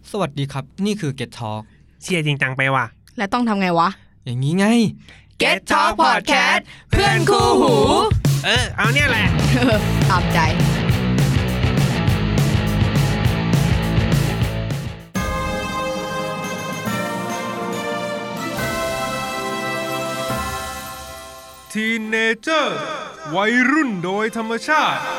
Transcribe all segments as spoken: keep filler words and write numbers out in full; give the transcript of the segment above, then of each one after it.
สวัสดีครับนี่คือ Get Talk เชียร์จริงจังไปว่ะแล้วต้องทำไงวะอย่างนี้ไง Get Talk Podcast เพื่อนคู่หูเออเอาเนี่ยแหละตามใจทีนเนเจอร์วัยรุ่นโดยธรรมชาติ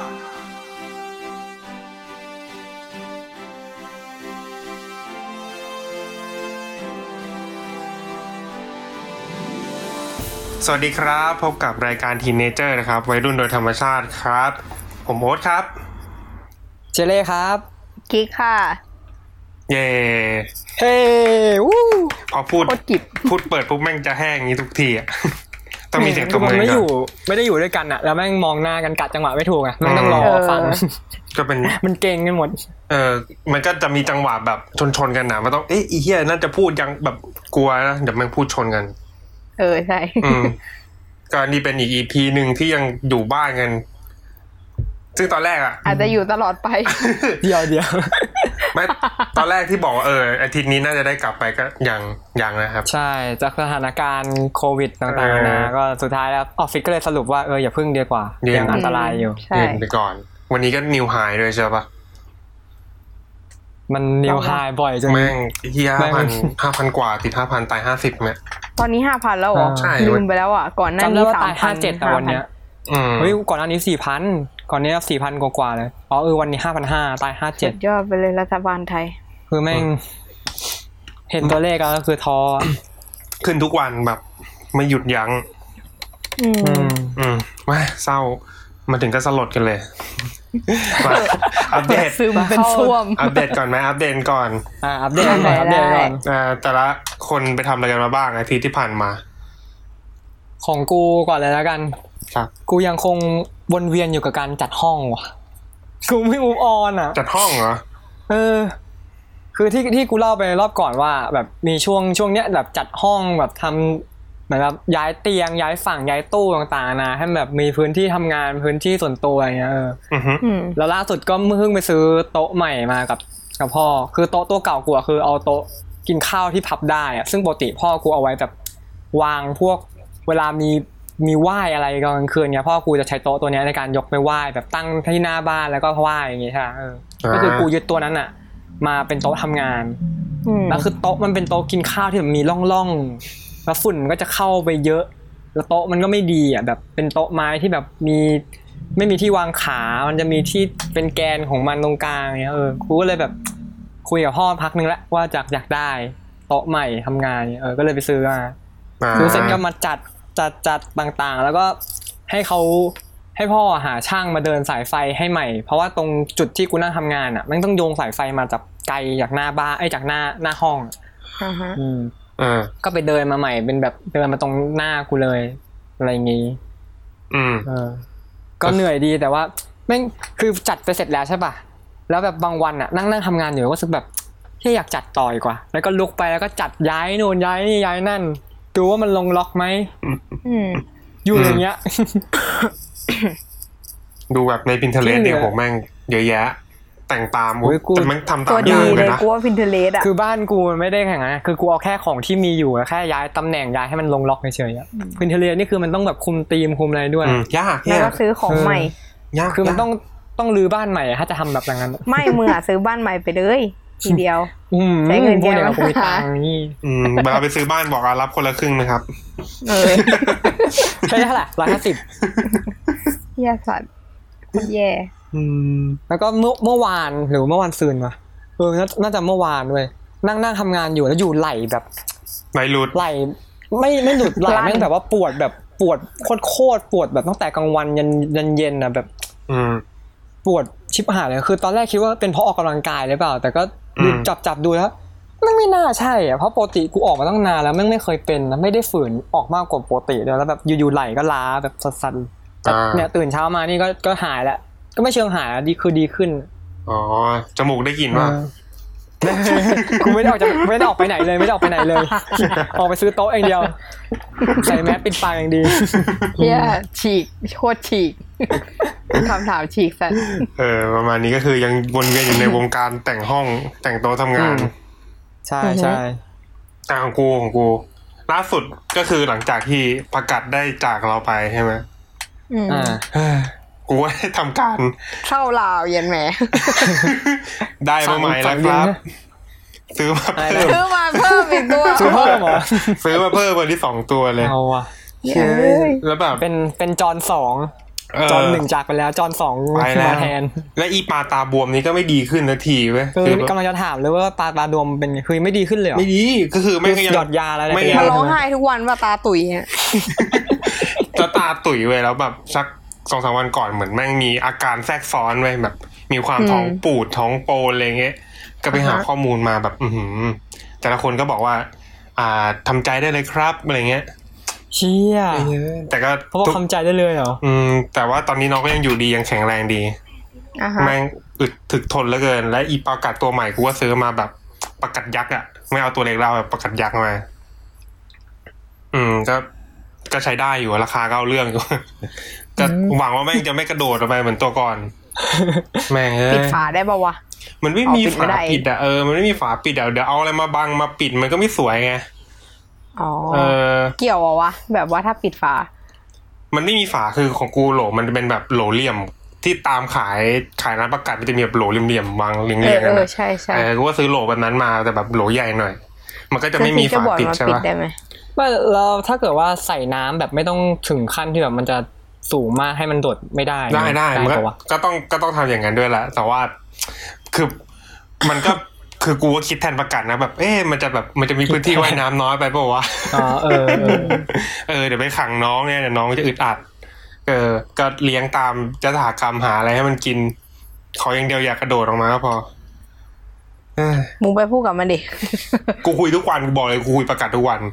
สวัสดีครับพบกับรายการทีนเนเจอร์นะครับวัยรุ่นโดยธรรมชาติครับผมโอ๊ตครับเจเล่ครับคิกค่ะเย่เฮ้วู้พอพูดพูดเปิดปุ๊บแม่งจะแห้งอย่างนี้ทุกทีอ่ะต้องมีเสียงตบมือไม่อยู่ไม่ได้อยู่ด้วยกันอ่ะแล้วแม่งมองหน้ากันกัดจังหวะไม่ถูกอ่ะแม่งต้องรอฟังก็เป็นมันเก่งกันหมดเออมันก็จะมีจังหวะแบบชนๆกันนะมันต้องเอ๊ะอีเหี้ยน่าจะพูดยังแบบกลัวนะเดี๋ยวแม่งพูดชนกันเออใช่อืมก็นี่เป็นอีก อี พี นึงที่ยังอยู่บ้านกันซึ่งตอนแรกอ่ะอาจจะอยู่ตลอดไปเดี๋ยวเดี๋ยวไม่ตอนแรกที่บอกว่าเอออาทิตย์นี้น่าจะได้กลับไปก็ยังยังนะครับใช่จากสถานการณ์โควิดต่างๆนะก็สุดท้ายแล้วออฟฟิศก็เลยสรุปว่าเอออย่าพึ่งดีกว่ายังอันตรายอยู่เรียนไปก่อนวันนี้ก็นิวไฮด้วยใช่ปะมันนิวไฮบ่อยจนแม่งที่ห้าพันห้าพันกว่าติดห้าพันตายห้าสิบเนี่ยตอนนี้ห้าพันแล้วเหรอลืมไปแล้วอ่ะก่อนหน้านี้สามพันเจ็ดแต่วันเนี้ยเฮ้ยก่อนหน้านี้สี่พันก่อนนี้สี่พันกว่าๆเลยอ๋อเออวันนี้ห้าพันห้าตายห้าเจ็ดสุดยอดไปเลยรัฐบาลไทยคือแม่งเห็นตัวเลขก็คือท้อขึ้นทุกวันแบบไม่หยุดยั้งอืมอืมว้าเศร้ามาถึงก็สลดกันเลยมาอัปเดตซึมเป็นซ่วมอัปเดตก่อนไหมอัปเดตก่อนอ่าอัปเดตก่อนอัปเดตก่อนอ่าแต่ละคนไปทำอะไรกันมาบ้างอาทิตย์ที่ผ่านมาของกูก่อนเลยแล้วกันครับกูยังคงวนเวียนอยู่กับการจัดห้องว่ะกูไม่มูฟออนอ่ะจัดห้องเหรอเออคือที่ที่กูเล่าไปรอบก่อนว่าแบบมีช่วงช่วงเนี้ยแบบจัดห้องแบบทำเหมือนแบบย้ายเตียงย้ายฝั่งย้ายตู้ต่างๆนะให้แบบมีพื้นที่ทำงานพื้นที่ส่วนตัวอะไรเงี้ยเออแล้วล่าสุดก็เพิ่งไปซื้อโต๊ะใหม่มากับกับพ่อคือโต๊ะตัวเก่ากูอ่ะคือเอาโต๊ะกินข้าวที่พับได้อ่ะซึ่งปกติพ่อกูเอาไว้แบบวางพวกเวลามีมีไหว้อะไรกลางคืนเนี้ยพ่อกูจะใช้โต๊ะตัวนี้ในการยกไปไหว้แบบตั้งที่หน้าบ้านแล้วก็ไหว้อย่างงี้ใช่ป่ะเออก็คือกูยึดตัวนั้นอ่ะมาเป็นโต๊ะทำงานแล้วคือโต๊ะมันเป็นโต๊ะกินข้าวที่แบบมีร่องๆแล้วฝุ่นก็จะเข้าไปเยอะแล้วโต๊ะมันก็ไม่ดีอ่ะแบบเป็นโต๊ะไม้ที่แบบมีไม่มีที่วางขามันจะมีที่เป็นแกนของมันตรงกลางเนี้ยเออกูก็เลยแบบคุยกับพ่อพักนึงแล้วว่าอยากอยากได้โต๊ะใหม่ทำงานเออก็เลยไปซื้อมาซื้อเสร็จก็มาจัดจัดจัดต่างๆแล้วก็ให้เขาให้พ่อหาช่างมาเดินสายไฟให้ใหม่เพราะว่าตรงจุดที่กูนั่งทำงานอ่ะมันต้องโยงสายไฟมาจากไกลจากหน้าบ้านไอ้จากหน้าหน้าห้องอ่าฮะอืมอ่าก็ไปเดินมาใหม่เป็นแบบเดินมาตรงหน้ากูเลยอะไรอย่างงี้อืมเออก็เหนื่อยดีแต่ว่าแม่งคือจัดไปเสร็จแล้วใช่ป่ะแล้วแบบบางวันอ่ะนั่งนั่งทำงานอยู่ก็รู้สึกแบบที่อยากจัดต่ออีกว่าแล้วก็ลุกไปแล้วก็จัดย้ายโน่นย้ายนี่ย้ายนั่นดูว่ามันลงล็อกไหมอยู่อย่างเงี้ยดูแบบใน Pinterest เนี่ยโหแม่งเยอะแยะแต่งตามแต่มันทำตามยากเลยนะกูว่า Pinterest อ่ะคือบ้านกูมันไม่ได้แข่งนะคือกูเอาแค่ของที่มีอยู่แล้วแค่ย้ายตำแหน่งย้ายให้มันลงล็อกเฉยๆอ่ะ Pinterest นี่คือมันต้องแบบคุมธีมคุมอะไรด้วยยากแล้วก็ซื้อของใหม่ยากคือมันต้องต้องรื้อบ้านใหม่ถ้าจะทำแบบอย่างนั้นไม่มึงอ่ะซื้อบ้านใหม่ไปเลยทีเดียวใช้เงินเยอะมากตังค์นี่อืมเวลาไปซื้อบ้านบอกรับคนละครึ่งนะครับเออใช่เท่าไหร่ร้อยห้าสิบแย่สัตว์แย่อืมแล้วก็เมื่อเมื่อวานหรือเมื่อวานซืนวะเออน่าจะเมื่อวานด้วยนั่งนั่งทำงานอยู่แล้วอยู่ไหล่แบบไหล่หลุดไหล่ไม่ไม่หลุดไหล่แม่งแบบว่าปวดแบบปวดโคตรปวดแบบตั้งแต่กลางวันยันยันเย็นอ่ะแบบอืมปวดชิบหายเลยคือตอนแรกคิดว่าเป็นเพราะออกกำลังกายหรือเปล่าแต่ก็จับจับดูแล้วมันไม่น่าใช่อ่ะเพราะปกติกูออกมาตั้งนานแล้วไม่ไม่เคยเป็นนะไม่ได้ฝืนออกมากกว่าปกติเลยแล้วแบบอยู่ๆไหล่ก็ล้าแบบสั่นๆเนี่ยตื่นเช้ามานี่ก็ก็หายแล้วก็ไม่เชิงหายดีคือดีขึ้นอ๋อจมูกได้กลิ่นป่ะกูไม่ได้ออกจากไม่ได้ออกไปไหนเลยไม่ได้ออกไปไหนเลยออกไปซื้อโต๊ะอย่างเดียวใส่แมสปิดปากอย่างดีเฮียฉีกโคตรฉีกคำถามฉีกสัตว์เออประมาณนี้ก็คือยังวนเวียนอยู่ในวงการแต่งห้องแต่งโต๊ะทำงานใช่ใช่แต่ของกูของกูล่าสุดก็คือหลังจากที่ประกาศได้จากเราไปใช่ไหมอ่ากูก็ได้ทำการเข้าลาวเย็นแหมได้มาใหม่แล้วครับซื้อมาเพิ่มซื้อมาเพิ่มอีกตัวซื้อเพิ่มเหรอซื้อมาเพิ่มมาที่สองตัวเลยเอาว่ะแล้วแบบเป็นเป็นจอนสองจอนหนึ่งจากไปแล้วจอนสองมาแทนและอีปลาตาบวมนี้ก็ไม่ดีขึ้นนาทีเว้ยคือกำลังจะถามเลยว่าปลาตาบวมเป็นคือไม่ดีขึ้นเลยเหรอไม่ดีก็คือไม่หยอดยาอะไรไม่มาร้องไห้ทุกวันว่าตาตุ๋ยเนี่ยจะตาตุ๋ยเว้ยแล้วแบบสักสองสามวันก่อนเหมือนแม่งมีอาการแทรกซ้อนเว้ยแบบมีความท้องปูดท้องโปนอะไรเงี้ยก็ไปหาข้อมูลมาแบบอือหือแต่ละคนก็บอกว่าอ่าทำใจได้เลยครับอะไรเงี้ยเชี่ยแต่ก็เพราะว่าทำใจได้เลยเหรออืมแต่ว่าตอนนี้น้องก็ยังอยู่ดียังแข็งแรงดีแม่งอึดถึกทนเหลือเกินและอีปลากัดตัวใหม่กูก็ซื้อมาแบบปลากัดยักษ์อ่ะไม่เอาตัวเล็กเราแบบปลากัดยักษ์มาอืมก็ก็ใช้ได้อยู่ราคาก็เอาเรื่องอยู่ก็หวังว่าแม่งจะไม่กระโดดออกไปเหมือนตัวก่อนแม่งปิดฝาได้ป่าวะมันไม่มีฝาปิดอ่ะเออมันไม่มีฝาปิดเดี๋ยวเดี๋ยวเอาอะไรมาบังมาปิดมันก็ไม่สวยไงอ๋อเออเกี่ยวอ่ะวะแบบว่าถ้าปิดฝามันไม่มีฝาคือของกูโหลมันเป็นแบบโหลเหลี่ยมที่ตามขายขายร้านประกาศมันจะมีแบบโหลเหลี่ยมๆวางเรียงๆกันนะใช่ใช่เออกูก็ซื้อโหลแบบนั้นมาแต่แบบโหลใหญ่หน่อยมันก็จะไม่มีฝาปิดใช่ไหมว่าเราถ้าเกิดว่าใส่น้ำแบบไม่ต้องถึงขั้นที่แบบมันจะสูงมากให้มันโดดไม่ได้ได้ได้มันก็ต้องก็ต้องทำอย่างนั้นด้วยแหละแต่ว่าคือมันก็คือกูก็คิดแทนประกาศนะแบบเอ๊ะมันจะแบบมันจะมีพื้นที่ว่ายน้ำน้อยไปเปล่าวะอ๋อเออเออเดี๋ยวไปขังน้องเนี่ยเดี๋ยวน้องจะอึดอัดเออก็เลี้ยงตามยถากรรมหาอะไรให้มันกินขออย่างเดียวอยากกระโดดออกมาก็พอมึงไปพูดกับมันดิกูคุยทุกวันกูบอกเลยกูคุยประกาศทุกวัน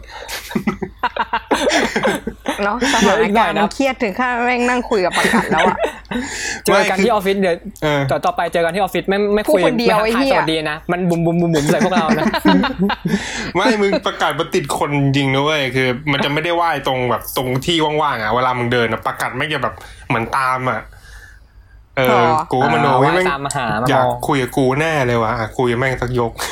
เนาะสถานการณ์มันเครียดถึงขั้นแม่งนั่งคุยกับประกาศแล้วอ่ะเจอกันที่ออฟฟิศเดี๋ยวต่อต่อไปเจอกันที่ออฟฟิศไม่ไม่คุยคนเดียวไอ้เหี้ยสวัสดีนะมันบุ๋มบุ๋มบุ๋มบุ๋มใส่พวกเรานะไม่มึงประกาศมาติดคนจริงนะเว้ยคือมันจะไม่ได้ว่ายตรงแบบตรงที่ว่างๆอ่ะเวลามึงเดินอ่ะประกาศไม่จะแบบเหมือนตามอ่ะเออกูมโนว่าแม่งอยากคุยกับกูแน่เลยว่ะคุยกับแม่งสักยก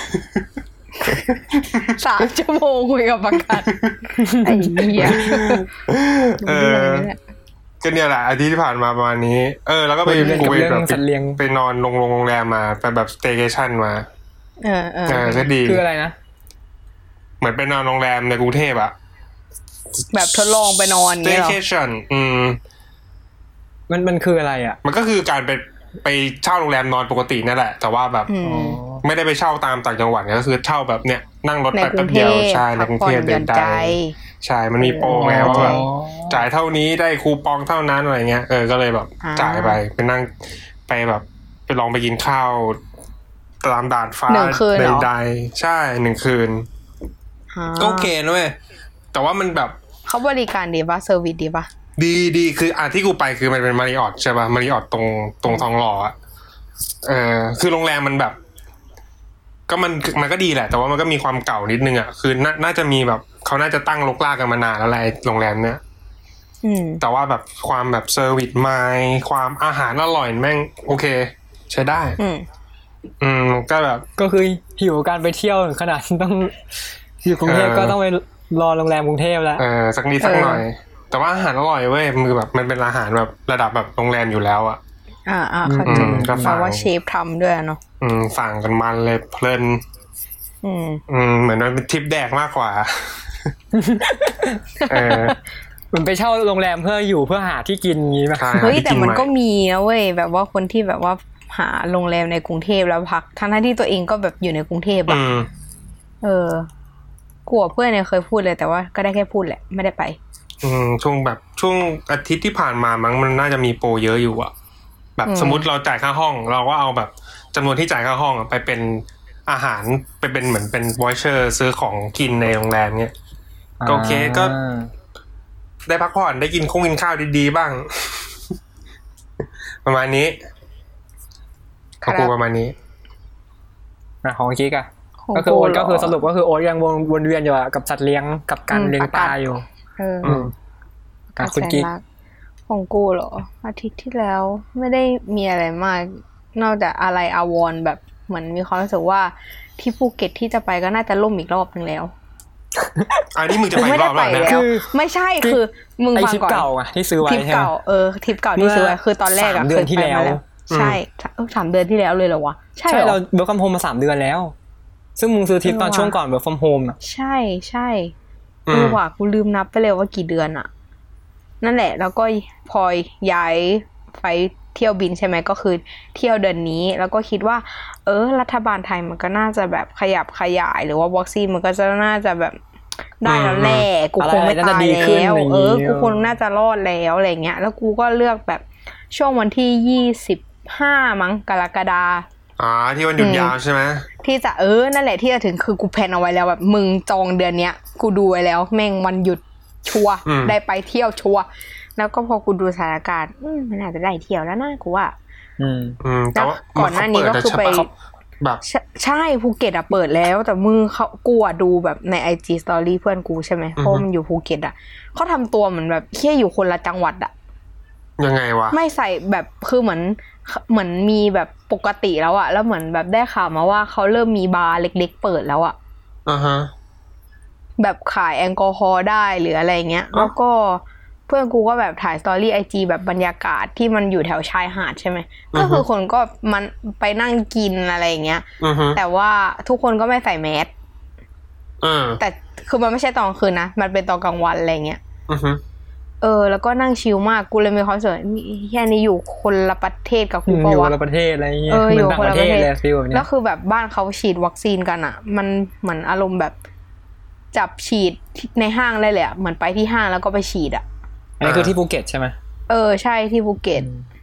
สามชั่วโมงคุยกับประกาศไอ้เหี้ยเออก็เนี่ยแหละอาทิตย์ที่ผ่านมาประมาณนี้เออแล้วก็ไปกูไปแบบไปนอนโรงแรมมาไปแบบสเตย์เคชั่นมาเออเออก็ดีคืออะไรนะเหมือนไปนอนโรงแรมในกรุงเทพอะแบบทดลองไปนอนเงี้ยหรอ staycation อืมมันมันคืออะไรอ่ะมันก็คือการไปไปเช่าโรงแรมนอนปกตินั่นแหละแต่ว่าแบบไม่ได้ไปเช่าตามต่างจังหวัดก็คือเช่าแบบเนี้ยนั่งรถแป๊บเดียวใช่ในกรุงเทพเดินได้ใช่มันมีโปรไงว่าแบบจ่ายเท่านี้ได้คูปองเท่านั้นอะไรเงี้ยเออก็เลยแบบจ่ายไปไปนั่งไปแบบไปลองไปกินข้าวตามด่านฟ้าใดๆใช่หนึ่งคืนก็โอเคนะเว้ยแต่ว่ามันแบบเขาบริการดีป่ะเซอร์วิสดีป่ะดีดีคืออ่ะที่กูไปคือมันเป็นมาริออทใช่ป่ะมาริออทตรงตรงทองหล่ออ่ะเออคือโรงแรมมันแบบก็มันมันก็ดีแหละแต่ว่ามันก็มีความเก่านิดนึงอ่ะคือน่าน่าจะมีแบบเขาน่าจะตั้งรกรากกันมานานแล้วแหละโรงแรมเนี้ยแต่ว่าแบบความแบบเซอร์วิสไม่ความอาหารอร่อยแม่งโอเคใช้ได้อืมก็แบบก็คือหิวการไปเที่ยวขนาดต้องอยู่กรุงเทพก็ต้องไปรอโรงแรมกรุงเทพแล้วเออสักนิดสักหน่อยแต่ว่าอาหารอร่อยเว้ยมือแบบมันเป็นอาหารแบบระดับแบบโรงแรมอยู่แล้วอ่ะอ่าอ่าเข้าใจเพราะว่าเชฟทำด้วยเนาะอืมสั่งกันมันเลยเพลินอืมอืมเหมือนมันเป็นทริปแดกมากกว่าเออมันไปเช่าโรงแรมเพื่ออยู่เพื่อหาที่กินงี้ป่ะเฮ้ยแต่มันก็มีนะเว้ยแบบว่าคนที่แบบว่าหาโรงแรมในกรุงเทพแล้วพักทั้งที่ตัวเองก็แบบอยู่ในกรุงเทพอ่ะเออกลัวเพื่อนเนี่ยเคยพูดเลยแต่ว่าก็ได้แค่พูดแหละไม่ได้ไปอืมช่วงแบบช่วงอาทิตย์ที่ผ่านมามั้งมันน่าจะมีโปรเยอะอยู่อ่ะแบบสมมุติเราจ่ายค่าห้องเราก็เอาแบบจำนวนที่จ่ายค่าห้องไปเป็นอาหารไปเป็นเหมือนเป็นวอยเชอร์ซื้อของกินในโรงแรมเนี้ยโอเคก็ได้พักผ่อนได้กินคงกินข้าวดีๆบ้างประมาณนี้ของกูประมาณนี้อ่ะของกิ๊กอ่ะก็คือโอ๊ตก็คือสรุปก็คือโอ๊ตยังวนวนเวียนอยู่กับสัตว์เลี้ยงกับการเลี้ยงปลาอยู่เอออ่ะคุณกิ๊กของกูเหรออาทิตย์ที่แล้วไม่ได้มีอะไรมากนอกจากอะไรอาวรแบบเหมือนมีความรู้สึกว่าที่ภูเก็ตที่จะไปก็น่าจะล่มอีกรอบนึงแล้วอันนี้มึงจะไปรอบแล้วนะคือไม่ใช่คือมึงฟังก่อนทริปเก่าอ่ะที่ซื้อไว้ทริปเก่าเออทริปเก่าที่ซื้อไว้คือตอนแรกอ่ะเดือนที่แล้วใช่สามเดือนที่แล้วเลยเหรอวะใช่เราเวิร์คฟรอมโฮมมาสามเดือนแล้วซึ่งมึงซื้อทริปตอนช่วงก่อนเวิร์คฟรอมโฮมอ่ะใช่ใช่เออว่ะกูลืมนับไปเลยว่ากี่เดือนอ่ะนั่นแหละแล้วก็พอย้ายไปเที่ยวบินใช่ไหมก็คือเที่ยวเดือนนี้แล้วก็คิดว่าเออรัฐบาลไทยมันก็น่าจะแบบขยับขยายหรือว่าวัคซีนมันก็จะน่าจะแบบได้แล้วแหละกูคงไม่ตายแล้วเออกูคงน่าจะรอดแล้วอะไรเงี้ยแล้วกูก็เลือกแบบช่วงวันที่ยี่สิบห้ามั้งกรกฎาอ๋อที่วันหยุดยาวใช่ไหมที่จะเออนั่นแหละที่จะถึงคือกูแพลนเอาไว้แล้วแบบมึงจองเดือนเนี้ยกูดูไว้แล้วแม่งวันหยุดชัวร์ได้ไปเที่ยวชัวร์แล้วก็พอกูดูสถานการณ์มันอาจจะได้เที่ยวแล้วนะกูว่าอืมอืมแต่ว่าก่อนหน้านี้ก็คือไปแบบใช่ภูเก็ตอ่ะเปิดแล้วแต่มึงเขากูอ่ะดูแบบใน ไอ จี Story เพื่อนกูใช่ไหมเพราะมันอยู่ภูเก็ตอ่ะเขาทำตัวเหมือนแบบเที่ยอยู่คนละจังหวัดอ่ะยังไงวะไม่ใส่แบบคือเหมือนเหมือนมีแบบปกติแล้วอ่ะแล้วเหมือนแบบได้ข่าวมาว่าเขาเริ่มมีบาร์เล็กๆเปิดแล้วอ่ะอ่าฮะแบบขายแอลกอฮอล์ได้หรืออะไรเงี้ยแล้วก็เพื่อนกูก็แบบถ่ายสตอรี่ ไอ จี แบบบรรยากาศที่มันอยู่แถวชายหาดใช่ไหมก็คือคนก็มันไปนั่งกินอะไรอย่างเงี้ยแต่ว่าทุกคนก็ไม่ใส่แมสแต่คือมันไม่ใช่ตอนกลางคืนนะมันเป็นตอนกลางวันอะไรเงี้ยเออแล้วก็นั่งชิลมากกูเลยมีความรู้สึกแค่นี้อยู่คนละประเทศกับกูปะวะอยู่คนละประเทศอะไรเงี้ยเอออยู่คนละประเทศแล้วคือแบบบ้านเขาฉีดวัคซีนกันอ่ะมันเหมือนอารมณ์แบบจับฉีดในห้างได้เลยอ่ะเหมือนไปที่ห้างแล้วก็ไปฉีดอ่ะอันนี้คือที่ภูเก็ตใช่ไหมเออใช่ที่ภูเก็ต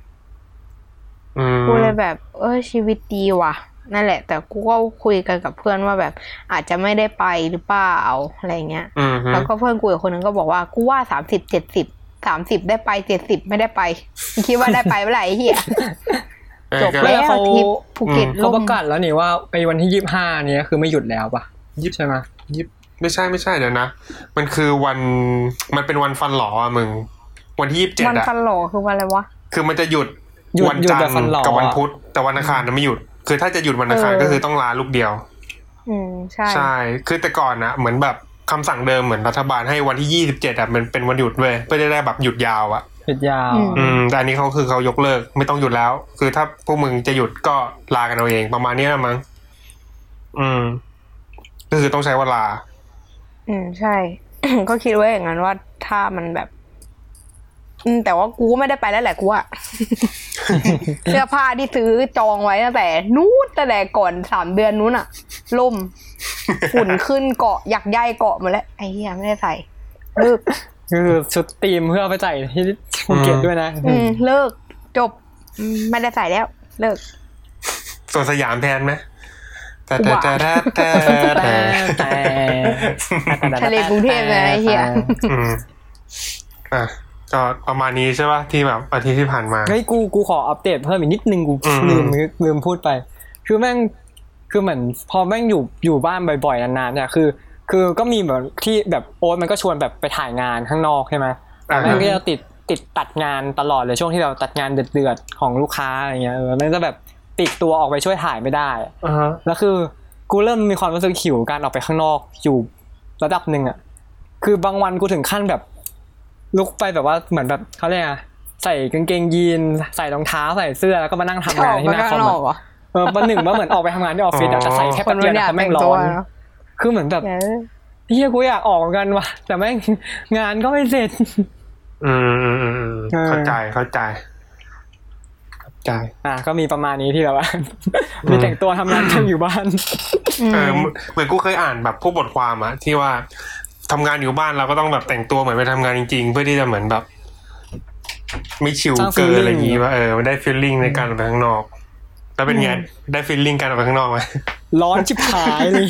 กูเลยแบบเออชีวิตดีว่ะนั่นแหละแต่กูก็คุยกันกับเพื่อนว่าแบบอาจจะไม่ได้ไปหรือเปล่าอะไรเงี้ยแล้วก็เพื่อนกูอีกคนนึงก็บอกว่ากูว่าสามสิบเจ็ดสิบสามสิบได้ไปเจ็ดสิบไม่ได้ไปคิดว่าได้ไปเมื่อไหร่เหี้ยจบแล้วทริปภูเก็ตเขาประกาศแล้วนี่ว่าไอ้วันที่ยี่สิบห้านี้คือไม่หยุดแล้วป่ะยี่สิบใช่ไหมยี่สิบไม่ใช่ไม่ใช่เดี๋ยวนะมันคือวันมันเป็นวันฟันหล่ออ่ะมึงวันที่ยี่สิบเจ็ดอ่ะวันฟันหล่อคือวันอะไรวะคือมันจะหยุดวันจันทร์กับวันพุธแต่วันอังคารมันไม่หยุดคือถ้าจะหยุดวันอังคารก็คือต้องลาลูกเดียวอืมใช่ใช่คือแต่ก่อนนะเหมือนแบบคำสั่งเดิมเหมือนรัฐบาลให้วันที่ยี่สิบเจ็ดอ่ะมันเป็นวันหยุดเว้ยเพื่อจะได้แบบหยุดยาวอ่ะหยุดยาวอืมแต่อันนี้เขาคือเขายกเลิกไม่ต้องหยุดแล้วคือถ้าพวกมึงจะหยุดก็ลากันเอาเองประมาณนี้มั้งอืมก็คือต้องใช้เวลาอืมใช่ ก็คิดไว้อย่างนั้นว่าถ้ามันแบบอืมแต่ว่ากูไม่ได้ไปแล้วแหละกูอะ เสื้อผ้าที่ซื้อจองไว้ตั้งแต่นู้นตั้งแต่ก่อนสามเดือนนู้นอะล่มฝุ่นขึ้นเกาะยักษ์ใหญ่เกาะมาแล้วไอ้เหี้ยไม่ได้ใส่เลิกคือชุดธีมเพื่อเอาไปใส่ที่ภูเก็ตด้วยนะอืมเลิกจบไม่ได้ใส่แล้วเลิกสวนสยามแทนไหมแต่แต่แต่แต่แต่ทะเลกรุงเทพเลยไอ้เหี้ยอืมอ่ะก็ประมาณนี้ใช่ป่ะที่แบบอาทิตย์ที่ผ่านมาเฮ้ยกูกูขออัปเดตเพิ่มอีกนิดนึงกูลืมลืมพูดไปคือแม่งคือเหมือนพอแม่งอยู่อยู่บ้านบ่อยๆนานๆเนี่ยคือคือก็มีแบบที่แบบโอ๊ตมันก็ชวนแบบไปถ่ายงานข้างนอกใช่ไหมแต่แม่งก็จะติดติดตัดงานตลอดเลยช่วงที่เราตัดงานเดือดๆของลูกค้าอะไรเงี้ยเออมันจะแบบติดตัวออกไปช่วยถ่ายไม่ได้แล้วคือกูเริ่มมีความรู้สึกหิวการออกไปข้างนอกอยู่ระดับนึงอ่ะคือบางวันกูถึงขั้นแบบลุกไปแบบว่าเหมือนแบบเขาเรียกอะใส่กางเกงยีนใส่รองเท้าใส่เสื้อแล้วก็มานั่งทำงานที่หน้าคอมเออวันหนึ่งว่าเหมือนออกไปทำงานที่ออฟฟิศแต่ใส่แค่แป๊บเดียวนะแม่งร้อนคือเหมือนแบบเฮียกูอยากออกกันว่ะแต่แม่งงานก็ไม่เสร็จอืมเข้าใจเข้าใจใจอ่ะก็มีประมาณนี้ที่แบบว่ามีแต่งตัวทำงานกันอยู่บ้านเออเหมือนกูเคยอ่านแบบพวกบทความอะที่ว่าทำงานอยู่บ้านเราก็ต้องแบบแต่งตัวเหมือนไปทำงานจริงๆเพื่อที่จะเหมือนแบบไม่ชิลเกินอะไรอย่างงี้ว่าเออมันได้ฟีลลิ่งในการออกไปข้างนอกแล้วเป็นไงได้ฟีลลิ่งการออกไปข้างนอกไหมร้อนชิบหายเลย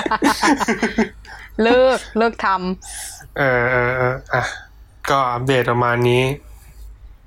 เลิกเลิกทำเออเออเอออ่ะก็อัปเดตประมาณนี้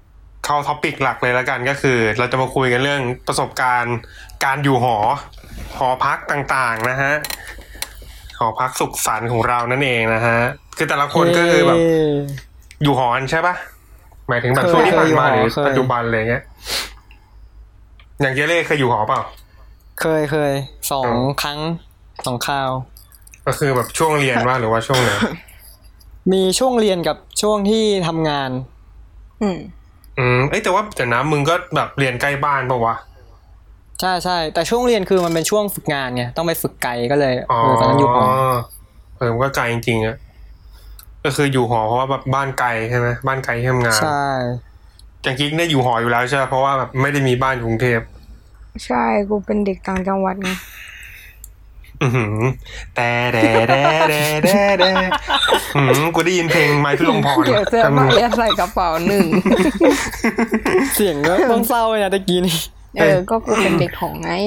เข้าท็อปิกหลักเลยแล้วกันก็คือเราจะมาคุยกันเรื่องประสบการณ์การอยู่หอหอพักต่างๆนะฮะหอพักสุขสันต์ของเรานั่นเองนะฮะคือแต่ละคนก็คือแบบอยู่หอกันใช่ปะหมายถึงแบบช่วงที่ผ่านมาหรือปัจจุบันอะไรเงี้ยอย่างเจเล่เคยอยู่หอเปล่าเคยเคยสองครั้งสองคราวก็คือแบบช่วงเรียนว่าหรือว่าช่วงไหนมีช่วงเรียนกับช่วงที่ทำงานอืมอืมเอ้ยแต่ว่าแต่นะมึงก็แบบเรียนใกล้บ้านป่าววะใช่ใช่แต่ช่วงเรียนคือมันเป็นช่วงฝึกงานไงต้องไปฝึกไกลก็เลยเออตอนนั้นอยู่หอเออมันก็ไกลจริงๆอ่ะก็คืออยู่หอเพราะว่าแบบบ้านไกลใช่ไหมบ้านไกลที่ทำงานใช่จังกิ๊กเนี่ยอยู่หออยู่แล้วใช่ไหมเพราะว่าแบบไม่ได้มีบ้านกรุงเทพใช่กูเป็นเด็กต่างจังหวัดไงอือหือแต่แด่แด่แด่แด่แด่อืมกูได้ยินเพลงไม้พิรมพรเดี๋ยวเสื้อผ้ายัดใส่กระเป๋าหนึ่งเสียงก็ต้องเศร้าเลยนะตะกี้นี่เออก็กูเป็นเด็กของไง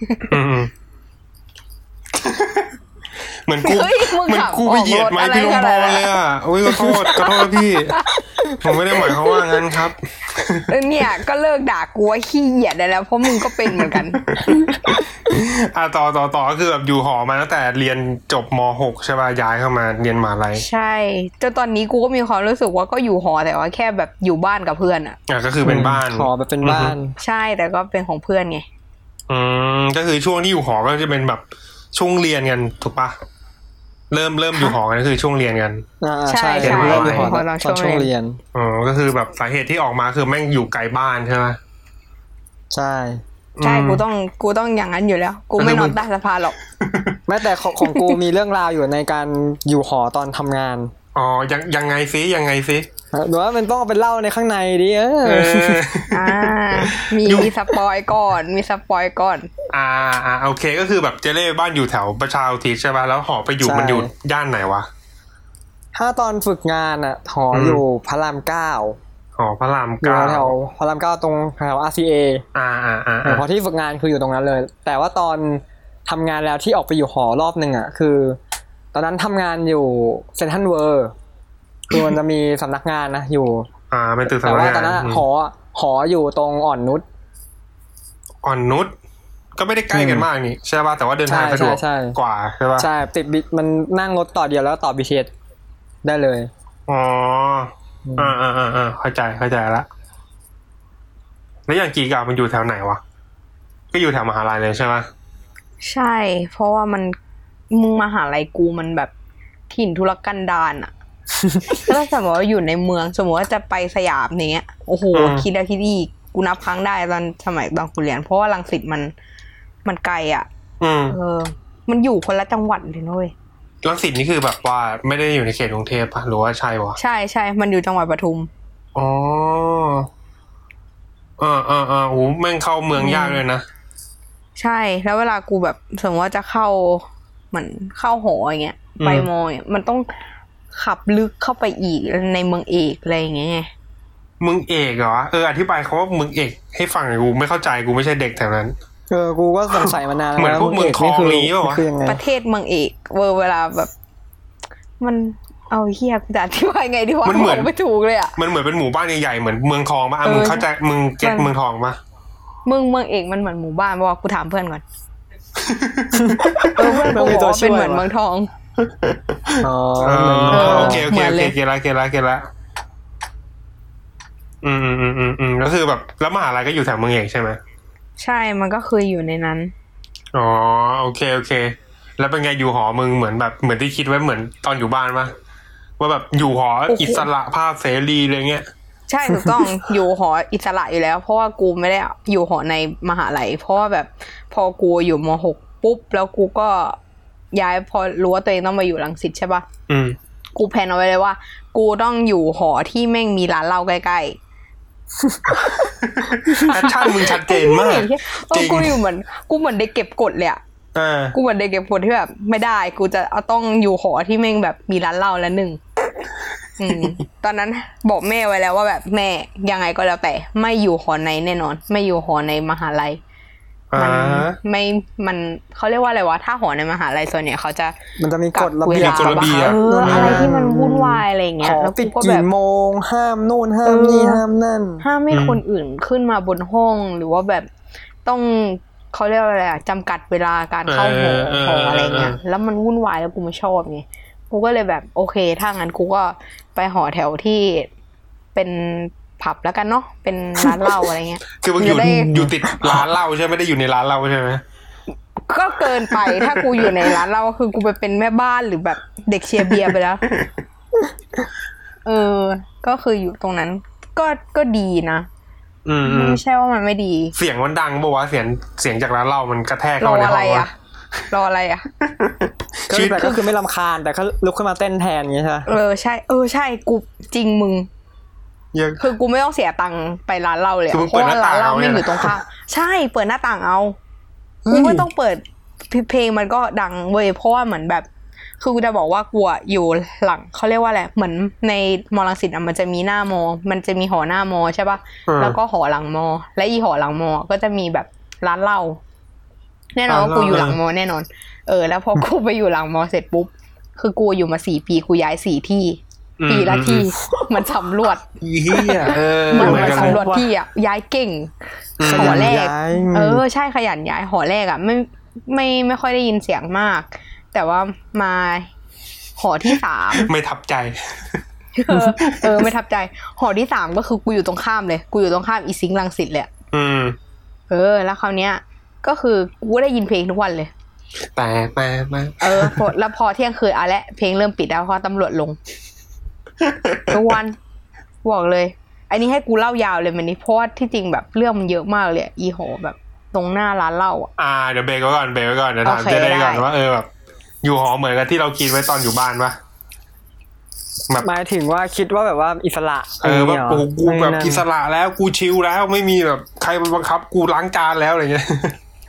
เหมือนกูเหมือนกูไปเหยียดไม้พิรมพรเลยอ่ะโอ้ยขอโทษขอโทษพี่ผมไม่ได้หมายความว่างั้นครับเออเนี่ยก็เลิกด่ากูว่าขี้เหยียดได้แล้วเพราะมึงก็เป็นเหมือนกันอ่ะต่อต่อต่อก็คือแบบอยู่หอมาตั้งแต่เรียนจบม.หกใช่ป่ะย้ายเข้ามาเรียนมหาลัยใช่จนตอนนี้กูก็มีความรู้สึกว่าก็อยู่หอแต่ว่าแค่แบบอยู่บ้านกับเพื่อนอ่ะอ่ะก็คือเป็นบ้านหอแบบเป็นบ้านใช่แต่ก็เป็นของเพื่อนไงอืมก็คือช่วงที่อยู่หอก็จะเป็นแบบช่วงเรียนกันถูกป่ะเริ่มเริ่มอยู่หอกันก็คือช่วงเรียนกันอ่าใช่ใช่เริ่มอยู่หอตอนช่วงเรียนอ๋อก็คือแบบสาเหตุที่ออกมาคือแม่งอยู่ไกลบ้านใช่ไหมใช่ใช่กูต้องกูต้องอย่างนั้นอยู่แล้วกูไม่นอนใต้สะพานหรอกแม้แต่ของของกูมีเรื่องราวอยู่ในการอยู่หอตอนทำงานอ๋อยังยังไงซิยังไงซิหรือว่ามันต้องเอาไปเล่าในข้างในดิเอออ่ามีมีสปอยก่อนมีสปอยก่อนอ่าอ่าโอเคก็คือแบบเจเล่บ้านอยู่แถวประชาอุทิศใช่ป่ะแล้วหอไปอยู่มันอยู่ย่านไหนวะถ้าตอนฝึกงานอ่ะหออยู่พระรามเก้าหอพระรามเก้าแถวพระรามเก้าตรงแถว อาร์ ซี เออ่าอ่าอ่าเพราะที่ฝึกงานคืออยู่ตรงนั้นเลยแต่ว่าตอนทำงานแล้วที่ออกไปอยู่หอรอบนึงอ่ะคือตอนนั้นทำงานอยู่เซ็นทรัลเวิลด์คือมันจะมีสำนักงานนะอยู่อ่าเป็นตึกสำนักงานแต่ว่าตอนนั้นหอหออยู่ตรงอ่อนนุชอ่อนนุชก็ไม่ได้ใกล้กันมากนี่ใช่ป่ะแต่ว่าเดินทางสะดวกกว่าใช่ป่ะใช่ติดบิมันนั่งรถต่อเดียวแล้วต่อ บี ที เอส ได้เลยอ๋ออ่าอ่าอ่าอ่าเข้าใจเข้าใจละแล้วอย่างกีกามันอยู่แถวไหนวะก็อยู่แถวมหาลัยเลยใช่ป่ะใช่เพราะว่ามันมึงมหาลัยกูมันแบบถิ่นทุรกันดารอ่ะถ้าสมมติว่าอยู่ในเมืองสมมติว่าจะไปสยามเนี้ยโอ้โหคิดแล้วคิดอีกกูนับครั้งได้ตอนสมัยตอนกูเรียนเพราะว่ารังสิตมันมันไกลอ่ะเออมันอยู่คนละจังหวัดเลยนะเว้ยรังสิตนี่คือแบบว่าไม่ได้อยู่ในเขตกรุงเทพป่ะหรือว่าใช่วะใช่ใช่มันอยู่จังหวัดปทุมอ๋ออ่าอ่าอ่าโอ้แม่งเข้าเมืองยากเลยนะใช่แล้วเวลากูแบบสมมติว่าจะเข้าเหมือนเข้าหออย่างเงี้ยไปมอเนี่ยมันต้องขับลึกเข้าไปอีกในเมืองเอกอะไรอย่างเงี้ยเมืองเอกเหรอเอออธิบายคำว่าเมืองเอกให้ฟังหน่อยกูไม่เข้าใจกูไม่ใช่เด็กแถวนั้นเออกูก็สงสัยมานานแล้วเหมือนพวกเมืองคลองนี้ป่ะวะประเทศเมืองเอกเวอร์เวลาแบบมันเอาเฮียกูจะอธิบายไงดีวะมันเหมือนไม่ถูกเลยอ่ะมันเหมือนเป็นหมู่บ้านใหญ่ๆเหมือนเมืองทองป่ะมึงเข้าใจมึงเก็ตเมืองทองป่ะเมืองเมืองเอกมันเหมือนหมู่บ้านป่ะกูถามเพื่อนก่อนเออเพื่อนกูบอกว่าเป็นเหมือนเมืองทองอ๋อโอเคโอเคโอเคเก็ตละเก็ตละเก็ตละอืมอืมอืมอืมก็คือแบบแล้วมหาลัยก็อยู่แถวเมืองเอกใช่ไหมใช่มันก็คืออยู่ในนั้นอ๋อโอเคโอเคแล้วเป็นไงอยู่หอมึงเหมือนแบบเหมือนที่คิดไว้เหมือนตอนอยู่บ้านป่ะว่าแบบอยู่หออิสระภาพเสรีอะไรเงี้ยใช่ถูกต้อง อยู่หออิสระอยู่แล้วเพราะว่ากูไม่ได้อยู่หอในมหาลัยเพราะว่าแบบพอกูอยู่ม.หกปุ๊บแล้วกูก็ย้ายพอรู้ว่าตัวเองต้องมาอยู่รังสิตใช่ป่ะอืมกูแพลนเอาไว้เลยว่ากูต้องอยู่หอที่แม่งมีร้านเหล้าใกล้ๆแอคชั่นมึงชัดเจนมากจริงกูอยู่เหมือนกูเหมือนเด็กเก็บกดเลยอ่ะกูเหมือนเด็กเก็บกดที่แบบไม่ได้กูจะเอาต้องอยู่หอที่แม่งแบบมีร้านเหล้าแล้วหนึ่งอืมตอนนั้นบอกแม่ไว้แล้วว่าแบบแม่ยังไงก็แล้วแต่ไม่อยู่หอในแน่นอนไม่อยู่หอในมหาลัยมันไม่มันเขาเรียกว่าอะไรวะถ้าหอในมหาลัยส่วนเนี่ยเขาจะมันจะมีกฎระเบียบกฎระเบียบอะไรที่มันวุ่นวายอะไรเงี้ยแล้วปิดกี่โมงห้ามนู่นห้ามนี่ห้ามนั่นห้ามไม่คนอื่นขึ้นมาบนห้องหรือว่าแบบต้องเขาเรียกว่าอะไรอะจำกัดเวลาการเข้าหอหออะไรเงี้ยแล้วมันวุ่นวายแล้วกูไม่ชอบไงกูก็เลยแบบโอเคถ้างั้นกูก็ไปหอแถวที่เป็นผับแล้วกันเนาะเป็นร้านเหล้าอะไรเงี้ยคือมึงอยู่อยู่ติดร้านเหล้าใช่ไหมไม่ได้อยู่ในร้านเหล้าใช่ไหมก็เกินไปถ้ากูอยู่ในร้านเหล้าคือกูไปเป็นแม่บ้านหรือแบบเด็กเชียร์เบียร์ไปแล้วเออก็คืออยู่ตรงนั้นก็ก็ดีนะอืมไม่ใช่ว่ามันไม่ดีเสียงมันดังป่าววะเสียงเสียงจากร้านเหล้ามันกระแทกเข้าในห้องรออะไรอ่ะรออะไรอ่ะชีวิตก็คือไม่รำคาญแต่เขาลุกขึ้นมาเต้นแทนอย่างนี้ใช่ไหมเออใช่เออใช่กูจริงมึงคือกูไม่ต้องเสียตังค์ไปร้านเหล้าเลยเพราะว่าร้านเหล้าไม่อยู่ตรงข้ามใช่เปิดหน้าต่างเอากูไม่ต้องเปิดเพลงมันก็ดังเว้ยเพราะว่าเหมือนแบบคือกูจะบอกว่ากูอยู่หลังเขาเรียกว่าอะไรเหมือนในมอรังสิตอ่ะมันจะมีหน้ามอมันจะมีหอหน้ามอใช่ป่ะแล้วก็หอหลังมอและอีหอหลังมอก็จะมีแบบร้านเหล้าแน่นอนว่ากูอยู่หลังมอแน่นอนเออแล้วพอกูไปอยู่หลังมอเสร็จปุ๊บคือกูอยู่มาสี่ปีกูย้ายสี่ที่ปีละที่มันสำรวจเหี้ยเออมันมาสำรวจที่อ่ะย้ายเก่งหอแรกเออใช่ขยันย้ายหอแรกอ่ะไม่ไม่ไม่ค่อยได้ยินเสียงมากแต่ว่ามาหอที่สามไม่ทับใจเออเออไม่ทับใจหอที่สามก็คือกูอยู่ตรงข้ามเลยกูอยู่ตรงข้ามอีซิงค์รังสิตเลยอืมเออแล้วคราวเนี้ยก็คือกูได้ยินเพลงทุกวันเลยแต่แต่แต่เออพอแล้วพอเที่ยงคืนอ่ะและเพลงเริ่มปิดแล้วเพราะตำรวจลงทุกวันบอกเลยอันนี้ให้กูเล่ายาวเลยมันนี้เพราะว่าที่จริงแบบเรื่องมันเยอะมากเลยอีหอแบบตรงหน้าร้านเหล้าอ่ะอ่าเดี๋ยวเบรกไว้ก่อนเบรกไว้ก่อนเดี๋ยวถามเจ๊ได้ก่อนว่าเออแบบอยู่หอเหมือนกับที่เราคิดไว้ตอนอยู่บ้านปะแบบหมายถึงว่าคิดว่าแบบว่าอิสระเออแบบกูกูแบบอิสระแล้วกูชิลแล้วไม่มีแบบใครมาบังคับกูล้างจานแล้วอะไรเงี้ย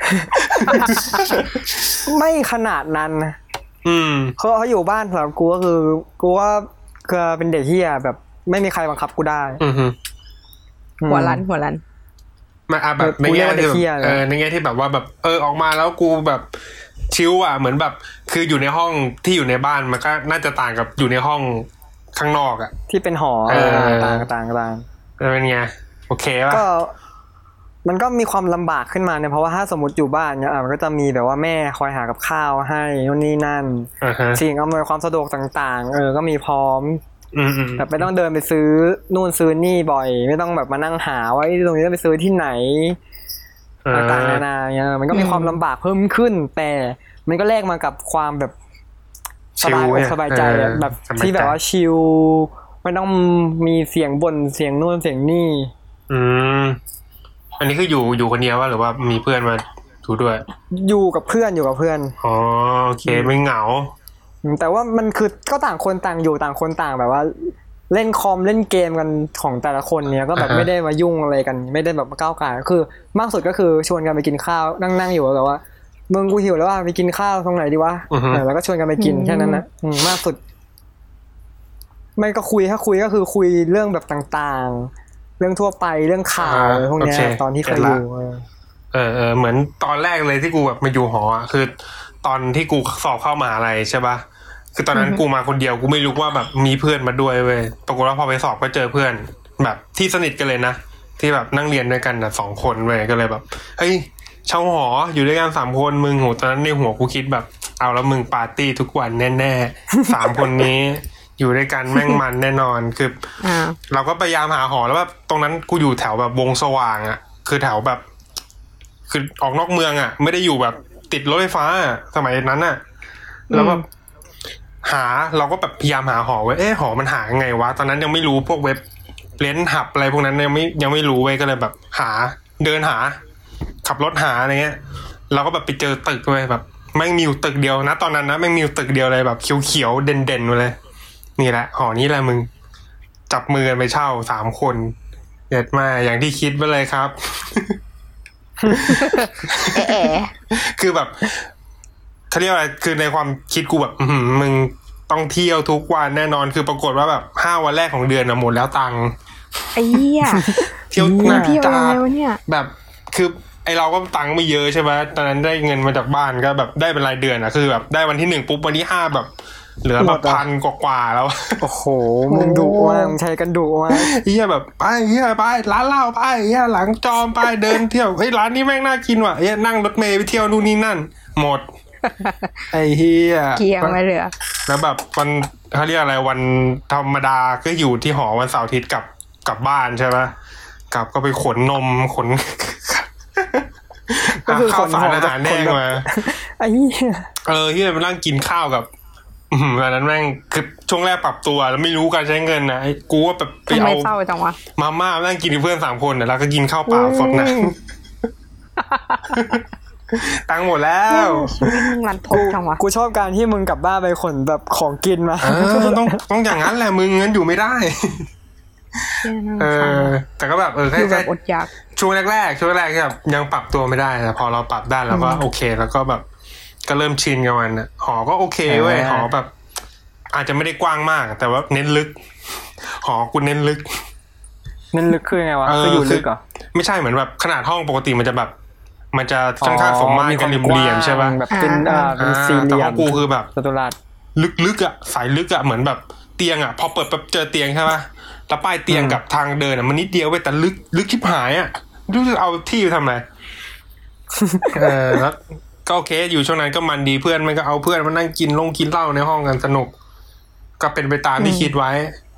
ไม่ขนาดนั้นนะอืมเขาเขาอยู่บ้านสำหรับกูก็คือกูว่าก็เป็นเด็กที่แบบไม่มีใครบังคับกูได้อือฮึหัวรันหัวรันมาอ่ะแบบในแง่ที่เออในแง่ที่แบบว่าแบบเออออกมาแล้วกูแบบชิลอ่ะเหมือนแบบคืออยู่ในห้องที่อยู่ในบ้านมันก็น่าจะต่างกับอยู่ในห้องข้างนอกอ่ะที่เป็นหอเออต่างต่างต่างเป็นไงโอเคป่ะก็มันก็มีความลำบากขึ้นมาเนี่ยเพราะว่าถ้าสมมติอยู่บ้านเนี่ยมันก็จะมีแบบว่าแม่คอยหากับข้าวให้นู่นนี่นั่น uh-huh. สิ่งอำนวยความสะดวกต่างๆเออก็มีพร้อมแบบไม่ต้องเดินไปซื้อนู่นซื้อนี่บ่อยไม่ต้องแบบมานั่งหาว่าตรงนี้จะไปซื้อที่ไหนต่างๆนานาเนี่ยมันก็มีความลำบากเพิ่มขึ้นแต่มันก็แลกมากับความแบบสบายอกสบายใจแบบที่แบบว่าชิลไม่ต้องมีเสียงบ่นเสียงนู่นเสียงนี่อืมอันนี้คืออยู่อยู่คนเดียวว่าหรือว่ามีเพื่อนมาอยู่ด้วยอยู่กับเพื่อนอยู่กับเพื่อนอ๋อโอเคไม่เหงาแต่ว่ามันคือก็ต่างคนต่างอยู่ต่างคนต่างแบบว่าเล่นคอมเล่นเกมกันของแต่ละคนเนี่ยก็แบบไม่ได้มายุ่งอะไรกันไม่ได้แบบมาก้าวก่ายคือมากสุดก็คือชวนกันไปกินข้าวนั่งๆอยู่แบบว่ามึงกูหิวแล้วว่าไปกินข้าวตรงไหนดีวะแล้วก็ชวนกันไปกินแค่นั้นนะมากสุดไม่ก็คุยถ้าคุยก็คือคุยเรื่องแบบต่างๆเรื่องทั่วไปเรื่องข่าวอะไรพวกนี้ตอนที่เคยอยู่เออเออเหมือนตอนแรกเลยที่กูแบบมาอยู่หออ่ะคือตอนที่กูสอบเข้ามหาลัยใช่ป่ะคือตอนนั้นกูมาคนเดียวกูไม่รู้ว่าแบบมีเพื่อนมาด้วยเว้ยปรากฏว่าพอไปสอบก็เจอเพื่อนแบบที่สนิทกันเลยนะที่แบบนั่งเรียนด้วยกันน่ะสองคนเว้ยก็เลยแบบเฮ้ยเช่าหออยู่ด้วยกันสามคนมึงโหตอนนั้นในหัวกูคิดแบบเอาแล้วมึงปาร์ตี้ทุกวันแน่ๆสามคนนี้อยู่ด้วยกันแม่งมันแน่นอนคือเราก็พยายามหาหอแล้วแบบตรงนั้นกูอยู่แถวแบบวงสว่างอ่ะคือแถวแบบคือออกนอกเมืองอ่ะไม่ได้อยู่แบบติดรถไฟฟ้าสมัยนั้นอ่ะแล้วแบบหาเราก็แบบพยายามหาหอไว้เอ๊ะหอมันหาไงวะตอนนั้นยังไม่รู้พวกเว็บเรนท์หับอะไรพวกนั้นยังไม่ยังไม่รู้เว้ยก็เลยแบบหาเดินหาขับรถหาอะไรเงี้ยเราก็แบบไปเจอตึกเว้ยแบบแม่งมีอยู่ตึกเดียวนะตอนนั้นนะแม่งมีอยู่ตึกเดียวเลยแบบเขียวๆเด่นๆเลยนี่แหละหอนี้แหละมึงจับมือกันไปเช่าสามคนเด็ดมาอย่างที่คิดไปเลยครับเอ๋คือแบบเขาเรียกว่าคือในความคิดกูแบบมึงต้องเที่ยวทุกวันแน่นอนคือปรากฏว่าแบบห้าวันแรกของเดือนอะหมดแล้วตังค์ไอ้เหี้ยเที่ยวหนักจ้าแบบคือไอเราก็ตังค์ไม่เยอะใช่ไหมตอนนั้นได้เงินมาจากบ้านก็แบบได้เป็นรายเดือนอะคือแบบได้วันที่หนึ่งปุ๊บวันที่ห้าแบบเหลือแบบพันกว่าๆแล้วโอ้โหมึงดุมากมึงใช้กันดุมากเหี้ยแบบไปเหี้ยไปร้านเหล้าไปเหี้ยหลังจอมไปเดินเที่ยวเฮ้ยร้านนี้แม่งน่ากินว่ะเหี้ยนั่งรถเมล์ไปเที่ยวนู่นนี่นั่นหมดไอ้เหี้ยเกลียงไม่เหลือแล้วแบบวันเขาเรียกอะไรวันธรรมดาก็อยู่ที่หอวันเสาร์อาทิตย์กลับกลับบ้านใช่ไหมกลับก็ไปขนนมขนก็คือข้าวสารอาหารแห้งมาไอ้เหี้ยเออที่ไปนั่งกินข้าวกับอืมอันนั้นแม่งคือช่วงแรกปรับตัวแล้วไม่รู้การใช้เงินนะไอ้กูว่าแบบไปเอามาม่านั่งกินกับเพื่อนสามคนเนี่ยแล้วก็กินข้าวเปล่าสดนะตังหมดแล้วชีวิตมึงรันทดจังวะกูชอบการที่มึงกลับบ้านไปขนแบบของกินมาเออต้องต้องอย่างนั้นแหละมึงงั้นอยู่ไม่ได้เออแต่ก็แบบเออแค่แค่อดอยากช่วงแรกๆช่วงแรกที่แบบยังปรับตัวไม่ได้แต่พอเราปรับได้แล้วก็โอเคแล้วก็แบบก็เริ่มชินกับมันอ่ะหอก็โอเคเว้ยหอแบบอาจจะไม่ได้กว้างมากแต่ว่าเน้นลึกหอกูเน้นลึกเน้นลึกคือไงวะคืออยู่ลึกเหรอไม่ใช่เหมือนแบบขนาดห้องปกติมันจะแบบมันจะค่อนข้างสมมาตรกันริมเหลี่ยมใช่ป่ะแบบเป็นอ่าเป็นสี่เหลี่ยมแต่ของกูคือแบบจัตุรัสลึกๆอ่ะสายลึกอ่ะเหมือนแบบเตียงอ่ะพอเปิดปุ๊บเจอเตียงใช่ป่ะแล้วป้ายเตียงกับทางเดินอ่ะมันนิดเดียวเว้ยแต่ลึกลึกชิบหายอ่ะรู้จะเอาที่ไปทำอะไรเออแล้วก็โอเคอยู่ช่วงนั้นก็มันดีเพื่อนมันก็เอาเพื่อนมานั่งกินลงกินเหล้าในห้องกันสนุกก็เป็นไปตามที่คิดไว้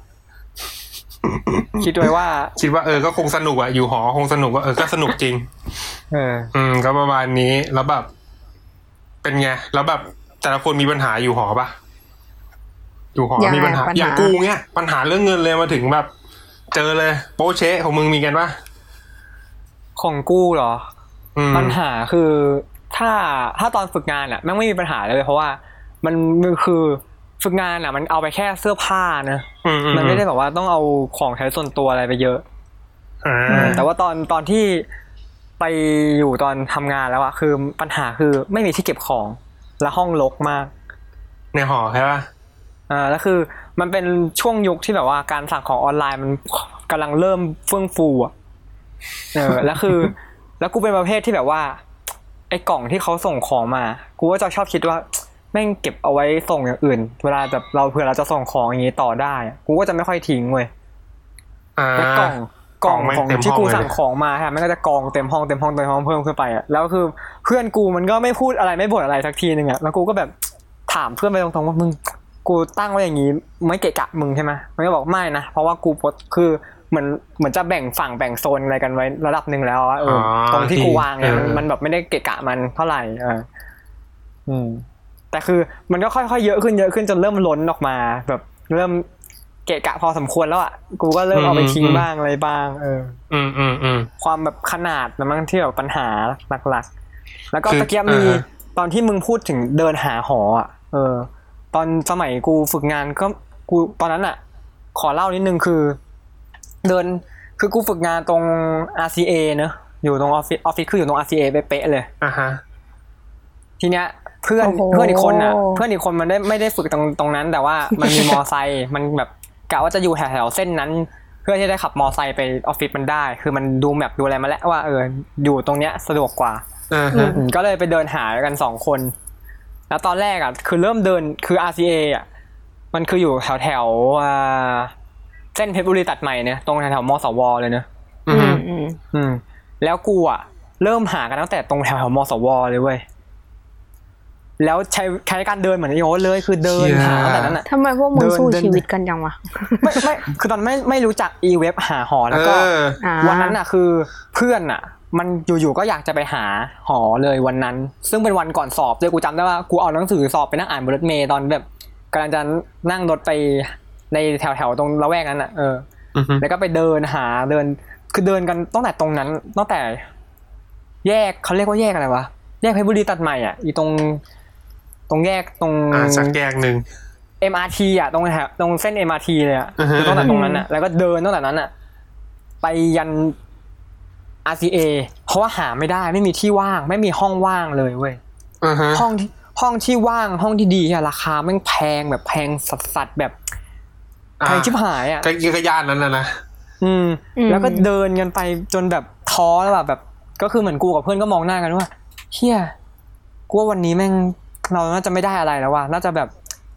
คิดไว้ว่าคิดว่าเออก็คงสนุกอ่ะอยู่หอคงสนุกว่าเออก็สนุกจริงเอออืมก็ประมาณนี้แล้วแบบเป็นไงแล้วแบบแต่ละคนมีปัญหาอยู่หอป่ะอยู่หอมีปัญหาอย่างกูเงี้ยปัญหาเรื่องเงินเลยมาถึงแบบเจอเลยโป๊เช๊ของมึงมีกันป่ะของกูเหรอปัญหาคือถ้าถ้าตอนฝึกงานอ่ะแม่งไม่มีปัญหาเลยเพราะว่ามันมันคือฝึกงานอ่ะมันเอาไปแค่เสื้อผ้านะมันไม่ได้แบบว่าต้องเอาของใช้ส่วนตัวอะไรไปเยอะแต่ว่าตอนตอนที่ไปอยู่ตอนทำงานแล้วอะคือปัญหาคือไม่มีที่เก็บของและห้องรกมากในหอใช่ป่ะอ่าแล้วคือมันเป็นช่วงยุคที่แบบว่าการสั่งของออนไลน์มันกำลังเริ่มเฟื่องฟูอ่ะเออแล้วคือแล้วกูเป็นประเภทที่แบบว่าไอ้กล่องที่เขาส่งของมากูก็จะชอบคิดว่าแม่งเก็บเอาไว้ส่งอย่างอื่นเวลาแบบเราเผื่อเราจะส่งของอย่างงี้ต่อได้กูก็จะไม่ค่อยทิ้งเว้ยแล้วกล่องกล่องของที่กูสั่งของมาฮะมันก็จะกองเต็มห้องเต็มห้องเต็มห้องเพิ่มขึ้นไปอ่ะแล้วคือเพื่อนกูมันก็ไม่พูดอะไรไม่บ่นอะไรสักทีนึงอ่ะแล้วกูก็แบบถามเพื่อนไปตรงๆว่ามึงกูตั้งไว้อย่างงี้ไม่เกะกะมึงใช่ไหมมันก็บอกไม่นะเพราะว่ากูคือเหมือนเหมือนจะแบ่งฝั่งแบ่งโซนอะไรกันไว้ระดับหนึ่งแล้วเออตรงที่กูวางเนี่ยมันมันแบบไม่ได้เกะกะมันเท่าไหร่เอออืมแต่คือมันก็ค่อยๆเยอะขึ้นเยอะขึ้นจนเริ่มล้นออกมาแบบเริ่มเกะกะพอสมควรแล้วอ่ะกูก็เริ่มเอาไปทิ้งบ้างอะไรบ้างเอออืมอืมอืมความแบบขนาดนะมั้งที่แบบปัญหาหลักๆแล้วก็ตะเกียบมีตอนที่มึงพูดถึงเดินหาหออ่ะเออตอนสมัยกูฝึกงานก็กูตอนนั้นอ่ะขอเล่านิดนึงคือเดินคือกูฝึกงานตรง อาร์ ซี เอ เนอะอยู่ตรงออฟฟิศออฟฟิศคืออยู่ตรง อาร์ ซี เอ เป๊ะๆเลยอ่าฮะทีเนี้ยเพื่อนเพื่อนอีกคนน่ะเพื่อนอีกคนมันได้ไม่ได้ฝึกตรงตรงนั้นแต่ว่ามันมีมอไซค์มันแบบกะว่าจะอยู่แถวๆเส้นนั้นเพื่อที่ได้ขับมอไซค์ไปออฟฟิศมันได้คือมันดูแมพดูอะไรมาแล้วว่าเอออยู่ตรงเนี้ยสะดวกกว่าอ่าก็เลยไปเดินหากันสองคนแล้วตอนแรกอ่ะคือเริ่มเดินคือ อาร์ ซี เอ อ่ะมันคืออยู่แถวๆอ่าเส้นเพชรบุรีตัดใหม่เนี่ยตรงแถวๆมสวเลยเนอะอืมอืมอืมแล้วกูอ่ะเริ่มหากันตั้งแต่ตรงแถวๆมสวเลยเว้ยแล้วใช้ใช้การเดินเหมือนโอ้เลยคือเดินหาตั้งแต่นั้นน่ะทำไมพวกมึงสู้ชีวิตกันจังวะไม่ไม่คือตอนไม่ไม่รู้จักอีเว็บหาหอแล้วก็วันนั้นน่ะคือเพื่อนน่ะมันอยู่ๆก็อยากจะไปหาหอเลยวันนั้นซึ่งเป็นวันก่อนสอบด้วยกูจำได้ว่ากูเอาหนังสือสอบไปนั่งอ่านบนรถเมล์ตอนแบบกำลังจะนั่งรถไปในแถวๆตรงละแวกนั้นน่ะเออแล้วก็ไปเดินหาเดินคือเดินกันตั้งแต่ตรงนั้นตั้งแต่แยกเขาเรียกว่าแยกอะไรวะแยกเพชรบุรีตัดใหม่อ่ะอีตรงตรงแยกตรงอ่าสักแยกนึงเอ็ม อาร์ ที อ่ะตรงแถวตรงเส้น เอ็ม อาร์ ที เลยอ่ะคือตั้งแต่ตรงนั้นน่ะแล้วก็เดินตั้งแต่นั้นน่ะไปยัน อาร์ ซี เอ เพราะว่าหาไม่ได้ไม่มีที่ว่างไม่มีห้องว่างเลยเว้ยห้องที่ห้องที่ว่างห้องที่ดีอ่ะราคาแม่งแพงแบบแพงสัสๆแบบแพงชิบหายอ่ะก็ก็ย่านนั้นน่ะนะอืมแล้วก็เดินกันไปจนแบบท้อแล้วแบบก็คือเหมือนกูกับเพื่อนก็มองหน้ากันว่าเหี้ยกูว่าวันนี้แม่งเราน่าจะไม่ได้อะไรแล้วว่ะน่าจะแบบเช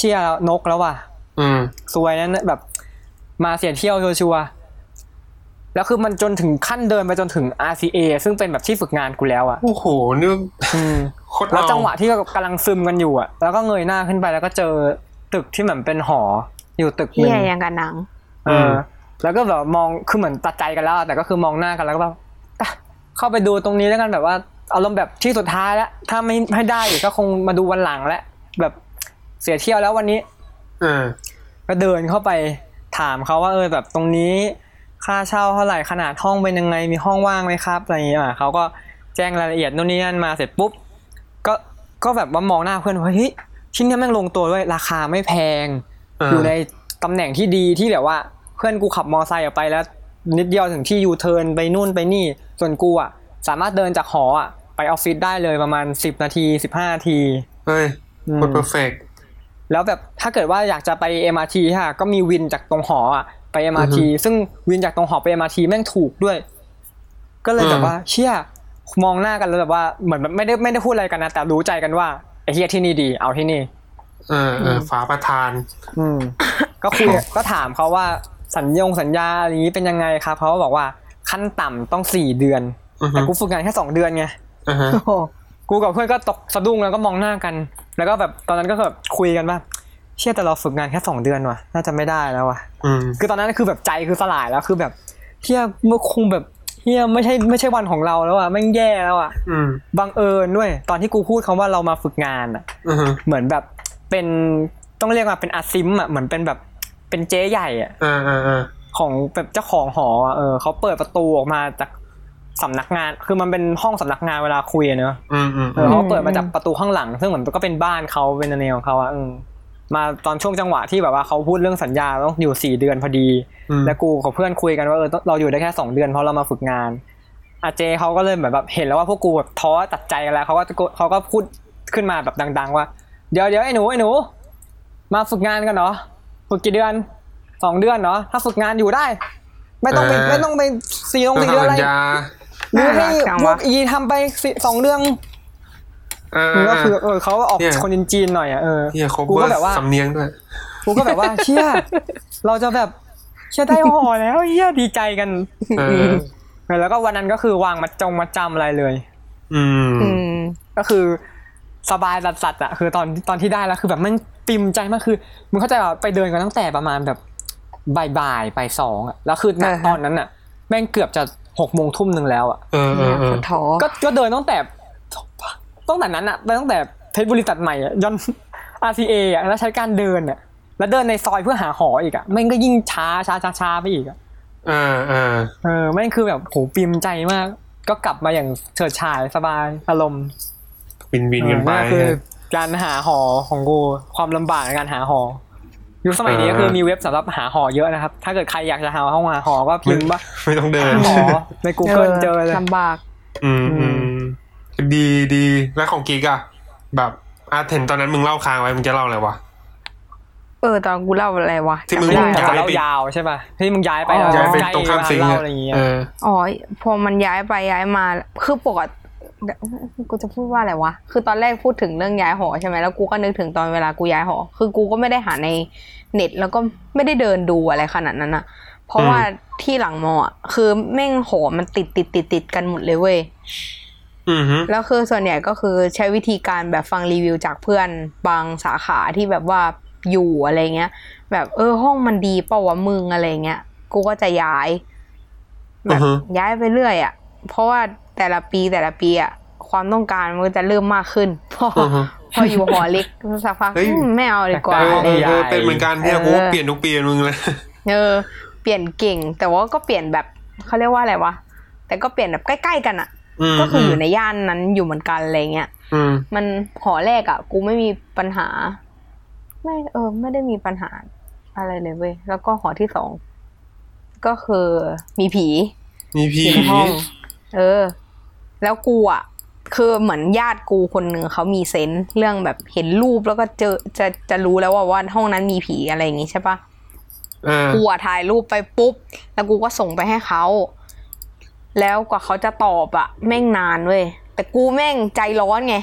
ชี่ยนกแล้วว่ะอืมซวยนั้นแบบมาเสียเที่ยวชัวร์แล้วคือมันจนถึงขั้นเดินไปจนถึง อาร์ ซี เอ ซึ่งเป็นแบบที่ฝึกงานกูแล้วอ่ะโอ้โหนึกแล้วจังหวะที่กำลังซึมกันอยู่อ่ะแล้วก็เงยหน้าขึ้นไปแล้วก็เจอตึกที่เหมือนเป็นหออยู่ตึกนึงเหี้ยอย่างกับหนังเออแล้วก็แบบมองคือเหมือนตัดใจกันแล้วแต่ก็คือมองหน้ากันแล้วก็แบบเข้าไปดูตรงนี้แล้วกันแบบว่าอารมณ์แบบที่สุดท้ายแล้วถ้าไม่ให้ได้ก็คงมาดูวันหลังแล้วแบบเสียเที่ยวแล้ววันนี้เออก็เดินเข้าไปถามเขาว่าเออแบบตรงนี้ค่าเช่าเท่าไหร่ขนาดห้องเป็นยังไงมีห้องว่างไหมครับอะไรอย่างเงี้ยเขาก็แจ้งรายละเอียดนู่นนี่นั่นมาเสร็จปุ๊บก็ก็แบบว่ามองหน้าเพื่อนว่าเฮ้ยชิ้นนี้แม่งลงตัวด้วยราคาไม่แพงอยู่ในตำแหน่งที่ดีที่แบบว่าเพื่อนกูขับมอไซค์ออกไปแล้วนิดเดียวถึงที่ยูเทิร์นไปนู่นไปนี่ส่วนกูอ่ะสามารถเดินจากหออ่ะไปออฟฟิศได้เลยประมาณสิบนาทีสิบห้านาทีเฮ้ยโคตรเพอร์เฟคแล้วแบบถ้าเกิดว่าอยากจะไป เอ็ม อาร์ ที ค่ะก็มีวินจากตรงหออ่ะไป เอ็ม อาร์ ที ซึ่งวินจากตรงหอไป เอ็ม อาร์ ที แม่งถูกด้วยก็เลยแบบว่าเชี่ยมองหน้ากันแล้วแบบว่าเหมือนไม่ได้ไม่ได้พูดอะไรกันนะแต่รู้ใจกันว่าไอ้เหี้ยที่นี่ดีเอาที่นี่เออเออฟ้าประทานอืมก็คุยก็ถามเขาว่าสัญญงสัญญาอะไรนี้เป็นยังไงครับเขาก็บอกว่าขั้นต่ำต้องสี่เดือนแต่กูฝึกงานแค่สองเดือนไงกูกับเพื่อนก็ตกสะดุ้งแล้วก็มองหน้ากันแล้วก็แบบตอนนั้นก็แบบคุยกันว่าเชื่อแต่เราฝึกงานแค่สองเดือนว่ะน่าจะไม่ได้แล้วว่ะคือตอนนั้นคือแบบใจคือสลายแล้วคือแบบเฮียเมื่อคงแบบเฮียไม่ใช่ไม่ใช่วันของเราแล้วอ่ะแม่งแย่แล้วอ่ะบังเอิญด้วยตอนที่กูพูดคำว่าเรามาฝึกงานอ่ะเหมือนแบบเป็นต้องเรียกว่าเป็นอาซิมอ่ะเหมือนเป็นแบบเป็นเจ๊ใหญ่อ่ะของแบบเจ้าของหอเออเขาเปิดประตูออกมาจากสำนักงานคือมันเป็นห้องสำนักงานเวลาคุยเนอะเออเขาเปิดมาจากประตูข้างหลังซึ่งเหมือนก็เป็นบ้านเขาเป็นแนวของเขาอ่ะมาตอนช่วงจังหวะที่แบบว่าเขาพูดเรื่องสัญญาต้องอยู่สี่เดือนพอดีแล้วกูกับเพื่อนคุยกันว่าเออเราอยู่ได้แค่สองเดือนเพราะเรามาฝึกงานอาเจเขาก็เลยเหมือนแบบเห็นแล้วว่าพวกกูแบบท้อตัดใจกันแล้วเขาก็เขาก็พูดขึ้นมาแบบดังๆว่าเดี๋ยวเดี๋ยวไอ้หนูไอ้หนูมาฝึกงานกันเหรอฝึกกี่เดือนสองเดือนเนาะถ้าฝึกงานอยู่ได้ไม่ต้องไปไม่ต้องไปสี่ต้องสี่เดือนอะไรหรือให้พวกอีทำไปสองเดือนเออก็คือเออเขาออกคนจีนหน่อยอ่ะเออกูก็แบบว่าสำเนียงด้วยกูก็แบบว่าเชี่ยเราจะแบบเชี่ยได้ห่อแล้วเชี่ยดีใจกันเออแล้วก็วันนั้นก็คือวางมัดจงมัดจำอะไรเลยอืมก็คือสบายสัดๆอ่ะคือตอนตอนที่ได้แล้วคือแบบมันปิ่มใจมากคือมึงเข้าใจว่าไปเดินกันตั้งแต่ประมาณแบบบ่ายๆไปสองอ่ะแล้วคือตอนนั้นอ่ะแม่งเกือบจะหกโมงทุ่มนึงแล้วอ่ะเออก็ก็เดินตั้งแต่ตั้งแต่นั้นอ่ะไปตั้งแต่เพชรบุรีตัดใหม่อ่ะย้อน อาร์ ซี เอ อ่ะแล้วใช้การเดินอ่ะแล้วเดินในซอยเพื่อหาหออีกอ่ะแม่งก็ยิ่งช้าช้าช้าช้าไปอีกอ่ะเออเออเออแม่งคือแบบโหปิ่มใจมากก็กลับมาอย่างเฉิดฉายสบายอารมณ์วินวินกันไปคือการหาหอของกูความลำบากในการหาหอยุคสมัยนี้ก็คือมีเว็บสำหรับหาหอเยอะนะครับถ้าเกิดใครอยากจะหาห้องหาหอก็พิมพ์ว่าไม่ต้องเดินหอใน Google เจอเลยลำบากอืมอืมดีดีแล้วของกิ๊กอะแบบอาเห็นตอนนั้นมึงเล่าค้างไว้มึงจะเล่าอะไรวะเออตอนกูเล่าอะไรวะที่มึงย้ายเล่ายาวใช่ป่ะที่มึงย้ายไปแล้วย้ายไปตรงข้ามซิงอะไรอย่างเงี้ยอ๋อพอมันย้ายไปย้ายมาคือปกติกูจะพูดว่าอะไรวะคือตอนแรกพูดถึงเรื่องย้ายหอใช่ไหมแล้วกูก็นึกถึงตอนเวลากูย้ายหอคือกูก็ไม่ได้หาในเน็ตแล้วก็ไม่ได้เดินดูอะไรขนาดนั้นอะเพราะว่าที่หลังมออ่ะคือแม่งหอมันติดติดติดติดกันหมดเลยเว้ยแล้วคือส่วนใหญ่ก็คือใช้วิธีการแบบฟังรีวิวจากเพื่อนบางสาขาที่แบบว่าอยู่อะไรเงี้ยแบบเออห้องมันดีเปล่าวะมึงอะไรเงี้ยกูก็จะย้ายแบบย้ายไปเรื่อยอ่ะเพราะว่าแต่ละปีแต่ละปีอ่ะความต้องการมันจะเริ่มมากขึ้นพอพออยู่หอเล็กสักพักไม่เอาดีกว่าเป็นเหมือนกันที่กูเปลี่ยนทุกปีมึงเลยเออเปลี่ยนเก่งแต่ว่าก็เปลี่ยนแบบเขาเรียกว่าอะไรวะแต่ก็เปลี่ยนแบบใกล้ๆกันอ่ะก็คืออยู่ในย่านนั้นอยู่เหมือนกันอะไรเงี้ยมันหอแรกอ่ะกูไม่มีปัญหาไม่เออไม่ได้มีปัญหาอะไรเลยเว้ยแล้วก็หอที่สองก็คือมีผีมีผีในห้องเออแล้วกูอ่ะคือเหมือนญาติกูคนหนึ่งเขามีเซนส์เรื่องแบบเห็นรูปแล้วก็เจอจะจะรู้แล้วว่าว่าห้องนั้นมีผีอะไรอย่างงี้ใช่ปะกูอ่ะถ่ายรูปไปปุ๊บแล้วกูก็ส่งไปให้เขาแล้วกว่าเขาจะตอบอ่ะแม่งนานเว้ยแต่กูแม่งใจร้อนไง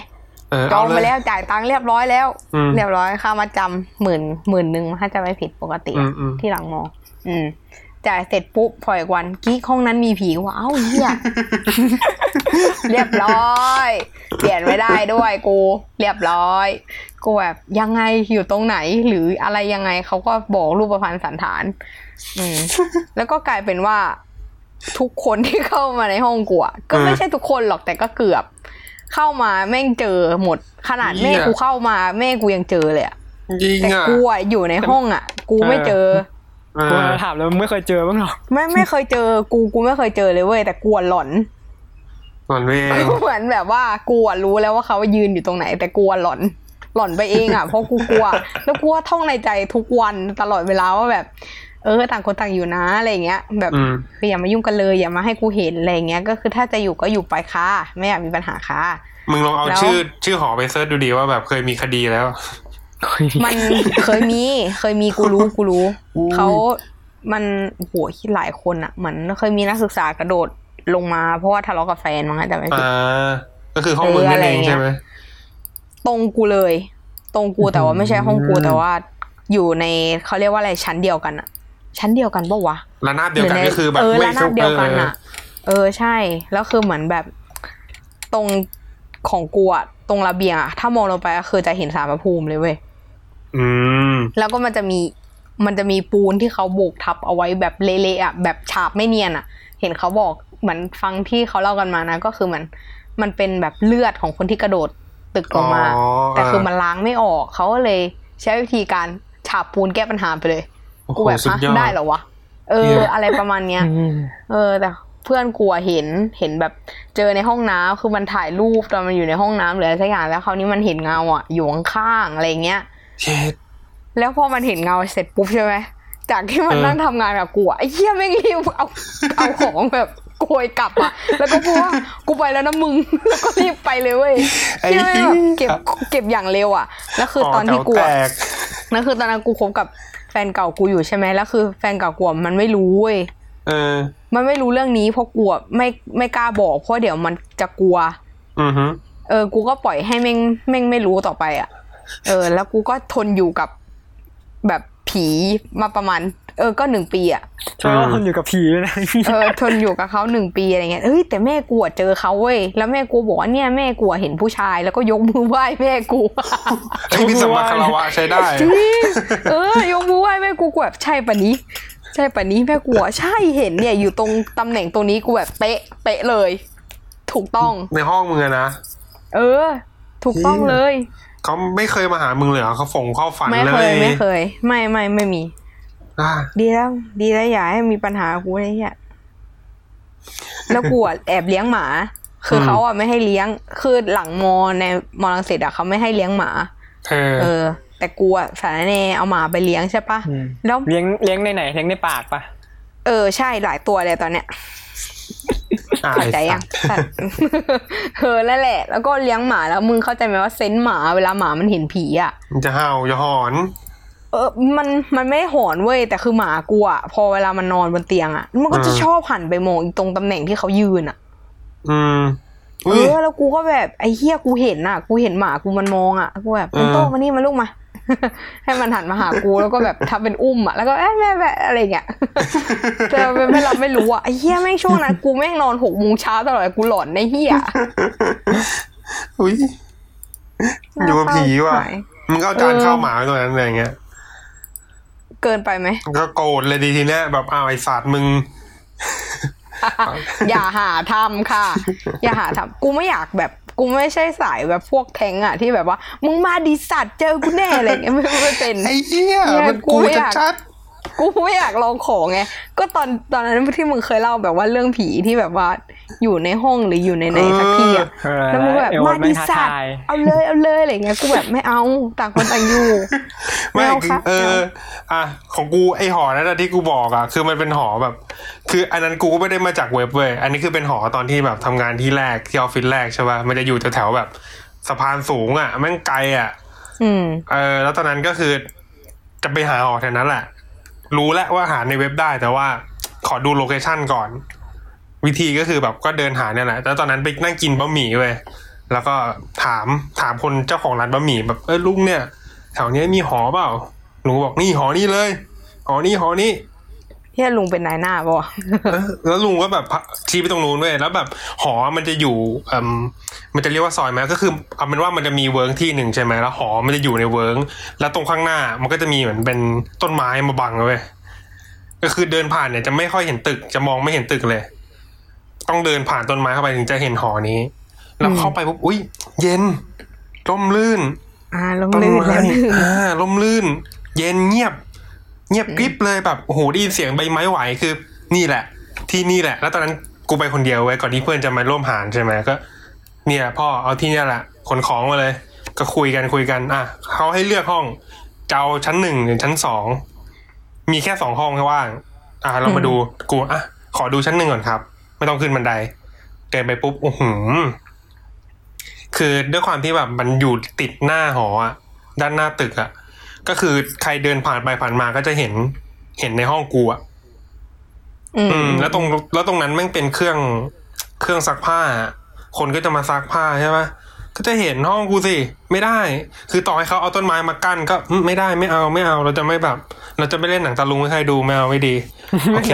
จองไปแล้วจ่ายตังค์เรียบร้อยแล้วเรียบร้อยค่ามาจำหมื่นหมื่นหนึ่งถ้าจะไม่ผิดปกติที่หลังมออืมจ่ายเสร็จปุ๊บพออีกวันกิ๊กห้องนั้นมีผีว่าเอ้าเหี้ย เรียบร้อยเปลี่ยนไม่ได้ด้วยกูเรียบร้อยกูแบบยังไงอยู่ตรงไหนหรืออะไรยังไงเขาก็บอกรูปพรรณสันฐานอืม แล้วก็กลายเป็นว่าทุกคนที่เข้ามาในห้องกูก็ไม่ใช่ทุกคนหรอกแต่ก็เกือบเข้ามาแม่งเจอหมดขนาดแม่กูเข้ามาแม่กูยังเจอเลยอ่ะแต่กูอยู่ในห้องอ่ะกูไม่เจอกูถามแล้วมึงไม่เคยเจอบ้างหรอไม่ไม่เคยเจอกูกูไม่เคยเจอเลยเว้ยแต่กูหลอนหลอนไปเองเหมือนแบบว่ากูรู้แล้วว่าเขายืนอยู่ตรงไหนแต่กูหลอนหลอนไปเองอ่ะเพราะกูกลัวแล้วกูท่องในใจทุกวันตลอดเวลาว่าแบบเออต่างคนต่างอยู่นะอะไรเงี้ยแบบอย่ามายุ่งกันเลยอย่ามาให้กูเห็นอะไรเงี้ยก็คือถ้าจะอยู่ก็อยู่ไปค่ะไม่อยากมีปัญหาค่ะมึงลองเอาชื่อชื่อหอไปเซิร์ชดูดีว่าแบบเคยมีคดีแล้วมันเคยมีเคยมีกูรู้กูรู้เขามันโหหลายคนอ่ะเหมือนเคยมีนักศึกษากระโดดลงมาเพราะว่าทะเลาะกับแฟนมั้งแต่ไม่ผิดอ่าก็คือห้องมึงนั่นเองใช่ไหมตรงกูเลยตรงกูแต่ว่าไม่ใช่ห้องกูแต่ว่าอยู่ในเขาเรียกว่าอะไรชั้นเดียวกันอะชั้นเดียวกันปะวะระนาบเดียวกันก็คือแบบเออระนาบเดียวกันอะเออใช่แล้วคือเหมือนแบบตรงของกูอะตรงระเบียงอะถ้ามองลงไปก็คือจะเห็นศาลพระภูมิเลยเว้ยอืมแล้วก็มันจะมีมันจะมีปูนที่เขาโบกทับเอาไว้แบบเละๆอะแบบฉาบไม่เนียนอะเห็นเขาบอกเหมือนฟังที่เขาเล่ากันมานะก็คือเหมือนมันเป็นแบบเลือดของคนที่กระโดดตึกลงมาแต่คือมันล้างไม่ออกเขาก็เลยใช้วิธีการฉาบปูนแก้ปัญหาไปเลยกูแบบฮะได้เหรอวะเอออะไรประมาณเนี้ยเออแต่เพื่อนกูเห็นเห็นแบบเจอในห้องน้ำคือมันถ่ายรูปตอนมันอยู่ในห้องน้ำหรืออะไรสักอย่างแล้วคราวนี้มันเห็นเงาอ่ะอยู่ข้างๆอะไรเงี้ยแล้วพอมันเห็นเงาเสร็จปุ๊บใช่ไหมจากที่มันนั่งทำงานกับกูไอ้เหี้ยแม่งรีบเอาเอาของแบบโกยกลับอ่ะแล้วก็พูดว่ากูไปแล้วนะมึงแล้วก็รีบไปเลยเว้ยเหี้ยเก็บเก็บอย่างเร็วอ่ะแล้วคือตอนที่กูนั่นคือตอนนั้นกูคบกับแฟนเก่ากูอยู่ใช่ไหมแล้วคือแฟนเก่ากูมันไม่รู้เว้ยเออมันไม่รู้เรื่องนี้เพราะกูไม่ไม่กล้าบอกเพราะเดี๋ยวมันจะกลัวอือฮึเออกูก็ปล่อยให้แม่งแม่งไม่รู้ต่อไปอ่ะเออแล้วกูก็ทนอยู่กับแบบผีมาประมาณเออก็หนึ่งปีอ่ะใช่ว่าทนอยู่กับผีเลยนะเออทนอยู่กับเขาหนึ่งปีอะไรเงี้ยเฮ้ยแต่แม่กูเจอเขาเว้ยแล้วแม่กูบอกว่าเนี่ยแม่กูเห็นผู้ชายแล้วก็ยกมือไหว้แม่กูไอ้พี่สมัครคารวะใช้ได้เออยกมือไหว้แม่กูกูแบบใช่ปะนี้ใช่ปะนี้แม่กูใช่เห็นเนี่ยอยู่ตรงตำแหน่งตรงนี้กูแบบเป๊ะเป๊ะเลยถูกต้องในห้องมึงนะเออถูกต้องเลยเขาไม่เคยมาหามึงเลยเหรอเขาฝงเข้าฝันเลยไม่เคยไม่เคยไม่ไม่ไม่มีดีแล้วดีแล้วอย่าให้มีปัญหากูไอ้เหี้ยแล้วกูแอบเลี้ยงหมาคือเขาอ่ะไม่ให้เลี้ยงคือหลังมอในมอรังสิตอ่ะเขาไม่ให้เลี้ยงหมาเออแต่กูอ่ะสารแน่เอาหมาไปเลี้ยงใช่ปะแล้วเลี้ยงเลี้ยงในไหนเลี้ยงในปากปะเออใช่หลายตัวเลยตอนเนี้ยเข้าใจยังเออนั่นแหละแล้วก็เลี้ยงหมาแล้วมึงเข้าใจไหมว่าเซนส์หมาเวลาหมามันเห็นผีอ่ะมันจะเห่าจะหอนเออมันมันไม่หอนเว้ยแต่คือหมากูอ่ะพอเวลามันนอนบนเตียงอ่ะมันก็จะชอบหันไปมองอีกตรงตำแหน่งที่เขายืนอ่ะอืมเออแล้วกูก็แบบไอ้เหี้ยกูเห็นอ่ะกูเห็นหมากูมันมองอ่ะกูแบบเป็นโต้มานี่มาลูกมาให้มันหันมาหากูแล้วก็แบบทำเป็นอุ้มอ่ะแล้วก็แม่แม่แม่อะไรเงี้ยแต่ไม่รับไม่รู้อ่ะไอ้เหี้ยแม่งช่วงนั้นกูแม่งนอนหกโมงเช้าตลอดกูหลอนในเหี้ยอุ้ยอยู่กับผีว่ะมึงก็จานข้าวหมาไว้ตรงนั้นอะไรเงี้ยเกินไปไหมก็โกรธเลยดีทีเนี้ยแบบอ้าวไอ้สัตว์มึงอย่าหาทำค่ะอย่าหาทำกูไม่อยากแบบกูไม่ใช่สายแบบพวกแทงอ่ะที่แบบว่ามึงมาดิสัตว์เจอกูแน่อะไรเงี้ยไม่ไม่เป็นไอ้เหี้ยมันกูชัดกูไม่อยากลองของไงก็ตอนตอนนั้นที่มึงเคยเล่าแบบว่าเรื่องผีที่แบบว่าอยู่ในห้องหรืออยู่ในไหนสักที่อ่ะแล้วมึงแบบมาดิสัตว์เอาเลยเอาเลยอะไรเงี้ยกูแบบไม่เอาต่างคนต่างอยู่ไม่เอออ่ะของกูไอหอนั่นแหละที่กูบอกอ่ะคือมันเป็นหอแบบคืออันนั้นกูก็ไม่ได้มาจากเว็บเว้ยอันนี้คือเป็นหอตอนที่แบบทำงานที่แรกที่ออฟฟิศแรกใช่ป่ะมันจะอยู่แถวๆแบบสะพานสูงอ่ะแม่งไกลอ่ะอืมเออแล้วตอนนั้นก็คือจะไปหาหอแถวนั้นแหละรู้แล้วว่าหาในเว็บได้แต่ว่าขอดูโลเคชั่นก่อนวิธีก็คือแบบก็เดินหาเนี่ยแหละแล้วตอนนั้นไปนั่งกินบะหมี่เว้ยแล้วก็ถามถามคนเจ้าของร้านบะหมี่แบบเออลุงเนี่ยแถวนี้มีหอเปล่าลุงบอกนี่หอนี้เลยหอนี้หอนี้เฮียลุงเป็นนายหน้าป่ะแล้วลุงก็แบบชี้ไปตรงนู้นด้วยแล้วแบบหอมันจะอยู่อืมมันจะเรียกว่าซอยไหมก็คือเอาเป็นว่ามันจะมีเวิร์กที่หนึ่งใช่ไหมแล้วหอมันจะอยู่ในเวิร์กแล้วตรงข้างหน้ามันก็จะมีเหมือนเป็นต้นไม้มาบังเอาไว้ก็คือเดินผ่านเนี่ยจะไม่ค่อยเห็นตึกจะมองไม่เห็นตึกเลยต้องเดินผ่านต้นไม้เข้าไปถึงจะเห็นหอนี้แล้วเข้าไปปุ๊บอุ้ยเย็นร่มรื่นอ่าร่มรื่นแล้วอ่าร่มรื่นเย็นเงียบเงียบกริบเลยแบบโอ้โหได้ยินเสียงใบไม้ไหวคือนี่แหละที่นี่แหละแล้วตอนนั้นกูไปคนเดียวไว้ก่อนที่เพื่อนจะมาร่วมหารใช่ไหมก็เนี่ยพ่อเอาที่นี่แหละขนของมาเลยก็คุยกันคุยกันอ่ะเขาให้เลือกห้องจะเอาชั้นหนึ่งหรือชั้นสองมีแค่สองห้องแค่ว่างอ่ะเรามาดูกูอ่ะขอดูชั้นหนึ่งก่อนครับไม่ต้องขึ้นบันไดเดินไปปุ๊บโอ้โหคือด้วยความที่แบบมันอยู่ติดหน้าหออ่ะด้านหน้าตึกอ่ะก็คือใครเดินผ่านไปผ่านมาก็จะเห็นเห็นในห้องกูอ่ะอืมแล้วตรงแล้วตรงนั้นแม่งเป็นเครื่องเครื่องซักผ้าคนก็จะมาซักผ้าใช่ปะก็จะเห็นห้องกูสิไม่ได้คือต่อให้เขาเอาต้นไม้มากั้นก็ไม่ได้ไม่เอาไม่เอาเราจะไม่แบบเราจะไม่เล่นหนังตะลุงให้ใครดูไม่เอาไม่ดีโอเค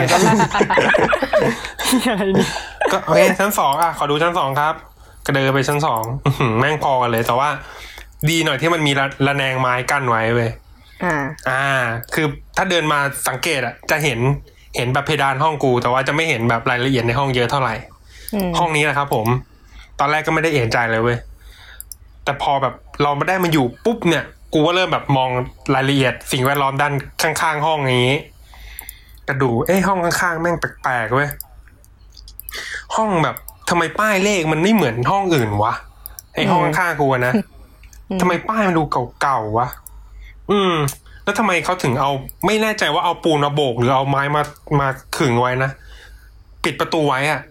ก็โอเคชั้นสองอ่ะขอดูชั้นสองครับก็เดินไปชั้นสองแม่งพอกันเลยแต่ว่าดีหน่อยที่มันมีระแนงไม้กั้นไว้เว้ยอ่าอ่าคือถ้าเดินมาสังเกตอ่ะจะเห็นเห็นแบบเพดานห้องกูแต่ว่าจะไม่เห็นแบบรายละเอียดในห้องเยอะเท่าไหร่ห้องนี้แหละครับผมตอนแรกก็ไม่ได้เอะใจเลยเว้ยแต่พอแบบเราไม่ได้มาอยู่ปุ๊บเนี่ยกูก็เริ่มแบบมองรายละเอียดสิ่งแวดล้อมด้านข้างๆห้องอย่างนี้กระดูเอ้ห้องข้างๆแม่งแปลกๆเว้ยห้องแบบทำไมป้ายเลขมันไม่เหมือนห้องอื่นวะไอห้องข้างๆกูนะทำไมป้ายมันดูเก่าๆวะอืมแล้วทำไมเขาถึงเอาไม่แน่ใจว่าเอาปูนมาโบกหรือเอาไม้มามาขึงไว้นะปิดประตูไว้อ่ะ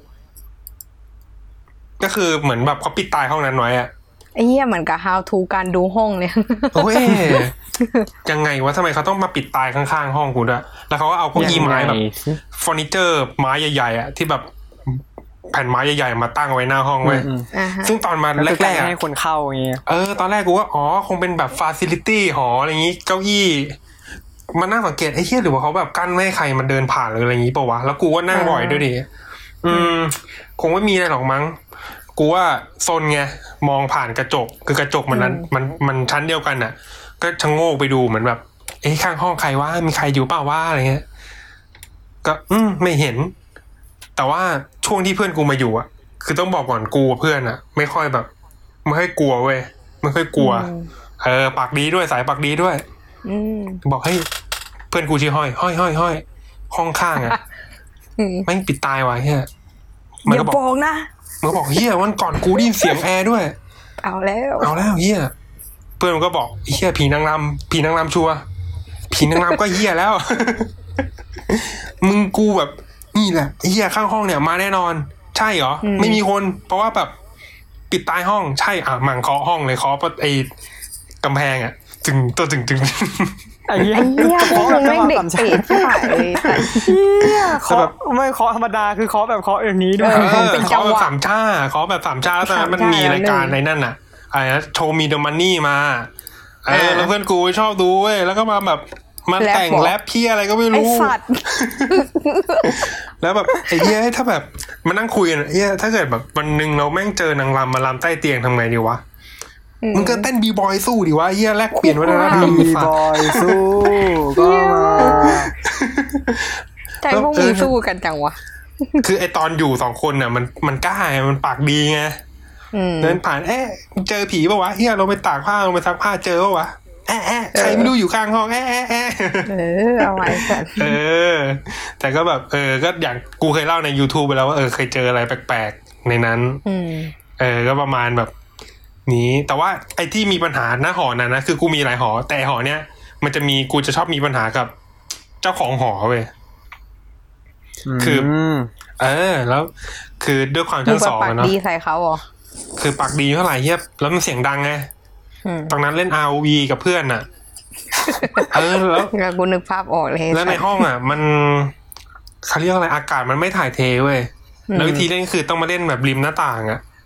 ก็คือเหมือนแบบเขาปิดตายห้องนั้นไว้อ่ะไอ้เหี้ยเหมือนกับ how to การดูห้องเลยโอ้ยยังไงวะทำไมเขาต้องมาปิดตายข้างๆห้องกูด้วยแล้วเขาก็เอาเก้าอี้ไม้แบบเฟอร์นิเจอร์ไม้ใหญ่ๆอ่ะที่แบบแผ่นไม้ใหญ่ๆมาตั้งไว้หน้าห้องเว้ยซึ่งตอนมาแรกๆให้คนเข้าอย่างเงี้ยเออตอนแรกกูว่าอ๋อคงเป็นแบบฟาซิลิตี้หออะไรอย่างงี้เก้าอี้มานั่งสังเกตไอ้เหี้ยหรือว่าเขาแบบกั้นไม่ให้ใครมันเดินผ่านหรืออะไรอย่างงี้ป่าววะแล้วกูก็นั่งบ่อยด้วยดิอืมคงไม่มีอะไรหรอกมั้งกูว่าโซนไงมองผ่านกระจกคือกระจกมันนั้นมันมันชั้นเดียวกันน่ะก็ชะโงกไปดูเหมือนแบบเอ้ข้างห้องใครวะมีใครอยู่เปล่าวะอะไรเงี้ยก็อืมไม่เห็นแต่ว่าช่วงที่เพื่อนกูมาอยู่อ่ะคือต้องบอกก่อนกูเพื่อนอ่ะไม่ค่อยแบบไม่ค่อยกลัวเว้ยไม่ค่อยกลัวเออปากดีด้วยสายปากดีด้วยบอกให้เพื่อนกูชื่อห้อยห้อยห้อยห้อยห้องข้างอ่ะแม่งปิดตายไว้เฮียมันก็บอกนะมันก็บอกเฮียวันก่อนกูได้ยินเสียงแอร์ด้วยเอาแล้วเอาแล้วเฮียเพื่อนมันก็บอกเฮียผีนางรำผีนางรำชัวผีนางรำก็เฮียแล้วมึงกูแบบนี่แหละเฮียข้างห้องเนี่ยมาแน่นอนใช่เหรอไม่มีคนเพราะว่าแบบปิดตายห้องใช่อ่ะมั่งเคาะห้องเลยเคาะไอ้กำแพงอ่ะจึงตัวจึงจึงไอ้เหี้ยเคาะแบบเด็กเตะที่ไหนเหี้ยเคาะไม่เคาะธรรมดาคือเคาะแบบเคาะอย่างนี้ด้วยเป็นเคาะแบบสามชาเคาะแบบสามชาแล้วตอนนั้นมันมีรายการในนั่นน่ะอะไรนะโชว์มีเดอะมันนี่มาเออแล้วเพื่อนกูชอบดูเว้ยแล้วก็มาแบบมาแต่งแรปพี่อะไรก็ไม่รู้แล้วแบบไอ้เหี้ยถ้าแบบมานั่งคุยกันเหี้ยถ้าเกิดแบบวันนึงเราแม่งเจอนางรำมาลำใต้เตียงทำไงดีวะมึงก็เต้นบีบอยสู้ดิวะเหี้ยแลกเปลี่ยนวัฒนธรรมบีบอยสู้ก็มาใจพวกมึงสู้กันจังวะคือไอตอนอยู่สองคนน่ะมันมันกล้ามันปากดีไงเดินผ่านเอ๊ะเจอผีป่ะวะเหี้ยเราไปตากผ้าเราไปซักผ้าเจอป่ะวะแอะแอะใครไม่รู้อยู่ข้างห้องแอะแอะแอะเออเอาไว้ก่อนเออแต่ก็แบบเออก็อย่างกูเคยเล่าใน YouTube ไปแล้วว่าเออเคยเจออะไรแปลกๆในนั้นเออก็ประมาณแบบนี้แต่ว่าไอ้ที่มีปัญหาหน้าหอน่ะนะคือกูมีหลายหอแต่หอเนี้ยมันจะมีกูจะชอบมีปัญหากับเจ้าของหอเว้ยคือเออแล้วคือด้วยความชั้นสองเนาะดีใส่เขาเหรอคือปากดีเท่าไหร่เฮียแล้วมันเสียงดังไงตอนนั้นเล่น อาร์ โอ วี กับเพื่อนน่ะเออแล้วกูนึกภาพออกเลยแล้วในห้องอ่ะมันเขาเรียกอะไรอากาศมันไม่ถ่ายเทเว้ยแล้ววิธีเล่นคือต้องมาเล่นแบบริมหน้าต่างอ่ะ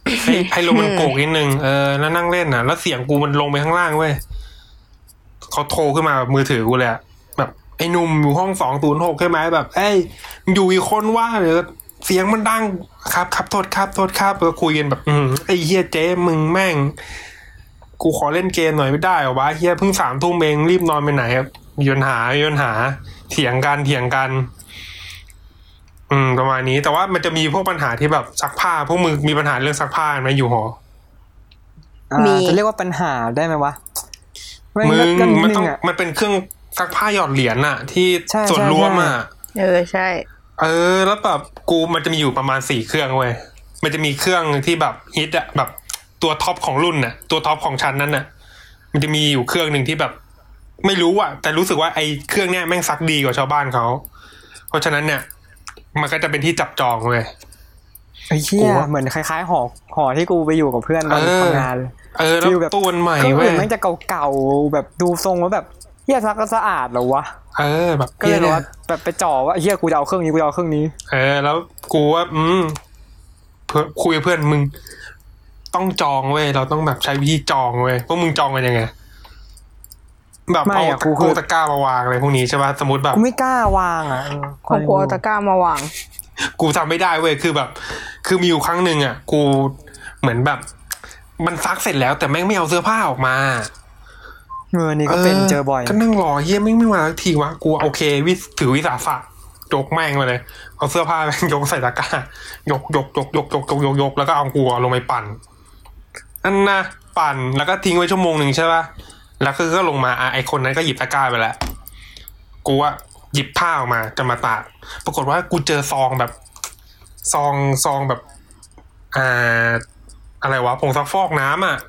ให้ให้ลมมันโกกนิดนึงเออแล้วนั่งเล่นน่ะแล้วเสียงกูมันลงไปข้างล่างเว้ยเขาโทรขึ้นมาแบบมือถือกูเลยแบบไอ้หนุ่มอยู่ห้องสองศูนย์หกใช่ไหมแบบเอ้ยอยู่อีกคนว่าเดี๋ยวเสียงมันดังครับครับโทษครับโทษครับก็คุยกันแบบอืมไอ้เฮียเจ๊มึงแม่งกูขอเล่นเกมหน่อยไม่ได้เหรอวะเฮียเพิ่งสามทุ่มเองรีบนอนไปไหนครับมีปัญหามีปัญหาเถียงกันเถียงกันอืมประมาณนี้แต่ว่ามันจะมีพวกปัญหาที่แบบซักผ้าพวกมึงมีปัญหาเรื่องซักผ้าไหมอยู่หอมีจะเรียกว่าปัญหาได้ไหมวะมึงมันต้องมันเป็นเครื่องซักผ้าหยอดเหรียญน่ะที่ส่วนรวมอ่ะเออใช่เออแล้วแบบกูมันจะมีอยู่ประมาณสี่เครื่องเว้ยมันจะมีเครื่องที่แบบฮิตอะแบบตัวท็อปของรุ่นน่ะตัวท็อปของชั้นนั้นน่ะมันจะมีอยู่เครื่องนึงที่แบบไม่รู้อ่ะแต่รู้สึกว่าไอ้เครื่องเนี้ยแม่งซักดีกว่าชาวบ้านเขาเพราะฉะนั้นเนี่ยมันก็จะเป็นที่จับจองเลยไอ้เหี้ยเหมือนคล้ายๆหอหอที่กูไปอยู่กับเพื่อนตอนทำงานเออแล้วแบบตู้ใหม่เว้ยแม่งจะเก่าๆแบบดูทรงแล้วแบบเหี้ยซักก็สะอาดเหรอวะเออแบบก็เลยว่าแบบไปจ่อว่าเหี้ยกูจะเอาเครื่องนี้กูจะเอาเครื่องนี้เออแล้วกูว่าอืมเพื่อคุยกับเพื่อนมึงต้องจองเว้ยเราต้องแบบใช้วิธีจองเว้ยพวกมึงจองกันยังไงแบบเอากูตะกร้ามาวางอะไรพวกนี้ใช่ป่ะสมมติแบบกูไม่กล้าวางอ่ะของกูตะกร้ามาวางกูทำไม่ได้เว้ยคือแบบคือมีอยู่ครั้งหนึ่งอ่ะกูเหมือนแบบมันซักเสร็จแล้วแต่แม่งไม่เอาเสื้อผ้าออกมาเออนี่ก็เป็นเจอบ่อยก็นั่งรอเฮียแม่งไม่มาสักทีวะกูโอเควิถือวิสาสะยกแม่งมาเลยเอาเสื้อผ้าแม่งยกใส่ตะกร้ายกยกยกยกยกยกยกยกแล้วก็เอากูลงไปปั่นอันน่ะปั่นแล้วก็ทิ้งไว้ชั่วโมงนึงใช่ป่ะแล้วคือก็ลงมาไอคนนั้นก็หยิบตะกร้าไปแล้วกูอ่ะหยิบผ้าออกมาจะมาตากปรากฏว่ากูเจอซองแบบซองซองแบบอ่าอะไรวะผงซักฟอกน้ำอ่ะ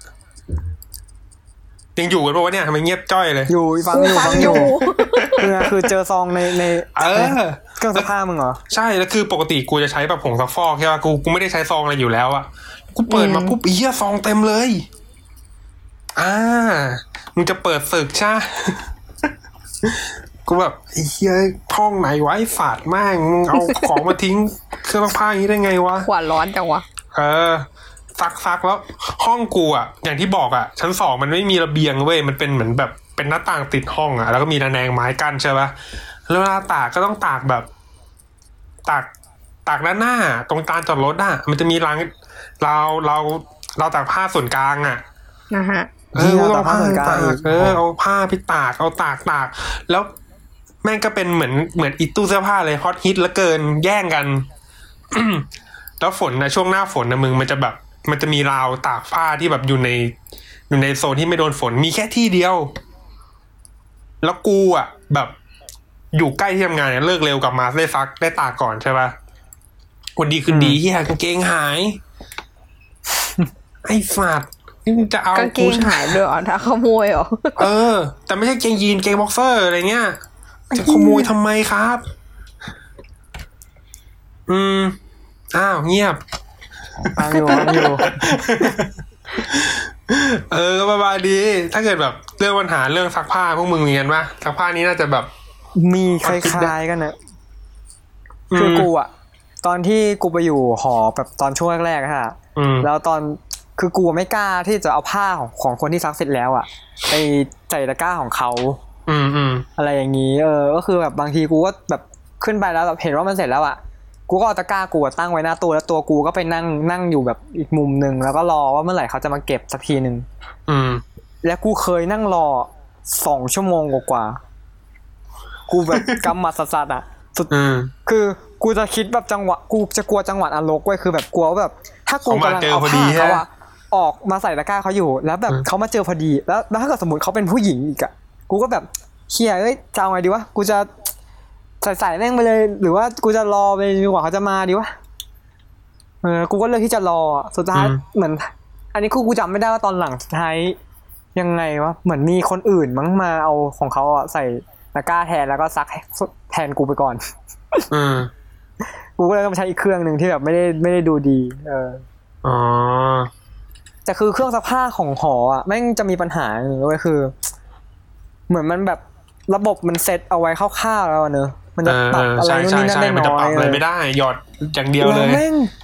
ยังอยู่กันป่าวะเนี่ยทำไมเงียบจ้อยเลยอยู่ฟังอยู่ฟังอยู่คือคือเจอซองในในเออเครื่องซักผ้ามึงเหรอใช่แล้วคือปกติกูจะใช้แบบผงซักฟอกใช่ป่ะกูกูไม่ได้ใช้ซองอะไรอยู่แล้วอ่ะกูเปิดมาปุ๊บเหี้ยซองเต็มเลยอ่ามึงจะเปิดศึกใช่กูแบบไอ้เหี้ยห้องไหนวะไอ้ฝาดแม่งมึงเอาของมาทิ้งเครื่องซักผ้าอย่างนี้ได้ไงวะกว่าร้อนจังวะเออซักซักแล้วห้องกูอ่ะอย่างที่บอกอ่ะชั้นสองมันไม่มีระเบียงเว้ยมันเป็นเหมือนแบบเป็นหน้าต่างติดห้องอ่ะแล้วก็มีระแนงไม้กั้นใช่ป่ะแล้วเวลาตากก็ต้องตากแบบตากตากด้านหน้าตรงลานจอดรถอ่ะมันจะมีรางเราเราเราตากผ้าส่วนกลางอ่ะนะฮะเออเอาผ้าตากเออเอาผ้าไปตากเอาตากตากแล้วแม่งก็เป็นเหมือนเหมือนอีตู้เสื้อผ้าเลยฮอตฮิตเหลือเกินแย่งกัน แล้วฝนนะช่วงหน้าฝนนะมึงมันจะแบบมันจะมีราวตากผ้าที่แบบอยู่ในอยู่ในโซนที่ไม่โดนฝนมีแค่ที่เดียวแล้วกูอ่ะแบบอยู่ใกล้ที่ทำงานเนี่ยเลิกเร็วกลับมาได้ซักได้ตากก่อนใช่ป่ะวันดีคืนดีเฮียกางเกงหายไอ้ฝาดนี่จะเอากางเกงหายด้วยเหรอถ้าขโมยเหรอเออแต่ไม่ใช่เกงยีนเกงบ็อกเซอร์อะไรเงี้ยจะขโมยทำไมครับอืมอ้าวเงียบฟังอยู่ฟังอยู่เออก็ประมาณนี้ถ้าเกิดแบบเรื่องปัญหาเรื่องซักผ้าพวกมึงมีกันปะซักผ้านี้น่าจะแบบมีคล้ายๆกันนะคือกูอ่ะตอนที่กูไปอยู่หอแบบตอนช่วงแรกๆค่ะแล้วตอนคือกูไม่กล้าที่จะเอาผ้าของของคนที่ซักเสร็จแล้วอ่ะไปใส่ตะกร้าของเขาอืมอืมอะไรอย่างนี้เออก็คือแบบบางทีกูก็แบบขึ้นไปแล้วแบบเห็นว่ามันเสร็จแล้วอ่ะกูก็เอาตะกร้ากูตั้งไว้หน้าตู้แล้วตัวกูก็ไปนั่งนั่งอยู่แบบอีกมุมนึงแล้วก็รอว่าเมื่อไหร่เขาจะมาเก็บสักทีนึงอืมแล้วกูเคยนั่งรอสองชั่วโมงกว่ากูแบบกำหมัดสัสๆอ่ะสุดคือกูจะคิดแบบจังหวะกูจะกลัวจังหวะนรกเว้ยคือแบบกลัวแบบถ้ากูกำลังเอาผ้าเขาอะออกมาใส่ตะกร้าเขาอยู่แล้วแบบเขามาเจอพอดีแล้วแล้วถ้าเกิดสมมติเขาเป็นผู้หญิงอีกอะกูก็แบบเฮียเอ้ยจะเอาไงดีวะกูจะใส่ใส่แม่งไปเลยหรือว่ากูจะรอไปจนกว่าเขาจะมาดีวะเออกูก็เลือกที่จะรอสุดท้ายเหมือนอันนี้กูกูจำไม่ได้ว่าตอนหลังสุดท้ายยังไงวะเหมือนมีคนอื่นมั้งมาเอาของเขาอะใส่ตะกร้าแทนแล้วก็ซักแทนกูไปก่อนอืมกูก็เลยต้องใช้อีกเครื่องนึงที่แบบไม่ได้ไม่ได้ดูดีเอออ๋อแต่คือเครื่องซักผ้าของหออ่ะแม่งจะมีปัญหาอย่างนึงก็คือเหมือนมันแบบระบบมันเซตเอาไว้คร่าวๆแล้วเนอะมันจะปรับอะไรนู่นนี่นั่นได้น้อยมันจะปรับอะไรไม่ได้หยอดอย่างเดียวเลยแม่ง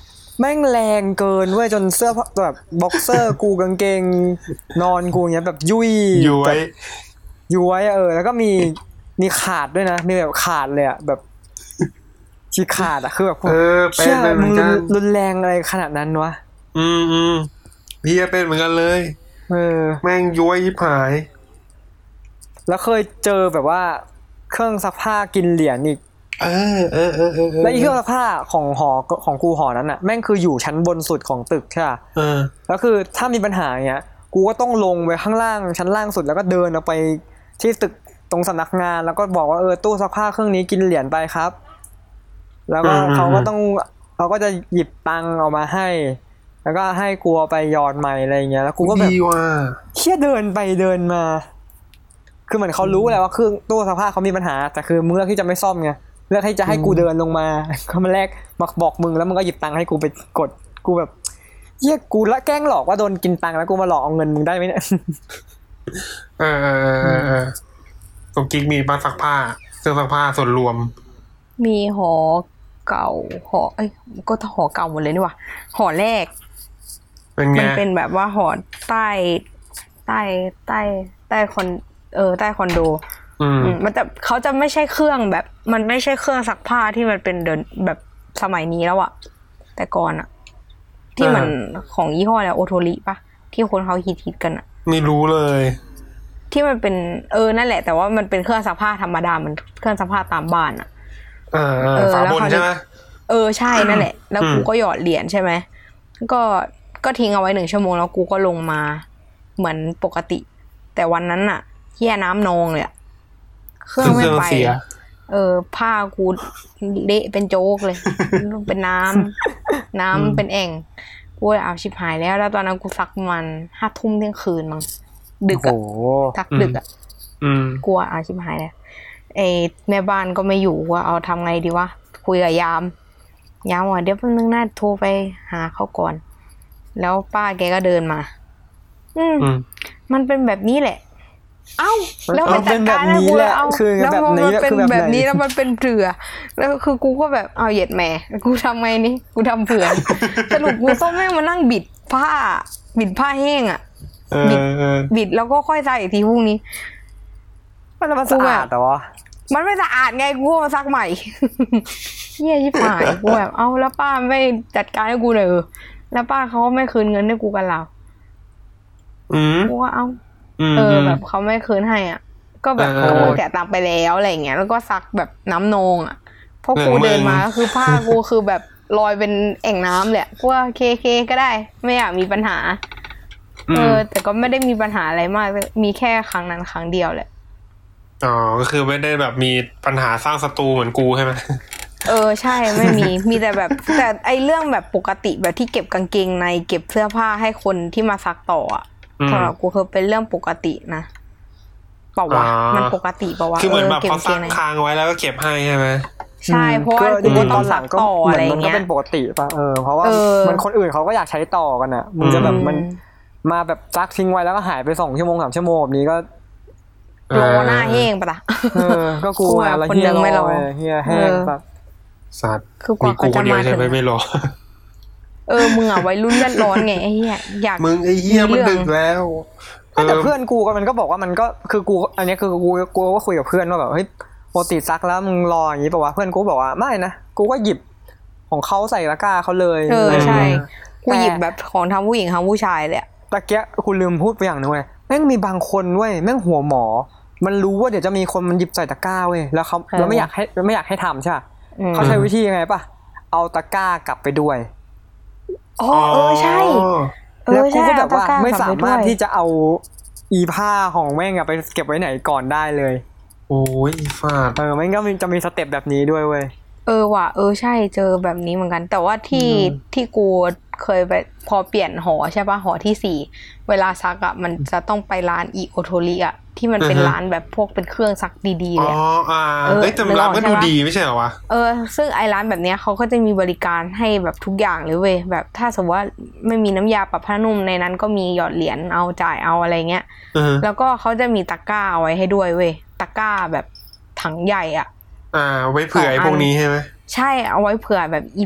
แม่งแรงเกินเว้ยจนเสื้อแบบบ็อกเซอร์กูกางเกงนอนกูอย่างเงี้ยแบบยุ่ยย้วยย้วยเออแล้วก็มีมีขาดด้วยนะมีแบบขาดเลยอ่ะแบบชีขาดอ่ะคือแบบเออเป็นเหมือนกันรุนแรงอะไรขนาดนั้นวะอืมอืมพี่เป็นเหมือนกันเลยเออแม่งย้วยยิบหายแล้วเคยเจอแบบว่าเครื่องซักผ้ากินเหรียญอีกเออเออเออเออแล้วอีเครื่องซักผ้าของหอของกูหอนั้นน่ะแม่งคืออยู่ชั้นบนสุดของตึกใช่ป่ะเออแล้วคือถ้ามีปัญหาอย่างเงี้ยกูก็ต้องลงไปข้างล่างชั้นล่างสุดแล้วก็เดินออกไปที่ตึกตรงสำนักงานแล้วก็บอกว่าเออตู้ซักผ้าเครื่องนี้กินเหรียญไปครับแล้วก็เขาก็ต้องเขาก็จะหยิบตังค์ออกมาให้แล้วก็ให้กูไปหยอดใหม่อะไรเงี้ยแล้วกูก็แบบเชี่ยเดินไปเดินมาคือเหมือนเขารู้แหละว่าเครื่องตู้ซักผ้าเขามีปัญหาแต่คือมึงเลือกที่จะไม่ซ่อมไงเลือกที่จะให้กูเดินลงมาเขามาแลกมาบอกมึงแล้วมึงก็หยิบตังค์ให้กูไปกดกูแบบเหี้ยกูละแกล้งหลอกว่าโดนกินตังค์แล้วกูมาหลอกเอาเงินมึงได้ไหมเนี่ยเออเออเออเออตรงกิ๊กมีบ้านซักผ้าเครื่องซักผ้าส่วนรวมมีหอเก่าหอเอ้ยก็หอเก่าหมดเลยนี่หว่าหอแรกเป็นไงมันเป็นแบบว่าหอใต้ใต้ใต้ใต้คอนเออใต้คอนโดอืมมันจะเขาจะไม่ใช่เครื่องแบบมันไม่ใช่เครื่องซักผ้าที่มันเป็นเดินแบบสมัยนี้แล้วอะแต่ก่อนอะที่มันของยี่ห้ออะไรโอโทริปะที่คนเขาฮิตๆกันอะไม่รู้เลยที่มันเป็นเออนั่นแหละแต่ว่ามันเป็นเครื่องซักผ้าธรรมดามันเครื่องซักผ้าตามบ้านอะเออเออฝาบนใช่ไหมเออใช่นั่นแหละแล้วกูก็หยอดเหรียญใช่ไหมก็ก็ทิ้งเอาไว้หนึ่งชั่วโมงแล้วกูก็ลงมาเหมือนปกติแต่วันนั้นอะเหี้ยน้ำนองเลยอะเครื่องไม่ไปเออผ้ากูเละเป็นโจ๊กเลยเป็นน้ำน้ำเป็นแอ่งกูเอาชิบหายแล้วแล้วตอนนั้นกูซักมันห้าทุ่มเที่ยงคืนมั้งดึกอะซักดึกอะกูเอาชิบหายแล้วไอ้แม่บ้านก็ไม่อยู่ว่าเอาทำไงดีวะคุยกับยามยามว่าเดี๋ยวแป๊บนึงน่าโทรไปหาเขาก่อนแล้วป้าแกก็เดินมาอืมมันเป็นแบบนี้แหละเอ้าแล้วไปจัดการให้กูเอาแล้วพอมันเป็นแบบนี้แล้วมันเป็นเผื่อแล้วคือกูก็แบบเอาเหย็ดแหม่กูทำไงนี่กูทำเผื่อสรุปกูต้องแม่งมานั่งบิดผ้าบิดผ้าแห้งอ่ะบิดบิดแล้วก็ค่อยใส่อีกทีพรุ่งนี้มันสะอาดแต่ว่ามันไม่สะอาดไงกูมาซักใหม่เหี้ยชิบหายกูแบบเอ้าแล้วป้าไม่จัดการให้กูเลยแล้วป้าเขาไม่คืนเงินให้กูกันแล้วกูว่าเอ้าเออแบบเขาไม่คืนให้อ่ะก็แบบเขาแกะตังไปแล้วอะไรเงี้ยแล้วก็ซักแบบน้ำนองอ่ะพอกูเดินมาคือผ้ากูคือแบบลอยเป็นแอ่งน้ำเลยกูว่าเคเคก็ได้ไม่อยากมีปัญหาเออแต่ก็ไม่ได้มีปัญหาอะไรมากมีแค่ครั้งนั้นครั้งเดียวแหละอ๋อก็คือไม่ได้แบบมีปัญหาสร้างศัตรูเหมือนกูใช่ไหมเออใช่ไม่มีมีแต่แบบแต่ไอเรื่องแบบปกติแบบที่เก็บกางเกงในเก็บเสื้อผ้าให้คนที่มาซักต่ออ่ะสำหรับกูคือเป็นเรื่องปกตินะเปล่าวะมันปกติเปล่าวะคือเหมือนแบบเขาซักค้างไว้แล้วก็เก็บให้ใช่ไหมใช่เพราะว่ากูก็ต้องซักต่ออะไรเงี้ยมันก็เป็นปกติป่ะเออเพราะว่ามันคนอื่นเขาก็อยากใช้ต่อกันอ่ะมึงจะแบบมันมาแบบซักทิ้งไว้แล้วก็หายไปสองชั่วโมงสามชั่วโมงแบบนี้ก็รอหน้าแห้งปะล่ะเออก็กูอะไรเฮียไม่รอเฮียแห้งแบบสัตว์คือกว่าเขาจะมาถึงไม่รอเออมึงอ่ะวัยรุ่นเลือดร้อนไงไอ้เหี้ยอยากมึงไอ้เหี้ยมันดึกแล้วแต่เพื่อนกูก็มันก็บอกว่ามันก็คือกูอันนี้คือกูกูก็คุยกับเพื่อนว่าแบบเฮ้ยปกติซักแล้วมึงรออย่างนี้ป่าววะเพื่อนกูบอกว่าไม่นะกูก็หยิบของเขาใส่ตะกร้าเขาเลยเออใช่กูหยิบแบบของทั้งผู้หญิงทั้งผู้ชายเลยตะเกียกูลืมพูดไปอย่างนึงเว้ยแม่งมีบางคนเว้ยแม่งหัวหมอมันรู้ว่าเดี๋ยวจะมีคนมันหยิบใส่ตะกร้าเว้ยแล้วเขาแล้วไม่อยากให้ไม่อยากให้ทำใช่ป่ะเขาใช้วิธียังไงป่ะเอาตะกร้ากลับไปด้วยอ๋อเออใช่แล้วกูก็แบบว่าไม่สามารถที่จะเอาอีผ้าของแม่งอะไปเก็บไว้ไหนก่อนได้เลยโอ้ยอีฟาเออแม่งก็จะมีสเต็ปแบบนี้ด้วยเว้ยเออว่ะเออใช่เจอแบบนี้เหมือนกันแต่ว่าที่ที่กูเคยไปพอเปลี่ยนหอใช่ป่ะหอที่สี่เวลาซักอะมันจะต้องไปร้านอีโอโทริอะที่มันเป็นร้านแบบพวกเป็นเครื่องซักดีๆเลยอ๋ออ่าเอ้ยแต่ร้านก็ดูดีไม่ใช่เหรอวะเออซึ่งไอ้ร้านแบบเนี้ยเขาก็จะมีบริการให้แบบทุกอย่างเลยเว้ยแบบถ้าสมมติว่าไม่มีน้ำยาปรับผ้านุ่มในนั้นก็มีหยอดเหรียญเอาจ่ายเอาอะไรเงี้ยแล้วก็เขาจะมีตะกร้าเอาไว้ให้ด้วยเว้ยตะกร้าแบบถังใหญ่อ่ะอ่าไว้เผื่อไอ้พวกนี้ใช่ไหมใช่เอาไว้เผื่อแบบอีพวก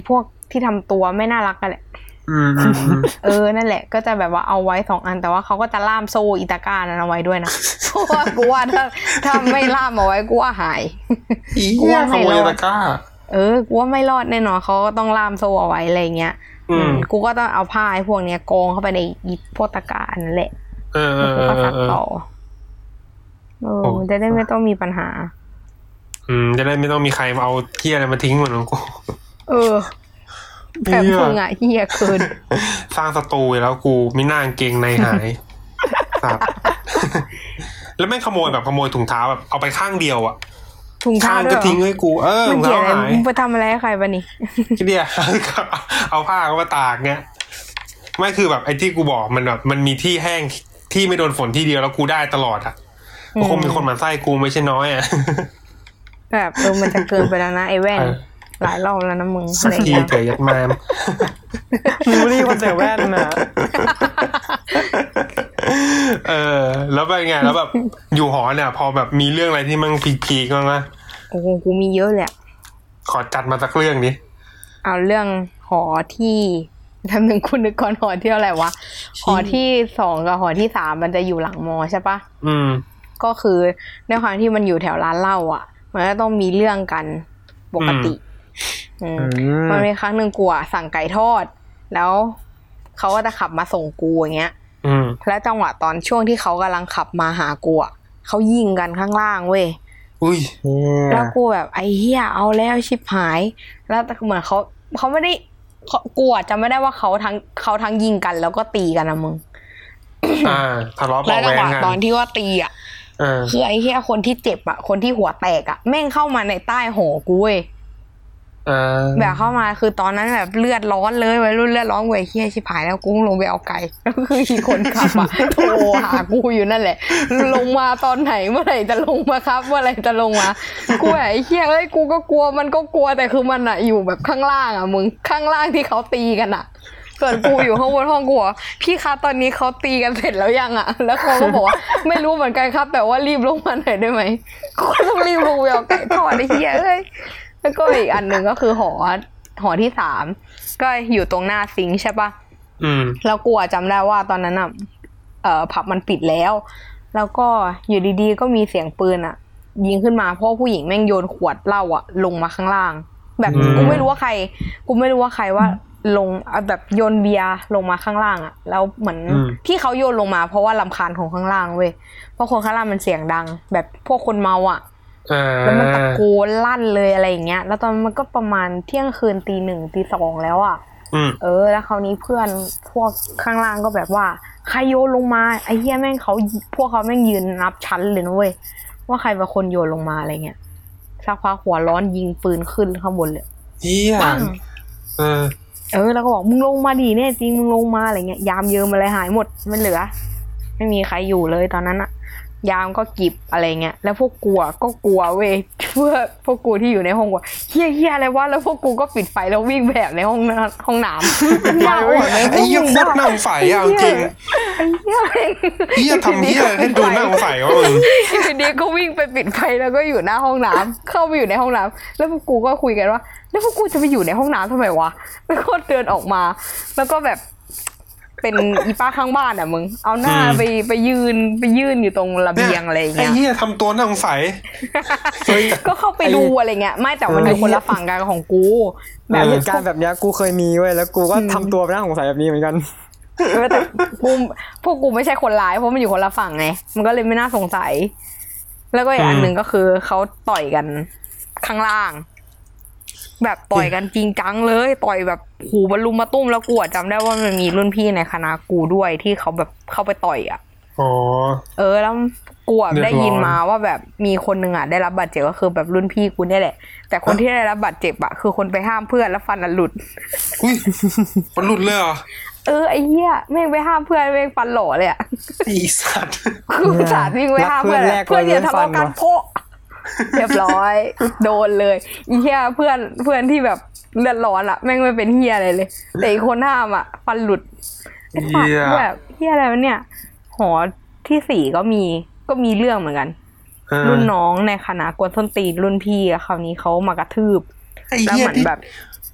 ที่ทำตัวไม่น่ารักกันแหละเออนั่นแหละก็จะแบบว่าเอาไว้สองอันแต่ว่าเขาก็จะล่ามโซ่อิตาก้านั้นเอาไว้ด้วยนะเพราะว่ากูว่าถ้าถ้าไม่ล่ามเอาไว้กูว่าหายกูว่าไม่รอดเออกูว่าไม่รอดแน่นอนเขาก็ต้องล่ามโซ่เอาไว้อะไรเงี้ยอืมกูก็ต้องเอาผ้าไอ้พวกเนี้ยกองเข้าไปในอีพวกตะกร้านั่นแหละเออแล้วกูก็ตัดต่อเออจะได้ไม่ต้องมีปัญหาอืมจะได้ไม่ต้องมีใครมาเอาเหี้ยอะไรมาทิ้งเหมือนกูเออแบบมึงอ่ะเหี้ยเกินสร้างศัตรูแล้วกูมีหน้ากางเกงในหายครับแล้วแม่งขโมยแบบขโมยถุงเท้าแบบเอาไปข้างเดียวอ่ะถุงเท้าก็ทิ้งให้กูเออถุงเท้าหายมึงไปทำอะไรให้ใครบ้านี่คิดเดียเอาผ้าเขามาตากเงี้ยไม่คือแบบไอ้ที่กูบอกมันแบบมันมีที่แห้งที่ไม่โดนฝนที่เดียวแล้วกูได้ตลอดอ่ะก็คงมีคนมาไส้กูไม่ใช่น้อยอ่ะแบบเออมันจะเกินไปแล้วนะไอ้แว่นหลายรอบแล้วนะมึงอะไรอย่างเงี้ยเกิดยัดมามมิวรี่คนใส่แว่นนะเออแล้วเป็นไงแล้วแบบอยู่หอเนี่ยพอแบบมีเรื่องอะไรที่มันพีคๆบ้างมั้ยโอ้โหกูมีเยอะแหละขอจัดมาสักเรื่องดิเอาเรื่องหอที่ทำหนึ่งคุณนึกก่อนหอที่อะไรวะหอที่สองกับหอที่สามมันจะอยู่หลังมอใช่ปะอืมก็คือในความที่มันอยู่แถวร้านเหล้าอ่ะมันก็ต้องมีเรื่องกันปกติมันมีครั้งหนึ่งกูอ่ะสั่งไก่ทอดแล้วเขาก็จะขับมาส่งกูอย่างเงี้ยแล้วจังหวะตอนช่วงที่เขากำลังขับมาหากูอ่ะเขายิงกันข้างล่างเว้ยอุ้ยแล้วกูแบบไอ้เหี้ยเอาแล้วชิบหายแล้วเหมือนเขาเขาไม่ได้กูอ่ะจำไม่ได้ว่าเขาทั้งเขาทั้งยิงกันแล้วก็ตีกันนะมึงอ่าทะเลาะเบาะแว้งกันแล้วจังหวะตอนที่ว่าตีอ่ะคือไอ้เหี้ยคนที่เจ็บอ่ะคนที่หัวแตกอ่ะแม่งเข้ามาในใต้หอกูเว้ยแบบเข้ามาคือตอนนั้นแบบเลือดร้อนเลยวัยรุ่นเลือดร้อนเว้ยเฮียชิบหายแล้วกูลงไปเอาไก่แล้วคืออีกคนขับอ่ะโทรหากูอยู่นั่นแหละลงมาตอนไหนเมื่อไหร่จะลงมาครับเมื่อไหร่จะลงมากูไอ้เฮียเอ้ยกูก็กลัวมันก็กลัวแต่คือมันอ่ะอยู่แบบข้างล่างอ่ะมึงข้างล่างที่เขาตีกันอ่ะส่วนกูอยู่ข้างบนห้องกูอ่ะพี่คะตอนนี้เขาตีกันเสร็จแล้วยังอ่ะแล้วเขาก็บอกว่าไม่รู้เหมือนกันครับแต่ว่ารีบลงมาหน่อยได้ไหมกูต้องรีบลงไปเอาไก่ทอดไอ้เฮียเอ้ยแล้วก็อีกอันหนึ่งก็คือหอหอที่สามก็อยู่ตรงหน้าซิงค์ใช่ปะอืมแล้วกูจำได้ว่าตอนนั้นอ่ะเอ่อผับมันปิดแล้วแล้วก็อยู่ดีๆก็มีเสียงปืนอ่ะยิงขึ้นมาเพราะผู้หญิงแม่งโยนขวดเหล้าอ่ะลงมาข้างล่างแบบกูไม่รู้ว่าใครกูไม่รู้ว่าใครว่าลงแบบโยนเบียร์ลงมาข้างล่างอ่ะแล้วเหมือนที่เขาโยนลงมาเพราะว่ารำคาญของข้างล่างเว้ยเพราะคนข้างล่างมันเสียงดังแบบพวกคนเมาอ่ะแล้วมันตะโกนลั่นเลยอะไรอย่างเงี้ยแล้วตอนมันก็ประมาณเที่ยงคืนตีหนึ่งตีสองแล้วอ่ะเออแล้วคราวนี้เพื่อนพวกข้างล่างก็แบบว่าใครโยนลงมาไอ้เหี้ยแม่งเขาพวกเขาแม่งยืนนับชั้นเลยนะเว้ยว่าใครเป็นคนโยนลงมาอะไรเงี้ยสักพักหัวร้อนยิงปืนขึ้นข้างบนเลยเหี้ยเออเออแล้วก็บอกมึงลงมาดิแน่จริงมึงลงมาอะไรเงี้ยยามเยิมอะไรหายหมดไม่เหลือไม่มีใครอยู่เลยตอนนั้นอะยามก็กิบอะไรเงี้ยแล้วพวกกูก็กลัวเว้ยเพื่อพวกกูที่อยู่ในห้องว่าเฮี้ยเฮี้ยอะไรวะแล้วพวกกูก็ปิดไฟแล้ววิ่งแบบในห้องห้องน้ำยาวอ่ะไอ้เหี้ยโคตรน่าสงสัยอ่ะจริงไอ้เหี้ยเหี้ยทำเหี้ยให้ดูน่าสงสัยว่ะมึงทีนี้ก็วิ่งไปปิดไฟแล้วก็อยู่หน้าห้องน้ำเข้าไปอยู่ในห้องน้ำแล้วพวกกูก็คุยกันว่าแล้วพวกกูจะไปอยู่ในห้องน้ำทำไมวะแล้วก็เดินออกมาแล้วก็แบบเป็นอีป้าข้างบ้านอ่ะมึงเอาหน้าไปไปยืนไปยืนอยู่ตรงระเบียงอะไรอย่างเงี้ยไอ้เหี้ยทำตัวน่าสงสัยก็เข้าไปดูอะไรเงี้ยไม่แต่มันอยู่คนละฝั่งกันของกูแบบเหตุการณ์แบบนี้กูเคยมีเว้ยแล้วกูก็ทำตัวน่าสงสัยแบบนี้เหมือนกันแต่กูพวกกูไม่ใช่คนร้ายเพราะมันอยู่คนละฝั่งไงมันก็เลยไม่น่าสงสัยแล้วก็อีกอันหนึ่งก็คือเขาต่อยกันข้างล่างแบบต่อยกันจริงจังเลยต่อยแบบหูบรรลุมมาตุ้มแล้วกูจำได้ว่ามันมีรุ่นพี่ในคณะกูด้วยที่เขาแบบเข้าไปต่อยอ่ะอ๋อเออแล้วกูได้ยินมาว่าแบบมีคนนึงอ่ะได้รับบาดเจ็บก็คือแบบรุ่นพี่กูนี่แหละแต่คนที่ได้รับบาดเจ็บอ่ะคือคนไปห้ามเพื่อนแล้วฟันหลุดอุ้ยฟันหลุดเลยเหรอเออไอ้เหี้ยแม่งไปห้ามเพื่อนแม่งฟันหล่อเลยอ่ะไอ้สัตว์คือสัตว์วิ่งไปห้ามเพื่อนเพื่อนอย่าทะเลาะกันโพะเรียบร้อยโดนเลยอีเหี้ยเพื่อนเพื่อนที่แบบเลือดร้อนอะแม่งไม่เป็นเหี้ยอะไรเลยแต่อีกคนห้ามอะฟันหลุดไอ้สัตว์แบบเหี้ยอะไรวะเนี่ยหอที่สี่ก็มีก็มีเรื่องเหมือนกันรุ่นน้องในคณะกวนส้นตีนรุ่นพี่คราวนี้เขามากระทืบแล้วเหมือนแบบ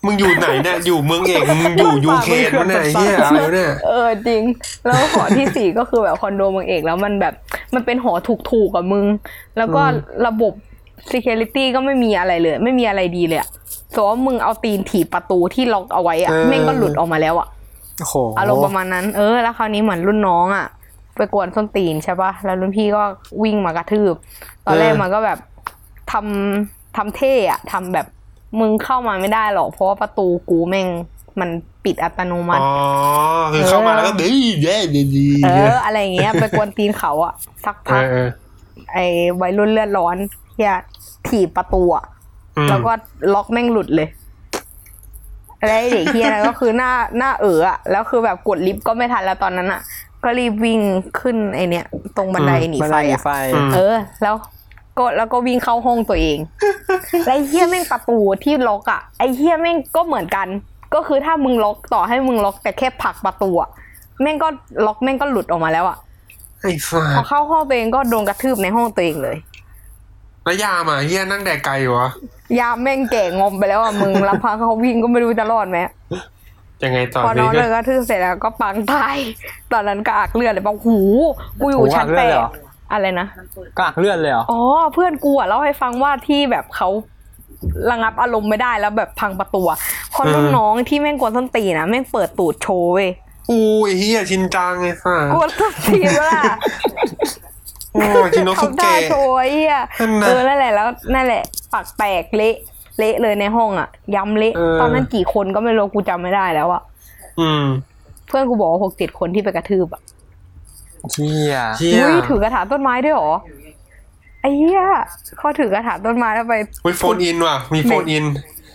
มึงอยู่ไหนเนี่ยอยู่เมืองเอกมึงอยู่ยูเครนมั้ยเนี่ยเหี้ยอะไรเนี่ยเออจริงแล้วหอที่สี่ก็คือแบบคอนโดเมืองเอกแล้วมันแบบมันเป็นหอถูกๆกับมึงแล้วก็ระบบ security ก็ไม่มีอะไรเลยไม่มีอะไรดีเลยอ่ะสมมติว่ามึงเอาตีนถีบประตูที่ล็อกเอาไว้อ่ะแม่งก็หลุดออกมาแล้วอ่ะโอ้โหอารมณ์ประมาณนั้นเออแล้วคราวนี้เหมือนรุ่นน้องอ่ะไปกวนส้นตีนใช่ป่ะแล้วรุ่นพี่ก็วิ่งมากระทืบตอนแรกมันก็แบบทำทำเท่อะทำแบบมึงเข้ามาไม่ได้หรอกเพราะว่าประตูกูแม่งมันปิดอัตโนมัติอ๋อคือเข้ามาแล้วก็ดีแย่ดีเอออะไรเงี้ยไปกวนตีนเขาอะสักพักไอ้วัยรุ่นเลือดร้อนเฮียถีบประตูอะแล้วก็ล็อกแม่งหลุดเลยอะไรเด็กเฮียก็คือหน้าหน้าเอ๋ออะแล้วคือแบบกดลิฟต์ก็ไม่ทันแล้วตอนนั้นอะก็รีบวิ่งขึ้นไอเนี้ยตรงบันไดหนีไฟอะเออแล้วก็แล้วก็วิ่งเข้าห้องตัวเองไอ้เหี้ยแม่งประตูที่ล็อกอ่ะไอ้เหี้ยแม่งก็เหมือนกันก็คือถ้ามึงล็อกต่อให้มึงล็อกแต่แค่ผลักประตูอ่ะแม่งก็ล็อกแม่งก็หลุดออกมาแล้วอ่ะไอ้สัสพอเข้าห้องตัวเองก็โดนกระทืบในห้องตัวเองเลยแล้วยามอ่ะเหี้ยนั่งแดกไกลอยู่วะยามแม่งแก่งอมไปแล้วอ่ะมึงลำพังเขาวิ่งก็ไม่รู้จะรอดไหมยังไงต่อพอน้องเลยกระทืบเสร็จแล้วก็ปังตายตอนนั้นก็อักเลือดเลยบอกหูกูอยู่ชั้นแปดอะไรนะกากเลือดเลยเหรออ๋อเพื่อนกูอ่ะเล่าให้ฟังว่าที่แบบเขาระงับอารมณ์ไม่ได้แล้วแบบพังประตูพอรุ่นน้องที่แม่งกวนส้นตีนนะแม่งเปิดตูดโชว์เว้ยอู้ยเฮียชินจังไงซ่ากวนส้นตีนว่ะโอ้ชินโนสุเกะโชว์ไอ้เหี้ยเออนั่นแหละแล้วนั่นแหละปากแตกเละเละเลยในห้องอ่ะย้ำเละตอนนั้นกี่คนก็ไม่รู้กูจำไม่ได้แล้วอ่ะอืมเพื่อนกูบอกว่าหกเจ็ดคนที่ไปกระทืบอ่ะเชี่ยอุ้ยถือกระถางต้นไม้ด้วยหรอไอ้เหี้ยเขาถือกระถางต้นไม้แล้วไปอุ้ยโฟนอินว่ะมีโฟนอิน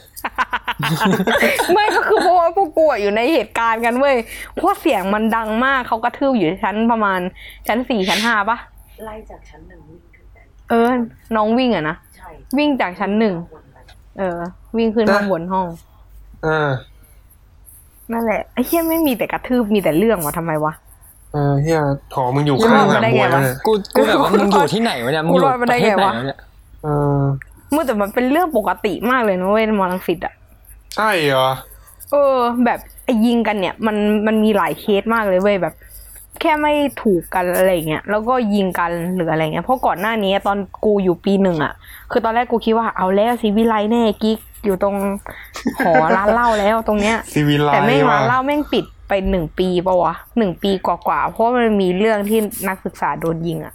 ไม่ก็คือเพราะว่าพวกกูอยู่ในเหตุการณ์กันเว้ยเพราะเสียงมันดังมากเขากระทืบอยู่ชั้นประมาณชั้นสี่ชั้นห้าปะไล่จากชั้นหนึ่งวิ่งขึ้นไปเออน้องวิ่งอะนะวิ่งจากชั้นหนึ่งเออวิ่งขึ้นข้างบนห้องเออนั่นแหละไอ้เหี้ยไม่มีแต่กระทืบมีแต่เรื่องวะทำไมวะเออเฮียถอมึงอยู่ข้างหลังบวยเลยกูกูแบบว่ามึงอยู่ที่ไหนวะเนี่ยมึงอยู่ประเทศไหนวะเนี่ยเออมึงแต่มันเป็นเรื่องปกติมากเลยนะเว้ยมอลังสิตอ่ะใช่เหรอเออแบบไอ้ยิงกันเนี่ยมันมันมีหลายเคสมากเลยเว้ยแบบแค่ไม่ถูกกันอะไรเงี้ยแล้วก็ยิงกันหรืออะไรเงี้ยเพราะก่อนหน้านี้ตอนกูอยู่ปีหนึ่งอ่ะคือตอนแรกกูคิดว่าเอาแล้วซีวิไลแน่กิ๊กอยู่ตรงหอร้านเหล้าแล้วตรงเนี้ยแต่แม่งร้านเหล้าแม่งปิดไปหนึ่งปีป่าววะหนึ่งปีกว่าๆเพราะมันมีเรื่องที่นักศึกษาโดนยิงอ่ะ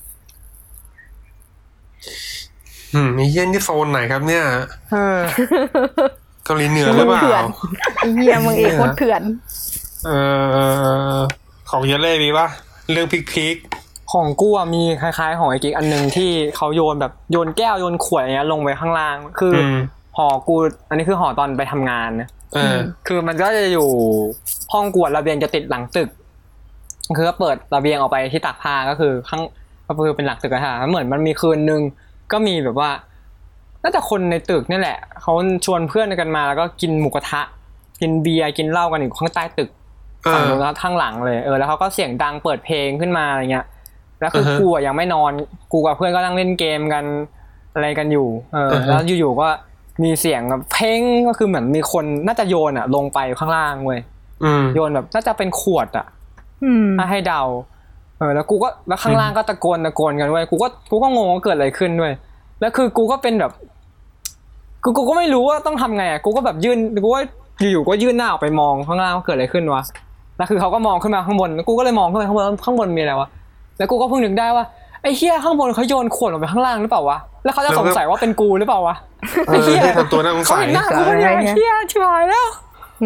อืมมีเฮี้ยนที่โซนไหนครับเนี่ยเออเกาหลีเหนือหรือเปล่าเฮี้ยมึงเอกโคตรเถื่อนเออของเยเล่มีป่ะเรื่องพิกๆของกูอ่ะมีคล้ายๆของไอ้กิ๊กอันนึงที่เขาโยนแบบโยนแก้วโยนขวดอะไรเงี้ยลงไปข้างล่างคือหอกูอันนี้คือหอตอนไปทำงานนะเออคือมันก็จะอยู่ห้องกวดระเบียงจะติดหลังตึกคือก็เปิดระเบียงออกไปที่ตากผ้าก็คือข้างก็คือเป็นหลังตึกอะค่ะเหมือนมันมีคืนนึงก็มีแบบว่าน่าจะคนในตึกนี่แหละเขาชวนเพื่อนกันมาแล้วก็กินหมูกระทะกินเบียร์กินเหล้ากันอยู่ข้างใต้ตึกฝั่งนู้นข้างหลังเลยเออแล้วเขาก็เสียงดังเปิดเพลงขึ้นมาอะไรเงี้ยแล้วคือกูอ่ะยังไม่นอนกูกับเพื่อนก็นั่งเล่นเกมกันอะไรกันอยู่เออแล้วอยู่ๆก็มีเสียงแบบเพ่งก็คือเหมือนมีคนน่าจะโยนอ่ะลงไปข้างล่างเว้ยโยนแบบน่าจะเป็นขวดอ่ะถ้าให้เดาเออแล้วกูก็แล้วข้างล่างก็ตะโกนตะโกนกันเว้ยกูก็กูก็งงว่าเกิดอะไรขึ้นด้วยแล้วคือกูก็เป็นแบบกูกูก็ไม่รู้ว่าต้องทำไงอ่ะกูก็แบบยื่นกูว่าอยู่ๆก็ยื่นหน้าออกไปมองข้างล่างว่าเกิดอะไรขึ้นวะแล้วคือเขาก็มองขึ้นมาข้างบนแล้วกูก็เลยมองขึ้นไปข้างบนข้างบนมีอะไรวะแล้วกูก็เพิ่งนึกได้ว่าไอ้เหี้ยข้างบนเขาโยนขวดลงไปข้างล่างหรือเปล่าวะแล้วเขาจะสงสัยว่าเป็นกูหรือเปล่าวะไอ้เหี้ยทำตัวน่าสงสัยหน้ากูเป็นไงเหี้ยชิบหายแล้ว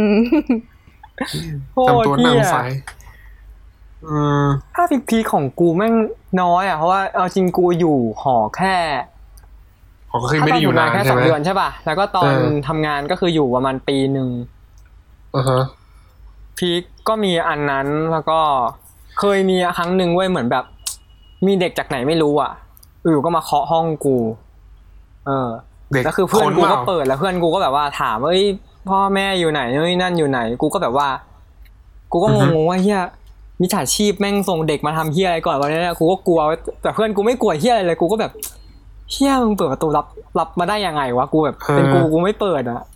ทำตัวน่าสงสัยอืมถ้าพีของกูแม่งน้อยอ่ะเพราะว่าเอาจริงกูอยู่หอแค่หอก็คือไม่ได้อยู่นานแค่สองเดือนใช่ป่ะแล้วก็ตอนทำงานก็คืออยู่ประมาณปีนึงอือฮะพีคก็มีอันนั้นแล้วก็เคยมีครั้งนึงเว้ยเหมือนแบบมีเด็กจากไหนไม่รู้อ่ะอยู่ก็มาเคาะห้องกูเออแล้วคือเพื่อนกูก็เปิดแล้วเพื่อนกูก็แบบว่าถามว่าเอ้ยพ่อแม่อยู่ไหนนี่นั่นอยู่ไหนกูก็แบบว่ากูก็งงๆว่าเหี้ยมิจฉาชีพแม่งส่งเด็กมาทำเหี้ยอะไรก่อนวันนี้เนี่ยกูก็กลัวแต่เพื่อนกูไม่กลัวเหี้ยอะไรเลยกูก็แบบเหี้ยมึงเปิดประตูรับรับมาได้ยังไงวะกูแบบเป็นกูกูไม่เปิดอ่ะ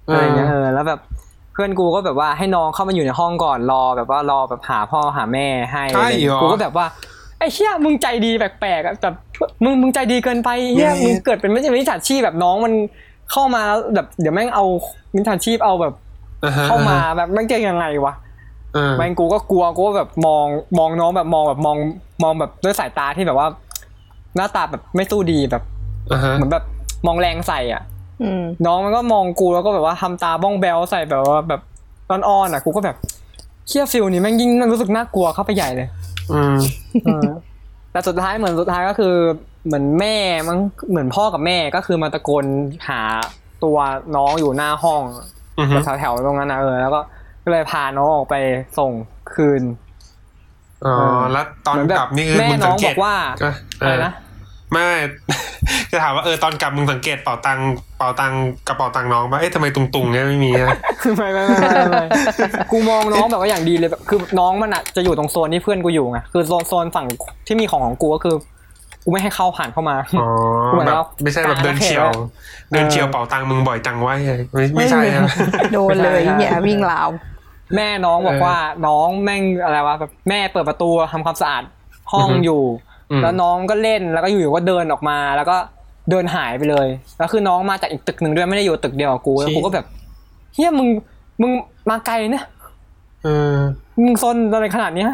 อะไรเงี้ยเออแล้วแบบเพื่อนกูก็แบบว่าให้น้องเข้ามาอยู่ในห้องก่อนรอแบบว่ารอแบบหาพ่อหาแม่ให้กูก็แบบว่าไอ้เหี้ยมึงใจดีแปลกๆแบบมึงมึงใจดีเกินไปเหี้ยมึงเกิดเป็นไม่ใช่มิจฉาชีพแบบน้องมันเข้ามาแบบเดี๋ยวแม่งเอามิจฉาชีพเอาแบบเข้ามาแบบแม่งจะยังไงวะแม่งกูก็กลัวกูก็แบบมองมองน้องแบบมองแบบมองมองแบบด้วยสายตาที่แบบว่าหน้าตาแบบไม่สู้ดีแบบเหมือนแบบมองแรงใส่อ่ะน้องมันก็มองกูแล้วก็แบบว่าทำตาบ้องแบวใส่แบบว่าแบบอ่อนๆอ่ะกูก็แบบเชี่ยฟิลนี้แม่งยิ่งรู้สึกน่ากลัวเข้าไปใหญ่เลยอืมแต่สุดท้ายเหมือนสุดท้ายก็คือเหมือนแม่มั้งเหมือนพ่อกับแม่ก็คือมาตะโกนหาตัวน้องอยู่หน้าห้องแถวๆตรงนั้นนะเออแล้วก็ก็เลยพาน้องออกไปส่งคืนอ๋อแล้วตอนกลับนี่คือมึงสังเกตว่าอะไรนะไม่จะถามว่าเออตอนกลับมึงสังเกตเป๋าตังเป๋าตังกระเป๋าตังน้องป่ะเอ๊ะทำไมตุงๆเนี่ยไม่มีนะไม่ไม่ไม่ไม่กูมองน้องแบบว่าอย่างดีเลยแบบคือน้องมันอ่ะจะอยู่ตรงโซนที่เพื่อนกูอยู่ไงคือโซนโซนฝั่งที่มีของของกูก็คือกูไม่ให้เข้าผ่านเข้ามาอ๋อแบบไม่ใช่แบบเดินเฉียวเดินเฉียวเป๋าตังมึงบ่อยจังวะไม่ไม่ใช่นะโดนเลยเนี่ยวิ่งราวแม่น้องบอกว่าน้องแม่งอะไรวะแบบแม่เปิดประตูทำความสะอาดห้องอยู่แล้วน้องก็เล่นแล้วก็อยู่ๆก็เดินออกมาแล้วก็เดินหายไปเลยแล้วคือน้องมาจากอีกตึกนึงด้วยไม่ได้อยู่ตึกเดียวกับกูแล้วกูก็แบบเฮียมึงมึงมาไกลเนี่ยเออมึงซนอะไรขนาดนี้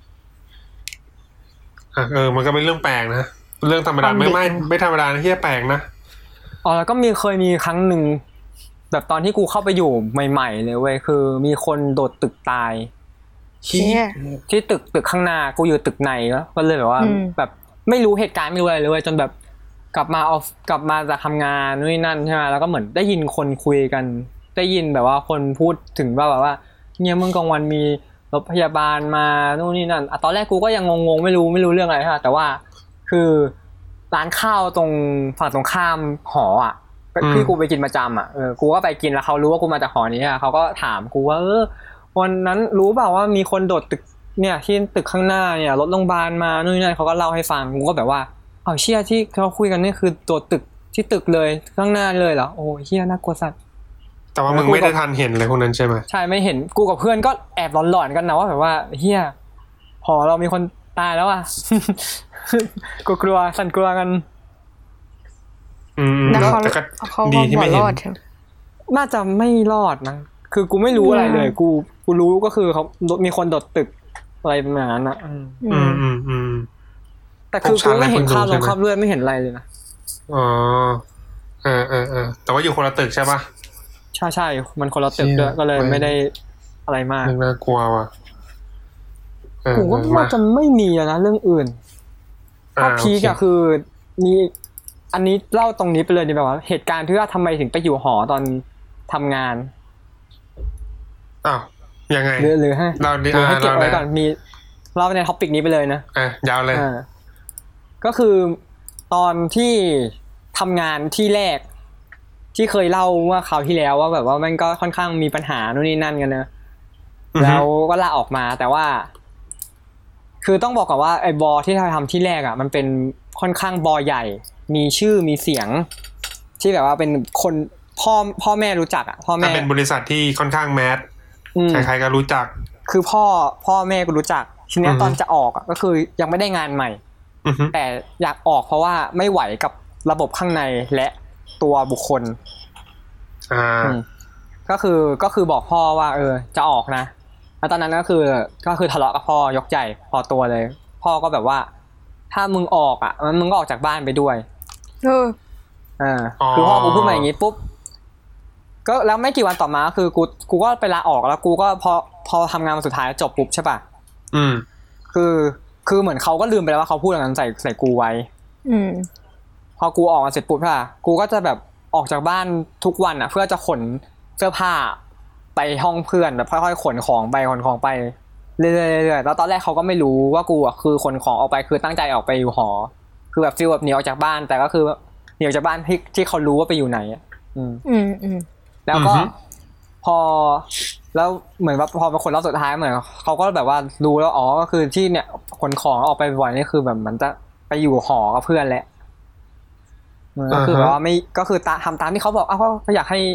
อ่ะเออมันก็เป็นเรื่องแปลกนะเรื่องธรรมดาไม่ไม่ไม่ธรรมดานะเฮียแปลกนะอ๋อแล้วก็มีเคยมีครั้งนึงแบบตอนที่กูเข้าไปอยู่ใหม่ๆเลยเว้ยคือมีคนโดดตึกตายที่ที่ตึกตึกข้างหน้ากูอยู่ตึกในแล้วก็เลยแบบว่าแบบไม่รู้เหตุการณ์ไม่รู้อะไรเลยจนแบบกลับมาออฟกลับมาจากทำงานนู่นนั่นใช่ไหมแล้วก็เหมือนได้ยินคนคุยกันได้ยินแบบว่าคนพูดถึงว่าแบบว่าเนี่ยเมื่อกลางวันมีรถพยาบาลมานู่นนี่นั่นอ่ะตอนแรกกูก็ยังงงๆไม่รู้ไม่รู้เรื่องอะไรค่ะแต่ว่าคือร้านข้าวตรงฝั่งตรงข้ามหออ่ะที่กูไปกินประจำอ่ะเออกูก็ไปกินแล้วเขารู้ว่ากูมาจากหอนี้อ่ะเขาก็ถามกูว่าเออวันนั้นรู้เปล่าว่ามีคนโดดตึกเนี่ยที่ตึกข้างหน้าเนี่ยรถโรงพยาบาลมานู่นนี่นั่นเขาก็เล่าให้ฟังกูก็แบบว่าเอาเชี่ยที่เขาคุยกันนี่คือโดดตึกที่ตึกเลยข้างหน้าเลยเหรอโอ้เชี่ยน่ากลัวสัตว์แต่ว่ามึงไม่ได้ทันเห็นเลยพวกนั้นใช่ไหมใช่ไม่เห็นกูกับเพื่อนก็แอบหลอนๆกันนะว่าแบบว่าเฮียหอเรามีคนตายแล้วอ่ะกูกลัวสั่นกลัวกันอืมแล้วเขาดีที่ไม่เห็นน่าจะไม่รอดนะคือกูไม่รู้อะไรเลยกูกูรู้ก็คือเขามีคนโดดตึกอะไรประมาณนั้นอ่ะอืมอืมอืมแต่คือกูไม่เห็นภาพลงภาพเลือดไม่เห็นอะไรเลยนะอ๋อเออเออเออแต่ว่าอยู่คนละตึกใช่ปะใช่ใช่มันคนละตึกด้วยก็เลยไม่ได้อะไรมากน่ากลัวว่ะกูว่ามันจะไม่มีนะเรื่องอื่นถ้าพีก็คือมีอันนี้เล่าตรงนี้ไปเลยดีแบบว่าเหตุการณ์ที่ว่าทำไมถึงไปอยู่หอตอนทำงานอ้าวยังไงหรือหรือให้เราหรือให้เก็บไว้ก่อนมีเล่าในท็อปิกนี้ไปเลยนะอ่ะยาวเลยก็คือตอนที่ทำงานที่แรกที่เคยเล่าว่าคราวที่แล้วว่าแบบว่ามันก็ค่อนข้างมีปัญหาโน่นนี่นั่นกันนะแล้วก็ลาออกมาแต่ว่าคือต้องบอกก่อนว่าไอ้บอที่เราทำที่แรกอ่ะมันเป็นค่อนข้างบอใหญ่มีชื่อมีเสียงที่แบบว่าเป็นคนพ่อพ่อแม่รู้จักอ่ะพ่อแม่เป็นบริษัทที่ค่อนข้างแมสใครๆก็รู้จักคือพ่อพ่อแม่ก็รู้จักทีนี้ตอนจะออกก็คือยังไม่ได้งานใหม่แต่อยากออกเพราะว่าไม่ไหวกับระบบข้างในและตัวบุคคลอ่าก็คือก็คือบอกพ่อว่าเออจะออกนะแล้วตอนนั้นก็คือก็คือทะเลาะกับพ่อยกใหญ่พอตัวเลยพ่อก็แบบว่าถ้ามึงออกอ่ะมันมึงก็ออกจากบ้านไปด้วยเอออ่าคือพ่อกูพูดมาอย่างงี้ปุ๊บก็แล้วไม่กี่วันต่อมาคือกูกูก็ไปลาออกแล้วกูก็พอพอทำงานมาสุดท้ายจบปุ๊บใช่ป่ะอืมคือคือเหมือนเขาก็ลืมไปแล้วว่าเขาพูดอย่างนั้นใส่ใส่กูไว้อืมพอกูออกมาเสร็จปุ๊บค่ะกูก็จะแบบออกจากบ้านทุกวันอ่ะเพื่อจะขนเสื้อผ้าไปห้องเพื่อนแบบค่อยๆขนของไปขนของไปเรื่อยๆแล้วตอนแรกเขาก็ไม่รู้ว่ากูอ่ะคือขนของออกไปคือตั้งใจออกไปอยู่หอคือแบบฟีลแบบหนีออกจากบ้านแต่ก็คือหนีออกจากบ้านที่ที่เขารู้ว่าไปอยู่ไหนอ่ะอืมอืมอืมแล้วก็พอแล้วเหมือนว่าพอเป็นคนรอบสุดท้ายเหมือนเขาก็แบบว่ารู้แล้วอ๋อก็คือที่เนี่ยขนของออกไปบ่อยนี่คือแบบมันจะไปอยู่หอกับเพื่อนแหละก็คือว่าไม่ก็คือทำตามที่เขาบอกอ้าวก็อยากให้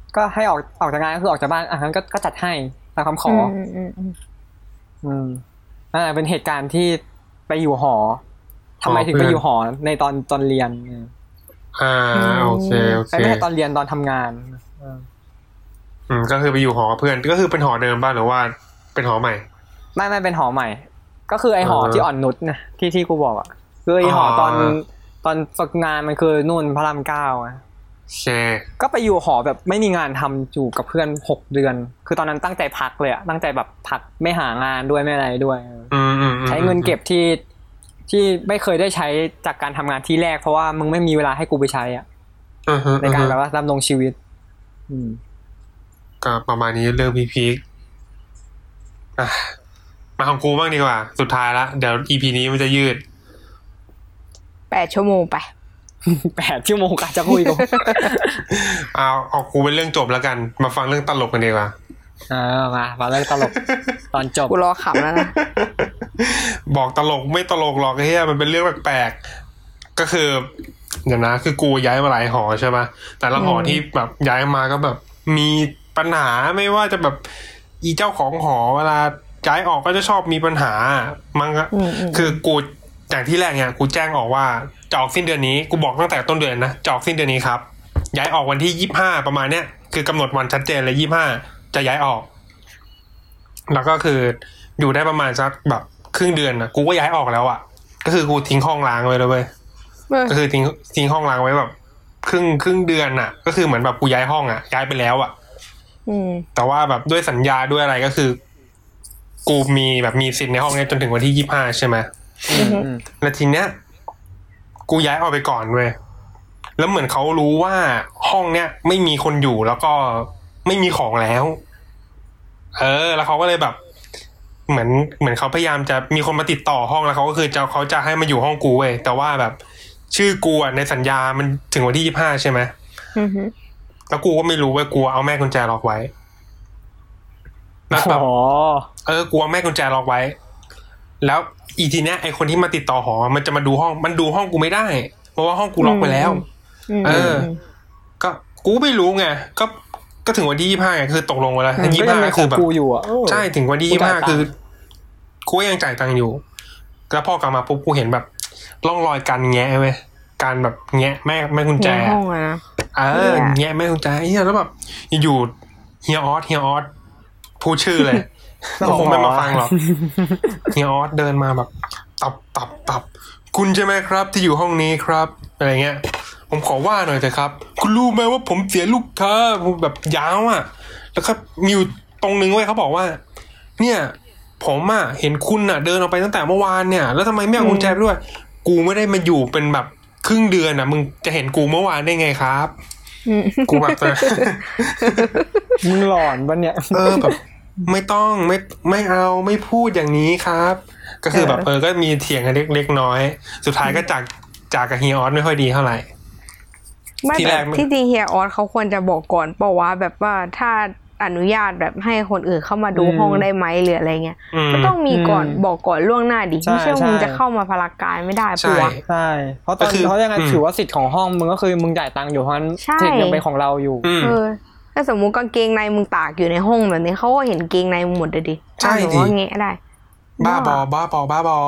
ก็ให้ออกออกจากงานก็คือออกจากบ้านอ่ะงั้นก็ก็จัดให้ตามคำขออืมอืมอืมอืมอ่าเป็นเหตุการณ์ที่ไปอยู่หอทำไมถึงไปอยู่หอในตอนตอนเรียนอ่าโอเคโอเคไม่ใช่ตอนเรียนตอนทำงานอืมก็คือไปอยู่หอเพื่อนก็คือเป็นหอเดิมป่ะหรือว่าเป็นหอใหม่ไม่ไม่เป็นหอใหม่ก็คือไอหอที่อ่อนนุชนะที่ที่กูบอกอ่ะคือไอหอตอนตอนฝึกงานมันคือนู่นพระรามเก้าอ่ะใช่ก็ไปอยู่หอแบบไม่มีงานทำอยู่กับเพื่อนหกเดือนคือตอนนั้นตั้งใจพักเลยอ่ะตั้งใจแบบพักไม่หางานด้วยไม่อะไรด้วยใช้เงินเก็บที่ที่ไม่เคยได้ใช้จากการทำงานที่แรกเพราะว่ามึงไม่มีเวลาให้กูไปใช้อ่ะในการแบบว่าดำรงชีวิตอืมก็ประมาณนี้เรื่องพีคๆอ่ะมาของกูบ้างดีกว่าสุดท้ายละเดี๋ยว อี พี นี้มันจะยืดแปดชั่วโมงไปแปดชั่วโมงกันจะคุยกันเอาเอากูเป็นเรื่องจบแล้วกันมาฟังเรื่องตลกกันดีกว่าเออมาฟังเรื่องตลกตอนจบกูรอขำแล้วนะบอกตลกไม่ตลกหรอกเฮียมันเป็นเรื่องแปลกๆก็คือเดี๋ยวนะคือกูย้ายมาหลายหอใช่ป่ะแต่ละหอที่แบบย้ายมาก็แบบมีปัญหาไม่ว่าจะแบบอีเจ้าของหอเวลาย้ายออกก็จะชอบมีปัญหามั้งก็คือกูอย่างที่แรกเนี่ยกูแจ้งออกว่าจะออกสิ้นเดือนนี้กูบอกตั้งแต่ต้นเดือนนะจะออกสิ้นเดือนนี้ครับย้ายออกวันที่ยี่สิบห้าประมาณเนี้ยคือกำหนดวันชัดเจนเลยยี่สิบห้าจะย้ายออกแล้วก็คืออยู่ได้ประมาณสักแบบครึ่งเดือนนะกูก็ย้ายออกแล้วอ่ะก็คือกูทิ้งห้องล้างไว้เลยเว้ยก็คือทิ้งทิ้งห้องล้างไว้แบบครึ่งครึ่งเดือนน่ะก็คือเหมือนแบบกูย้ายห้องอ่ะย้ายไปแล้วอ่ะแต่ว่าแบบด้วยสัญญาด้วยอะไรก็คือกูมีแบบมีสิทธิ์ในห้องนี้จนถึงวันที่ยี่สิบห้าใช่ไหมแล้วทีเนี้ยกูย้ายออกไปก่อนเว้ยแล้วเหมือนเขารู้ว่าห้องเนี้ยไม่มีคนอยู่แล้วก็ไม่มีของแล้วเออแล้วเขาก็เลยแบบเหมือนเหมือนเขาพยายามจะมีคนมาติดต่อห้องแล้วเขาก็คือจะเขาจะให้มาอยู่ห้องกูเว้ยแต่ว่าแบบชื่อกูอ่ะในสัญญามันถึงวันที่ยี่สิบห้าใช่ไหมแล้วกูก็ไม่รู้ว่ากูเอาแม่กุญแจล็อกไว้แล้วแบบเออกูเอาแม่กุญแจล็อกไว้แล้วอีทีเนี้ยไอคนที่มาติดต่อหอมันจะมาดูห้องมันดูห้องกูไม่ได้เพราะว่าห้องกูล็อกไปแล้วเออก็กูไม่รู้ไงก็ก็ถึงวันที่ยี่สิบห้าไงคือตกลงไว้แล้วยี่สิบห้าคือแบบใช่ถึงวันที่ยี่สิบห้าคือกูยังจ่ายตังค์อยู่แล้วพอกลับมาปุ๊บกูเห็นแบบร่องรอยการแงะเว้ยการแบบแงะแม่แม่กุญแจเออแงะแม่กุญแจเฮียแล้วแบบอยู่เฮียออสเฮียออสพูดชื่อเลยก็คงไม่มาฟังหรอกเฮียออสเดินมาแบบตับตับตับคุณใช่ไหมครับที่อยู่ห้องนี้ครับอะไรเงี้ยผมขอว่าหน่อยเถอะครับคุณรู้ไหมว่าผมเสียลูกค้าแบบยาวอ่ะแล้วก็มีอยู่ตรงนึงไว้เขาบอกว่าเนี่ยผมอ่ะเห็นคุณอ่ะเดินออกไปตั้งแต่เมื่อวานเนี่ยแล้วทำไมไม่เอากุญแจด้วยกูไม่ได้มาอยู่เป็นแบบครึ่งเดือนอ่ะมึงจะเห็นกูเมื่อวานได้ไงครับกูแบบมึงหลอนปะเนี่ยเออแบบไม่ต้องไม่ไม่เอาไม่พูดอย่างนี้ครับก็คือแบบเออก็มีเถียงกันเล็กๆน้อยสุดท้ายก็จากจากกับเฮียออสไม่ค่อยดีเท่าไหร่ที่แรกที่จริงเฮียออสเขาควรจะบอกก่อนเปล่าวะแบบว่าถ้าอนุญาตแบบให้คนอื่นเข้ามาดูห้องได้ไหมหรืออะไรเงี้ยก็ต้องมีก่อนบอกก่อนล่วงหน้าดิไม่ใช่มึงจะเข้ามาพลากายไม่ได้ปัวใช่เพราะตอนเพราะยังไงถือว่าสิทธิ์ของห้องมึงก็คือมึงจ่ายตังค์อยู่เพราะฉะนั้นสิทธิ์ยังเป็นของเราอยู่เออถ้าสมมุติกางเกงในมึงตากอยู่ในห้องแบบนี้เขาก็เห็นเกงในมึงหมดเลยดิใช่ดิว่าแงะได้บ้าบอบ้าบอบ้าบอ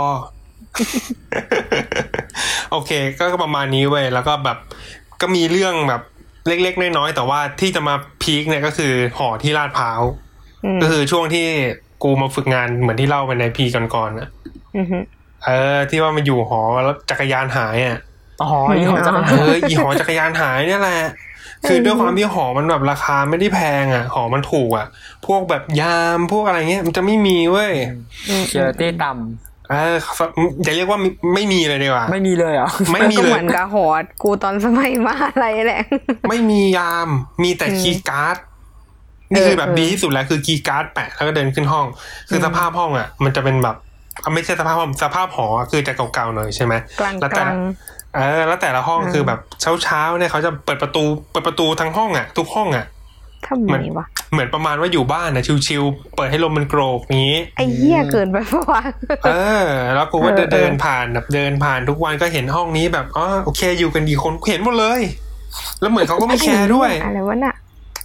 โอเคก็ประมาณนี้เว้ยแล้วก็แบบก็มีเรื่องแบบเล็กๆน้อยๆแต่ว่าที่จะมาพีคเนี่ยก็คือหอที่ลาดพร้าวก็คือช่วงที่กูมาฝึกงานเหมือนที่เล่าไปในพีก่อนๆน่ะเออที่ว่ามาอยู่หอแล้วจักรยานหายอ่ะอ๋ออีหอจักรยานเอออีหอจักรยานหายเนี่ยแหละคือด้วยความที่หอมันแบบราคาไม่ได้แพงอ่ะหอมันถูกอ่ะพวกแบบยามพวกอะไรเงี้ยมันจะไม่มีเว้ยเจอเต้ต่ำเออจะเรียกว่าไม่มีเลยดีกว่าไม่มีเลยเหรอไม่มีเลยเหมือนกับหอกูตอนสมัยมหาลัยแหละไม่มียามมีแต่คีย์การ์ดนี่คือแบบดีที่สุดแล้วคือคีย์การ์ดแปะแล้วก็เดินขึ้นห้องคือสภาพห้องอ่ะมันจะเป็นแบบไม่ใช่สภาพห้องสภาพหอคือจะเก่าๆหน่อยใช่ไหมแล้วแต่เออแล้วแต่ละห้องคือแบบเช้าๆเนี่ยเขาจะเปิดประตูเปิดประตูทั้งห้องอ่ะทุกห้องอ่ะเหมือนวะเหมือนประมาณว่าอยู่บ้านนะชิวๆเปิดให้ลมมันโกรกนี้ไอ้เหี้ยเกินไปปะวะเออแล้วกูก็เดินผ่านแบบเดินผ่านทุกวันก็เห็นห้องนี้แบบอ๋อโอเคอยู่กันดีคนเห็นหมดเลยแล้วเหมือนเขาก็ไม่แคร์ด้วยอะไรวะน่ะ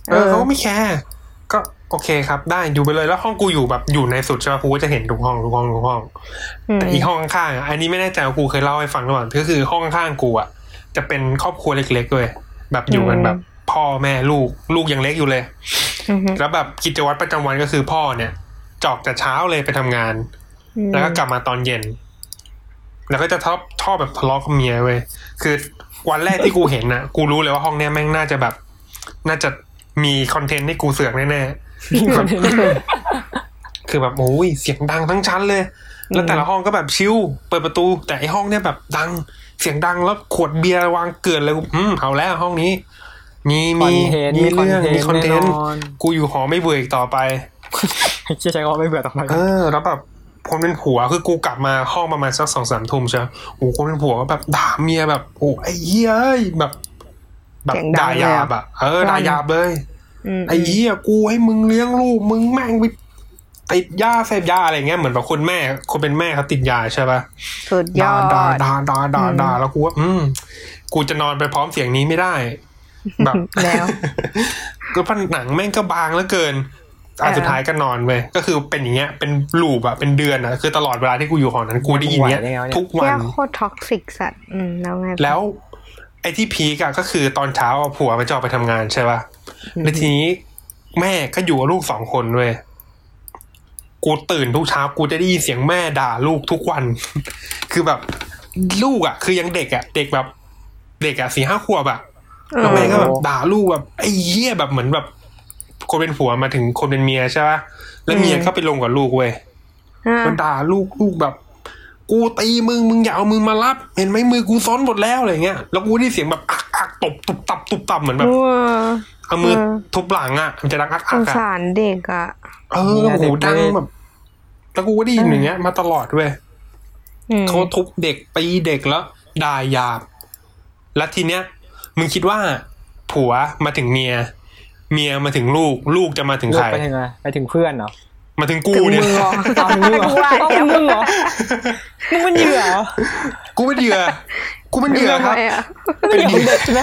เออเขาก็ไม่แคร์ก็โอเคครับได้อยู่ไปเลยแล้วห้องกูอยู่แบบอยู่ในสุดใช่ป่ะกูก็จะเห็นทุกห้องทุกห้องทุกห้องแต่อีกห้องข้างๆอ่ะอันนี้ไม่แน่ใจว่ากูเคยเล่าให้ฟังหรือเปล่าก็คือห้องข้างๆกูอ่ะจะเป็นครอบครัวเล็กๆเลยแบบอยู่กันแบบพ่อแม่ลูกลูกยังเล็กอยู่เลยแล้วแบบกิจวัตรประจำวันก็คือพ่อเนี่ยจอกแต่เช้าเลยไปทำงานแล้วก็กลับมาตอนเย็นแล้วก็จะชอบชอบแบบทะเลาะกับเมียเว้ยคือวันแรกที่กูเห็นน่ะกูรู้เลยว่าห้องเนี้ยแม่งน่าจะแบบน่าจะมีคอนเทนต์ให้กูเสือกแน่ๆแบบคือแบบโอ้ยเสียงดังทั้งชั้นเลยแล้วแต่ละห้องก็แบบชิลเปิดประตูแต่ไอห้องเนี้ยแบบดังเสียงดังแล้วขวดเบียร์วางเกลื่อนเลยอืมเอาแล้วห้องนี้มีมีมีเรื่องมีคอนเทนต์กูอยู่หอไม่เบื่ออีกต่อไปเชื่อใจก็ไม่เบื่อต่อไปเออแล้วแบบคนเป็นผัวคือกูกลับมาห้องประมาณสักสองสามทุ่มใช่โอ้คนเป็นผัวก็แบบด่าเมียแบบโอ้ไอ้เหี้ยแบบแบบด่ายาบอ่ะเออด่ายาบเลยไอ้เหี้ยกูให้มึงเลี้ยงลูกมึงแม่งไปติดยาเสพยาอะไรเงี้ยเหมือนแบบคนแม่คนเป็นแม่เขาติดยาใช่ป่ะสุดยอดด่าด่าด่าด่าด่าแล้วกูว่าอืมกูจะนอนไปพร้อมเสียงนี้ไม่ได้แบบแล้วก็ผนังแม่งก็บางเหลือเกินอันสุดท้ายก็นอนเว้ยก็คือเป็นอย่างเงี้ยเป็นลูปอะเป็นเดือนอะคือตลอดเวลาที่กูอยู่หอนั้นกูได้ยินเงี้ยทุกวันโคตรท็อกซิกสัตว์อืมแล้วไงแล้วไอ้ที่พีกอะก็คือตอนเช้าผัวมันจะออกไปทำงานใช่ป่ะแล้วทีนี้แม่ก็อยู่กับลูกสองคนเว้ยกูตื่นทุกเช้ากูจะได้ยินเสียงแม่ด่าลูกทุกวัน คือแบบลูกอะคือยังเด็กอะเด็กแบบเด็กอะสี่ห้าขวบอะแล้วแม่ก็แบบด่าลูกแบบไอ้เหี้ยแบบเหมือนแบบคนเป็นผัวมาถึงคนเป็นเมียใช่ป่ะแล้วเมียก็ไปลงกับลูกเว้ยมันด่าลูกลูกแบบกูตีมึงมึงอย่าเอามือมารับเห็นไหมมือกูซ้อนหมดแล้วอะไรเงี้ยแล้วกูได้เสียงแบบอักอักตบตุบตับตุบตับเหมือนแบบเอามือทุบหลังอ่ะมันจะดังอักอักอ่ะสงสารเด็กอ่ะเออโหดังแบบแล้วกูก็ได้ยินอย่างเงี้ยมาตลอดเว้ยเขาทุบเด็กตีเด็กแล้วด่าหยาบแล้วทีเนี้ยมึงคิดว่าผัวมาถึงเมียเมียมาถึงลูกลูกจะมาถึงใครไปถึงอะไรไปถึงเพื่อนเหรอมาถึงกูเนี่ยเอามึงเหรอเอามึงเหรอมึงเป็นเหยื่อเหรอกูเป็นเหยื่อกูเป็นเหยื่อครับเป็นเหยื่อใช่ไหม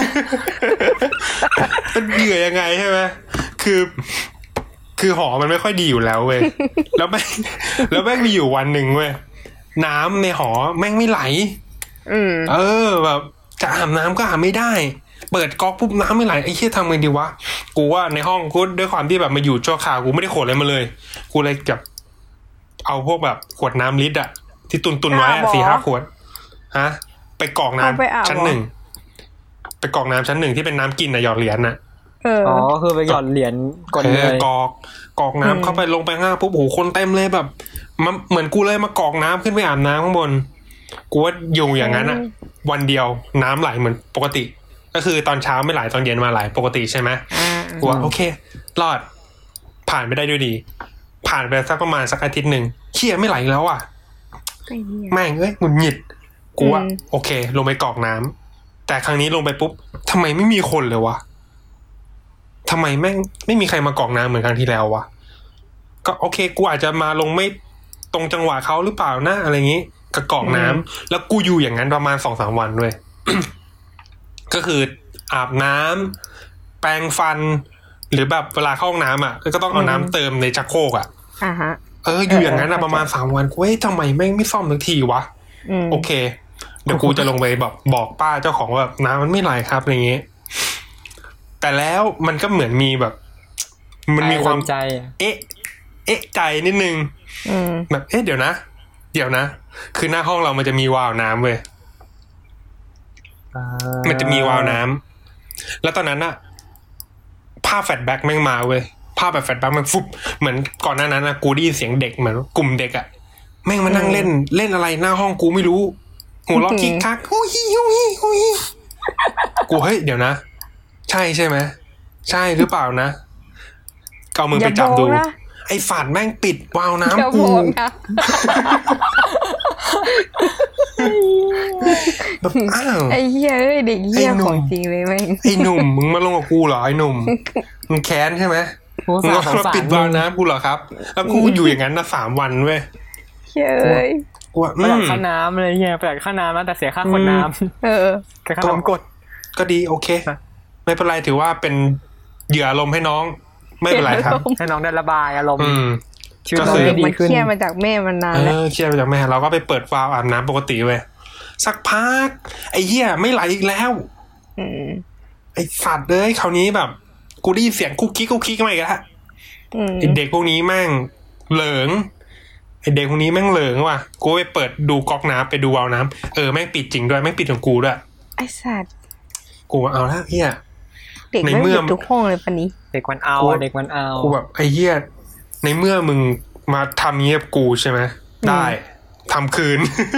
เป็นเหยื่อยังไงใช่ไหมคือคือหอมันไม่ค่อยดีอยู่แล้วเว้ยแล้วแม่งแล้วแม่งมีอยู่วันหนึ่งเว้ยน้ำในหอแม่งไม่ไหลเออแบบจะอาบน้ำก็อาบไม่ได้เปิดก๊อกปุ๊บน้ำไม่ไหลไอ้เหี้ยทำไงดีวะกูว่าในห้องกูด้วยความที่แบบมาอยู่ชั่วคราวกูไม่ได้ขนอะไรมาเลยกูเลยแบบเอาพวกแบบขวดน้ำลิตรอะที่ตุนตุนไว้อะสี่ห้าขวดฮะไปกรอกน้ำชั้นหนึ่งไปกรอกน้ำชั้นหนึ่งที่เป็นน้ำกินอะหยอดเหรียญน่ะอ๋อคือไปหยอดเหรียญก่อนเลยกรอกกรอกน้ำเข้าไปลงไปข้างล่างปุ๊บโอ้โหคนเต็มเลยแบบมันเหมือนกูเลยมากรอกน้ำขึ้นไปอาบน้ำข้างบนกูว่าอยู่อย่างนั้นอะวันเดียวน้ำไหลเหมือนปกติก็คือตอนเช้าไม่ไหลตอนเย็นมาไหลปกติใช่ไหมกูว่าโอเครอดผ่านไปได้ด้วยดีผ่านไปสักประมาณสักอาทิตย์หนึ่งเชี่ยไม่ไหลแล้วอ่ะแม่งเอ้ยหงุดหงิดกูว่าโอเคลงไปกรอกน้ำแต่ครั้งนี้ลงไปปุ๊บทำไมไม่มีคนเลยวะทำไมแม่งไม่มีใครมากรอกน้ำเหมือนครั้งที่แล้ววะก็โอเคกูอาจจะมาลงไม่ตรงจังหวะเขาหรือเปล่านะอะไรอย่างงี้ก็กรอกน้ำแล้วกูอยู่อย่างนั้นประมาณสองสามวันด้วย ก็คืออาบน้ำแปรงฟันหรือแบบเวลาเข้าห้องน้ำอ่ะก็ต้องเอาน้ำเติมในชักโครกอ่ะเอออยู่อย่างนั้นอ่ะประมาณสามวันกูเฮ้ยทำไมแม่งไม่ซ่อมสักทีวะโอเคเดี๋ยวกูจะลงไปแบบบอกป้าเจ้าของว่าแบบน้ำมันไม่ไหลครับอะไรเงี้ยแต่แล้วมันก็เหมือนมีแบบมันมีความใจเอ๊ะเอ๊ะใจนิดนึงแบบเอ๊ะเดี๋ยวนะเดี๋ยวนะคือหน้าห้องเรามันจะมีวาล์วน้ำเว้ยมันจะมีวาล์วน้ำแล้วตอนนั้นอะภาพแฟลชแบ็กแม่งมาเว้ยภาพแบบแฟลชแบ็กมันฟุบเหมือนก่อนหน้านั้นนะกูได้ยินเสียงเด็กเหมือนกลุ่มเด็กอะแม่งมานั่งเล่นเล่นอะไรหน้าห้องกูไม่รู้หัวเราะคิกคักฮู้ฮีฮู้ฮีฮู้ฮีกูเฮ้ยเดี๋ยวนะใช่ใช่ไหมใช่หรือเปล่านะเอามือไปจับดูไอ้ฝาดแม่งปิดวาล์วน้ำกูแบบอ้าวไอ้เหี้ยเอ้ยเด็กเหี้ยของจริงเลยแม่งไอ้หนุ่มมึงมาลงกับกูเหรอไอ้หนุ่มมึงแค้นใช่ไหมมึงมาปิดวาล์วน้ำกูเหรอครับแล้วกูอยู่อย่างนั้นนะสามวันเว้ยเฮ้ยกูว่าประหยัดค่าน้ำอะไรเงี้ยประหยัดค่าน้ำนะแต่เสียค่าคนน้ำเออค่าน้ำกดก็ดีโอเคไม่เป็นไรถือว่าเป็นเหยื่ออารมณ์ให้น้องไม่เป็นไรครับให้น้องได้ระบายอารมณ์ชีวิตน้องมันเครียดมาจากแม่มันนานแล้วเออเครียดมาจากแม่เราก็ไปเปิดวาล์วอาบน้ำปกติเว้ยสักพักไอ้เหี้ยไม่ไหลอีกแล้วไอ้สัตว์เลยคราวนี้แบบกูได้ยินเสียงคุกคิกคุกคิกมาอีกแล้วไอ้เด็กพวกนี้แม่งเหลิงไอ้เด็กพวกนี้แม่งเหลิงว่ะกูไปเปิดดูก๊อกน้ำไปดูวาล์วน้ำเออแม่งปิดจริงด้วยแม่งปิดของกูด้วยไอ้สัตว์กูเอาแล้วเหี้ยเด็กไม่ปิดทุกห้องเลยปะนี้เด็กมันเอาเด็กมันเอากูแบบไอ้เหี้ยในเมื่อมึงมาทำเงี้ยกูใช่ไหมได้ทำคืน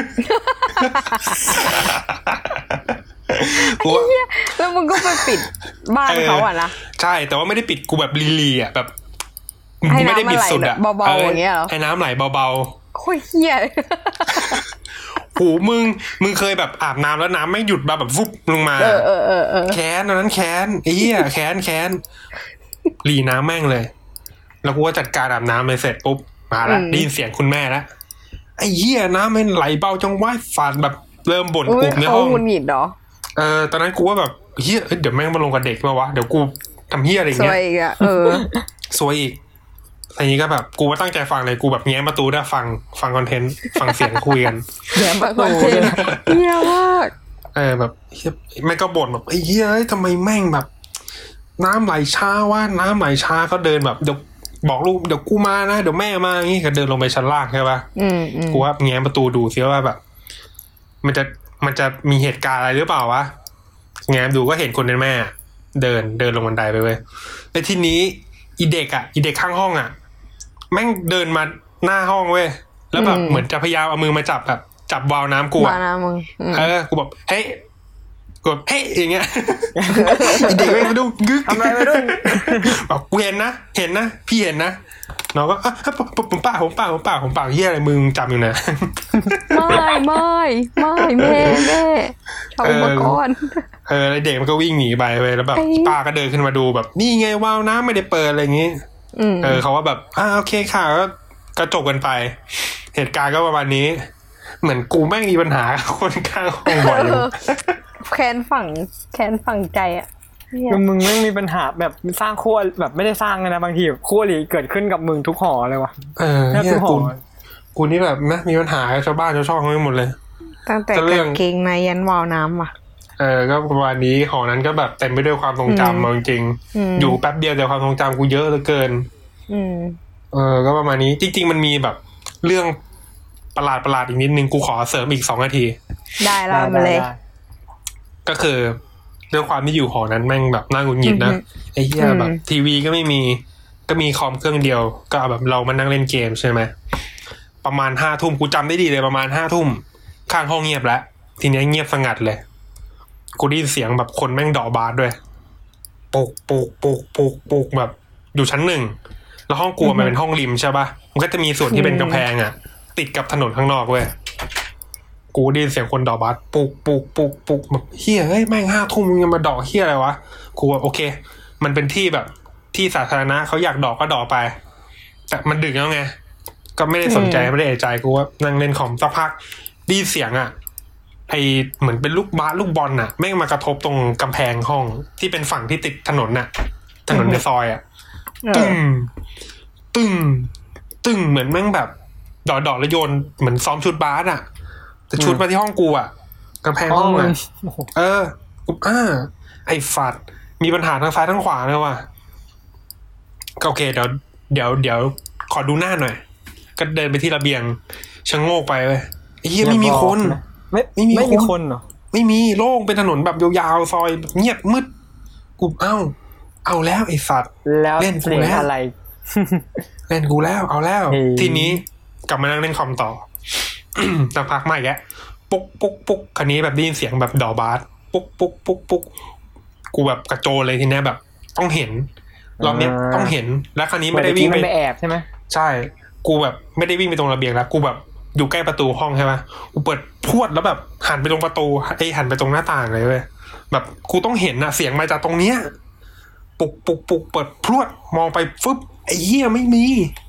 กูแล้วมึงก็ไปปิดบ้านเขาอ่ะนะใช่แต่ว่าไม่ได้ปิดกูแบบลีๆอ่ะแบบไม่ได้ปิดสุดอ่ะเบาๆอย่างเงี้ยเหรอให้น้ำไหลเบาๆโคตรเหี้ยหูมึงมึงเคยแบบอาบน้ำแล้วน้ำไม่หยุดมาแบบฟุบลงมาเออเออเออเออแค้นตอนนั้นแค้นไอ้เหี้ยแค้นแค้นลีน้ำแม่งเลยแล้วกูก็จัดการอาบน้ำไปเสร็จปุ๊บมาละได้ยินเสียงคุณแม่แล้วไอ้เหี้ยน้ำมันไหลเบาจังวะฝาดแบบเริ่มบ่นกลุ่มในห้องเขาหงุดหงิดเหรอเออตอนนั้นกูว่าแบบเหี้ยเดี๋ยวแม่งมาลงกับเด็กมาวะเดี๋ยวกูทำเหี้ยอะไรเงี้ยซวยอีกอ่ะเออซวยอีกอันนี้ก็แบบกูว่าตั้งใจฟังเลยกูแบบแง้มประตูได้ฟังฟังคอนเทนต์ฟังเสียงคุยกันแง้มประตูเหี้ยมากเออแบบแม่งก็บ่นแบบไอ้เหี้ยเอ้ยทำไมแม่งแบบน้ำไหลช้าวะน้ำไหลช้าก็เดินแบบเดี๋ยวบอกลูกเดี๋ยวกูมานะเดี๋ยวแม่มาอย่างงี้ก็เดินลงไปชั้นล่างใช่ป่ะกูว่าแง้มประตูดูซิว่าแบบมันจะมันจะมีเหตุการณ์อะไรหรือเปล่าวะแง้มดูก็เห็นคนเป็นแม่เดินเดินลงบันไดไปเว้ยแล้วทีนี้อีเด็กอ่ะอีเด็กข้างห้องอ่ะแม่งเดินมาหน้าห้องเว้ยแล้วแบบเหมือนจะพยายามเอามือมาจับแบบจับวาล์วน้ำกูอ่ะเออกูบอกเฮ้ยกูแบบเฮ้ยอย่างเงี้ยอีเด็กแม่งมาดูกึ๊กทำอะไรมาดูบอกกูเห็นนะเห็นนะพี่เห็นนะน้องก็อ่ะผมเปล่าผมเปล่าผมเปล่าผมเปล่าเฮียอะไรมึงจับอยู่นะไม่ไม่ไม่แม่แม่ชาวอุปกรณ์เออเด็กมันก็วิ่งหนีไปไปแล้วแบบป้าก็เดินขึ้นมาดูแบบนี่ไงวาล์วน้ำไม่ได้เปิดอะไรอย่างงี้เออเขาว่าแบบอ่าโอเคค่ะก็ก็จบกันไปเหตุการณ์ก็ประมาณนี้เหมือนกูแม่งมีปัญหาคนข้างห้องบ่อยแค้นฝั่งแค้นฝั่งใจอ่ะคือมึงไม่มีปัญหาแบบสร้างขั้วแบบไม่ได้สร้างนะบางทีขั้วหลีเกิดขึ้นกับมึงทุกหอเลยวะเออเนี่ยกูกูนี่แบบนะมีปัญหาชาวบ้านชาวช่องไม่หมดเลยตั้งแต่กางเกงในยันวาล์วน้ำอ่ะเออก็ประมาณนี้หอนั้นก็แบบเต็มไปด้วยความทรงจำมาจริงๆอยู่แป๊บเดียวแต่ความทรงจำกูเยอะเหลือเกินเออก็ประมาณนี้จริงๆมันมีแบบเรื่องประหลาดประหลาดอีกนิดนึงกูขอเสริมอีกสองนาทีได้แล้วมาเลยก็คือด้วยความที่อยู่หอนั้นแม่งแบบน่าหงุดหงิดนะไอ้เหี้ยแบบทีวีก็ไม่มีก็มีคอมเครื่องเดียวก็แบบเรามานั่งเล่นเกมใช่ไหมประมาณห้าทุ่มกูจำได้ดีเลยประมาณห้าทุ่มข้างห้องเงียบแล้วทีนี้เงียบสงัดเลยกูได้ยินเสียงแบบคนแม่งเดาะบาสด้วยปุกปุกปุกปุกปุกแบบอยู่ชั้นหนึ่งแล้วห้องกูมันเป็นห้องริมใช่ป่ะมันก็จะมีส่วนที่เป็นกำแพงอ่ะติดกับถนนข้างนอกเว้ยกูได้ยินเสียงคนเดาะบาสปุกปุกปุกปุกแบบเฮียเฮ้ยแม่งห้าทุ่มมึงมาเดาะเฮียอะไรวะกูว่าโอเคมันเป็นที่แบบที่สาธารณะเขาอยากเดาะก็เดาะไปแต่มันดึกแล้วไงก็ไม่ได้สนใจไม่ได้เอะใจกูว่านั่งเล่นคอมสักพักได้ยินเสียงอ่ะไอเหมือนเป็นลูกบาสลูกบอลน่ะแม่งมากระทบตรงกำแพงห้องที่เป็นฝั่งที่ติดถนนน่ะถนนในซอยอ่ะตึ้งตึ้งตึ้งเหมือนแม่งแบบดอดๆแล้วโยนเหมือนซ้อมชุดบาสอ่ะแต่ชุดมาที่ห้องกูอ่ะกำแพงห้องอ่ะเออกูอ่าไอ้ฝัดมีปัญหาทั้งซ้ายทั้งขวาเลยว่ะโอเคเดี๋ยวเดี๋ยวเดี๋ยวขอดูหน้าหน่อยก็เดินไปที่ระเบียงชะโงกไปเว้ยไอ้เหี้ยไม่มีคนไม่ไม่มีไม่มีคนเหรอไม่มีโล่งเป็นถนนแบบยาวๆซอยเงียบมืดกูเอ้าเอาแล้วไอ้สัตว์เล่นกูแล้วอะไรเล่นกูแล้วเอาแล้วทีนี้กลับมานั่งเล่นคอมต่อสักพักใหม่แกปุ๊กปุ๊กปุ๊กคันนี้แบบได้ยินเสียงแบบดอบาสปุ๊กปุ๊กปุ๊กปุ๊กกูแบบกระโจนเลยทีนี้แบบต้องเห็นรอบนี้ต้องเห็นแล้วคันนี้ไม่ได้วิ่งไปแอบใช่ไหมใช่กูแบบไม่ได้วิ่งไปตรงระเบียงแล้วกูแบบอยู่ใกล้ประตูห้องใช่ไหมกูเปิดพรวดแล้วแบบหันไปตรงประตูไอ้หันไปตรงหน้าต่างเลยเว้ยแบบกูต้องเห็นนะเสียงมาจากตรงเนี้ยปุกปุกปุกเปิดพรวดมองไปฟึบไอ้เหี้ยไม่มี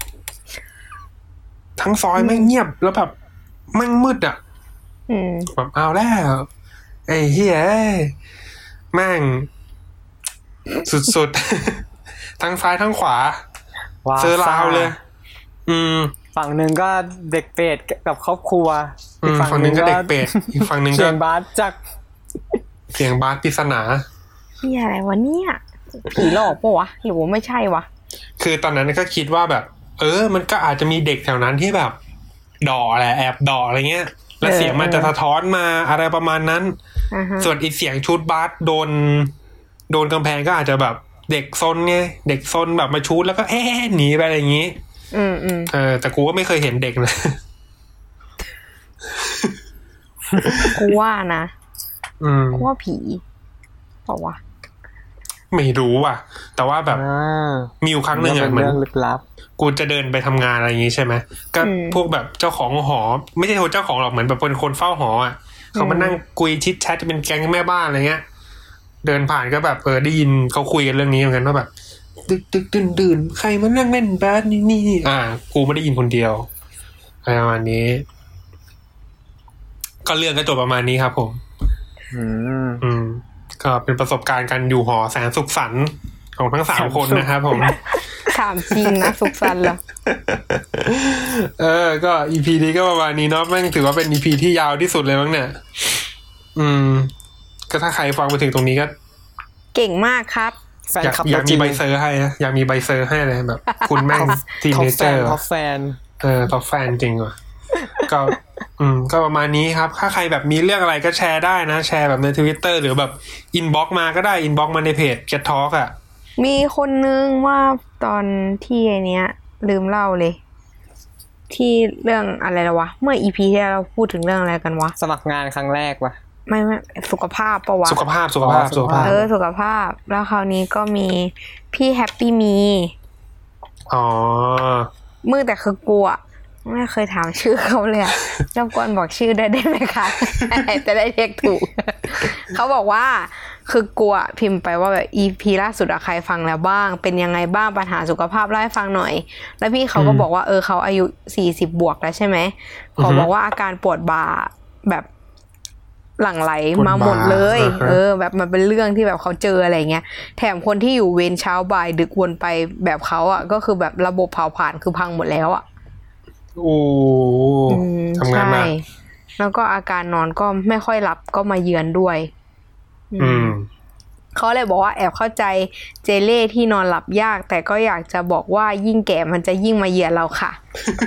ทั้งซอยแม่งเงียบแล้วแบบแม่งมืดอ่ะแบบเอาแล้วไอ้เหี้ยแม่งสุดๆทั้งซ้ายทั้งขวาเซอร์ราวเลย อืมฝั่งหนึ่งก็เด็กเป็ดกับครอบครัวอีกฝั่งหนึ่งก็เด็กเป็ดอีกฝั่งหนึ่งก็เสียงบาสจากเสียงบาสปริศนานี่อะไรวะเนี่ยผีหลอกปะวะหรือว่าไม่ใช่วะคือตอนนั้นก็คิดว่าแบบเออมันก็อาจจะมีเด็กแถวนั้นที่แบบด่อแหละแอบด่ออะไรเงี้ยแล้วเสียงมันจะสะท้อนมาอะไรประมาณนั้นส่วนอีกเสียงชุดบาสโดนโดนกำแพงก็อาจจะแบบเด็กซนไงเด็กซนแบบมาชูดแล้วก็เอ๊ะหนีไปอะไรอย่างงี้อืมอืมเออแต่กูก็ไม่เคยเห็นเด็กเลยกูว่านะอืมกูว่าผีเปล่าวะไม่รู้ว่ะแต่ว่าแบบมีอยู่ครั้งหนึ่งอ่ะเหมือนลึกลับกูจะเดินไปทำงานอะไรอย่างงี้ใช่ไหมก็พวกแบบเจ้าของหอไม่ใช่เจ้าของหรอกเหมือนแบบเป็นคนเฝ้าหออ่ะเขามานั่งคุยชิดแชทจะเป็นแก๊งแม่บ้านอะไรเงี้ยเดินผ่านก็แบบเออได้ยินเขาคุยกันเรื่องนี้เหมือนกันว่าแบบดึกดึกดื่นดื่นใครมานั่งเล่นบาสนี่นี่อ่ากูไม่ได้ยินคนเดียวอะไรประมาณนี้ก็เรื่องก็จบประมาณนี้ครับผมอืมอืมก็เป็นประสบการณ์การอยู่หอแสนสุขสันต์ของทั้งสามคนนะครับผมถามจริงนะสุขสันต์เหรอเออก็ อี พี นี้ก็ประมาณนี้เนาะแม่งถือว่าเป็น อี พี ที่ยาวที่สุดเลยมั้งเนี่ยอืมก็ถ้าใครฟังไปถึงตรงนี้ก็เก่งมากครับแฟนคลับอยากมีใบเซอร์ให้นะอยากมีใบเซอร์ให้เลยแบบคุณแม่งทีเนเจอร์ท็อปแฟนเออท็อปแฟนจริงว่ะก็อืมก็ประมาณนี้ครับถ้าใครแบบมีเรื่องอะไรก็แชร์ได้นะแชร์แบบใน Twitter หรือแบบอินบ็อกซ์มาก็ได้อินบ็อกซ์มาในเพจ Get Talk อ่ะมีคนนึงว่าตอนที่ไอเนี้ยลืมเล่าเลยที่เรื่องอะไรละวะเมื่อ อี พี ที่เราพูดถึงเรื่องอะไรกันวะสมัครงานครั้งแรกวะไม่ไม่สุขภาพปะวะสุขภาพสุขภาพสุขภาพเออสุขภาพแล้วคราวนี้ก็มีพี่แฮปปี้มีอ๋อมือแต่คือกลัวไม่เคยถามชื่อเขาเลยอะรบกวนบอกชื่อได้ได้ไหมคะจะได้เรียกถูกเขาบอกว่าคือกลัวพิมพ์ไปว่าแบบ อี พี ล่าสุดอะใครฟังแล้วบ้างเป็นยังไงบ้างปัญหาสุขภาพเล่าให้ฟังหน่อยแล้วพี่เขาก็บอกว่าเออเขาอายุสี่สิบบวกแล้วใช่ไหมเขาบอกว่าอาการปวดบ่าแบบหลั่งไหลมาหมดเลยเออแบบมันเป็นเรื่องที่แบบเขาเจออะไรเงี้ยแถมคนที่อยู่เวรเช้าบ่ายดึกวนไปแบบเขาอ่ะก็คือแบบระบบเผาผลาญคือพังหมดแล้วอ่ะโอ้ทำงานหนักแล้วก็อาการนอนก็ไม่ค่อยหลับก็มาเยือนด้วยอืมเขาเลยบอกว่าแอบเข้าใจเจเล่ที่นอนหลับยากแต่ก็อยากจะบอกว่ายิ่งแก่มันจะยิ่งมาเยือนเราค่ะ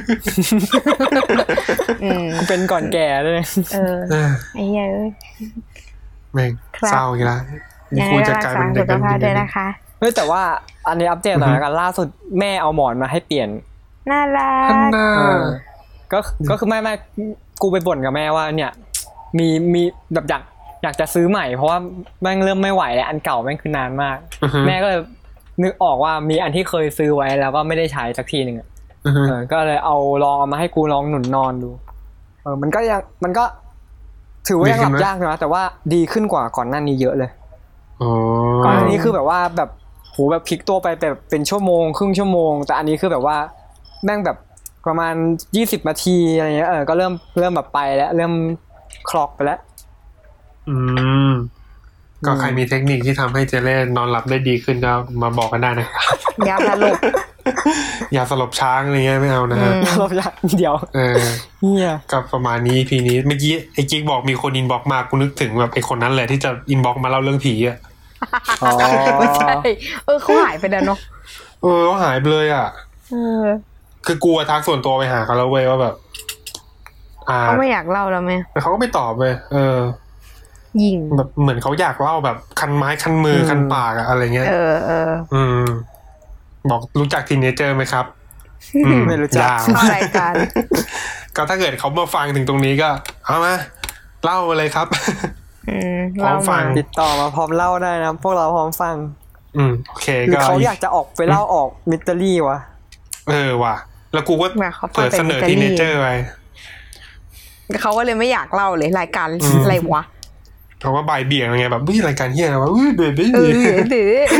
อืมเป็นก่อนแก่ด้วยเออไอ้เหี้ยแม่งเศร้าอีกแล้วนี่กูจะกลายเป็นเด็กกันด้วยนะคะเฮ้ยแต่ว่าอันนี้อัปเดตหน่อยกันล่าสุดแม่เอาหมอนมาให้เปลี่ยนน่ารักก็ก็คือไม่ไม่กูไปบ่นกับแม่ว่าเนี่ยมีมีแบบอยากอยากจะซื้อใหม่เพราะว่าแม่งเริ่มไม่ไหวแล้วอันเก่าแม่งคือนานมากแม่ก็เลยนึกออกว่ามีอันที่เคยซื้อไว้แล้วก็ไม่ได้ใช้สักทีนึงอ่ะก็เลยเอาลองเอามาให้กูลองหนุนนอนดูเออมันก็ยังมันก็ถือว่ายังหลับยากนะแต่ว่าดีขึ้นกว่าก่อนหน้านี้เยอะเลยก่อนหน้านี้คือแบบว่าแบบโหแบบพลิกตัวไปแบบเป็นชั่วโมงครึ่งชั่วโมงแต่อันนี้คือแบบว่าแม่งแบบประมาณยี่สิบนาทีอะไรเงี้ยเออก็เริ่มเริ่มแบบไปแล้วเริ่มคลอกไปแล้วอืมก็ใครมีเทคนิคที่ทำให้เจเล่นอนหลับได้ดีขึ้นก็มาบอกกันได้นะครับยาสลบยาสลบช้างอะไรเงี้ยไม่เอานะฮะสลบช้างเดี๋ยวเออเนี่ยก็ประมาณนี้พีนี้เมื่อกี้ไอ้กิ๊กบอกมีคนอินบ็อกมากูนึกถึงแบบไอ้คนนั้นแหละที่จะอินบ็อกมาเล่าเรื่องผีอ่ะอ๋อไม่ใช่เออเขาหายไปแล้วเนาะเออเขาหายไปเลยอ่ะเออคือกลัวทักส่วนตัวไปหาเขาแล้วเว้ยว่าแบบเขาไม่อยากเล่าแล้วไหมแต่เขาก็ไม่ตอบเว้ยเออยิงแบบเหมือนเขาอยากเล่าแบบคันไม้คันมือคันปากอะอะไรเงี้ยเออเอออืมบอกรู้จักทีเนเจอร์ไหมครับไม่รู้จักรายการก็ถ้าเกิดเขามาฟังถึงตรงนี้ก็เอามาเล่าเลยครับพร้อมฟังติดต่อมาพร้อมเล่าได้นะพวกเราพร้อมฟังอืมโอเคก็เขาอยากจะออกไปเล่าออกมิสเตอรี่วะเออว่ะแล้วกูก็เปิดเสนอทีเนเจอร์ไปเขาก็เลยไม่อยากเล่าเลยรายการอะไรวะเพราะว่าบ่ายเบี่ยงไงแบบวิ่งรายการเฮียอะไรวะอุ้ยเดือดเออเดือด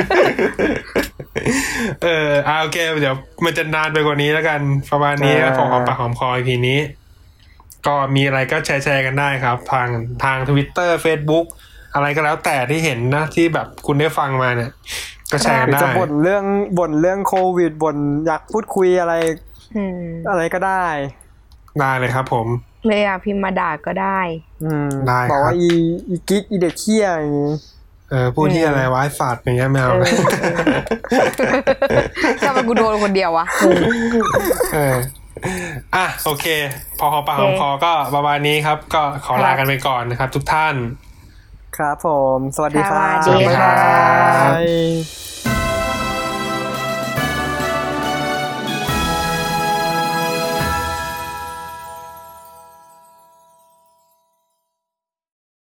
เอออ่าโอเคเดี๋ยวมันจะนานไปกว่านี้แล้วกันประมาณนี้ขอหอมปากหอมคอ อี พี นี้ก็มีอะไรก็แชร์ๆกันได้ครับทางทาง Twitter Facebook อะไรก็แล้วแต่ที่เห็นนะที่แบบคุณได้ฟังมาเนี่ยก็แชร์ได้จะบ่นเรื่องบ่นเรื่องโควิดบ่นอยากพูดคุยอะไรอะไรก็ได้ได้เลยครับผมเลยอ่ะพิมพ์มาด่าก็ได้อืมได้บอกว่าอีอีกิ๊กอีเด็กเหี้ยอย่างงี้เออพูดที่อะไรวะไอ้ฝาดอย่างเงี้ยไม่เอาทำไมกูโดนคนเดียววะเอออ่ะโอเคพอขอปากของคอก็ประมาณนี้ครับก็ขอลากันไปก่อนนะครับทุกท่านครับผมสวัสดีครับสวัสดีครับ